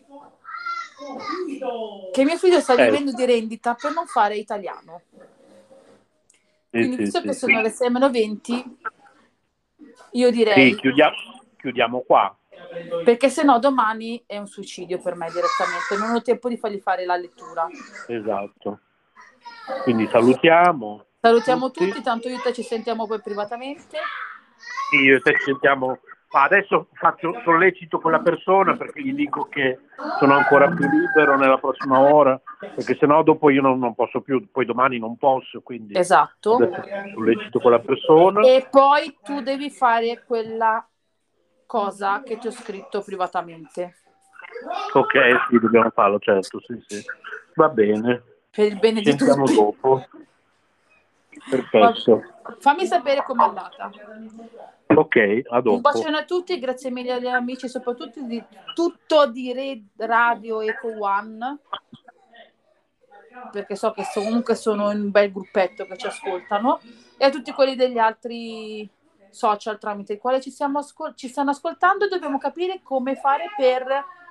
che mio figlio sta Eh. vivendo di rendita per non fare italiano. Sì, Quindi, sì, visto sì, che sì. sono le sei meno venti, io direi, Sì, chiudiamo, chiudiamo qua. perché sennò domani è un suicidio per me direttamente, non ho tempo di fargli fare la lettura. Esatto. Quindi salutiamo. Salutiamo Tutti. tutti, tanto io e te ci sentiamo poi privatamente. Sì, io e te ci sentiamo. Ma adesso faccio sollecito quella persona perché gli dico che sono ancora più libero nella prossima ora, perché sennò dopo io non, non posso più, poi domani non posso, quindi Esatto. adesso sollecito quella persona. E poi tu devi fare quella cosa che ti ho scritto privatamente. Ok, sì, dobbiamo farlo, certo, sì, sì. Va bene. Per il bene Ci di sentiamo tutti. dopo. Perfetto. Fammi sapere com'è andata. Ok, a Un dopo. bacione a tutti, grazie mille agli amici, soprattutto di tutto di Re- Radio Eco One, perché so che so- comunque sono un bel gruppetto che ci ascoltano, e a tutti quelli degli altri social tramite i quali ci, stiamo ascol- ci stanno ascoltando. Dobbiamo capire come fare per,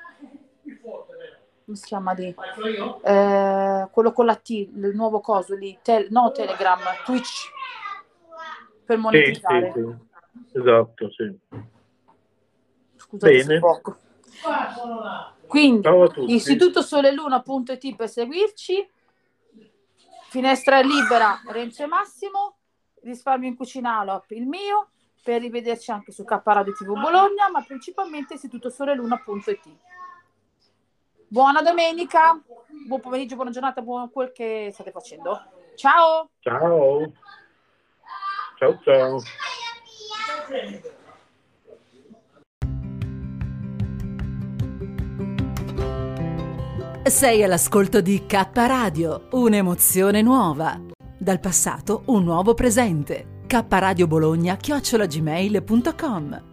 come si chiama lì? Eh, quello con la T, il nuovo coso lì, Tel- no Telegram, Twitch, per Sì, monetizzare. sì, sì. Esatto, sì. Scusate Bene. se poco. Quindi Ciao a tutti. istituto soleluna punto it per seguirci, Finestra Libera Renzo e Massimo, Risparmio in Cucinalo il mio, per rivederci anche su K Radio T V Bologna, ma principalmente istituto soleluna punto it. Buona domenica, buon pomeriggio, buona giornata, buon quel che state facendo. Ciao! Ciao. Ciao, ciao. Sei all'ascolto di K Radio, un'emozione nuova. Dal passato un nuovo presente. K Radio Bologna chiocciola gmail punto com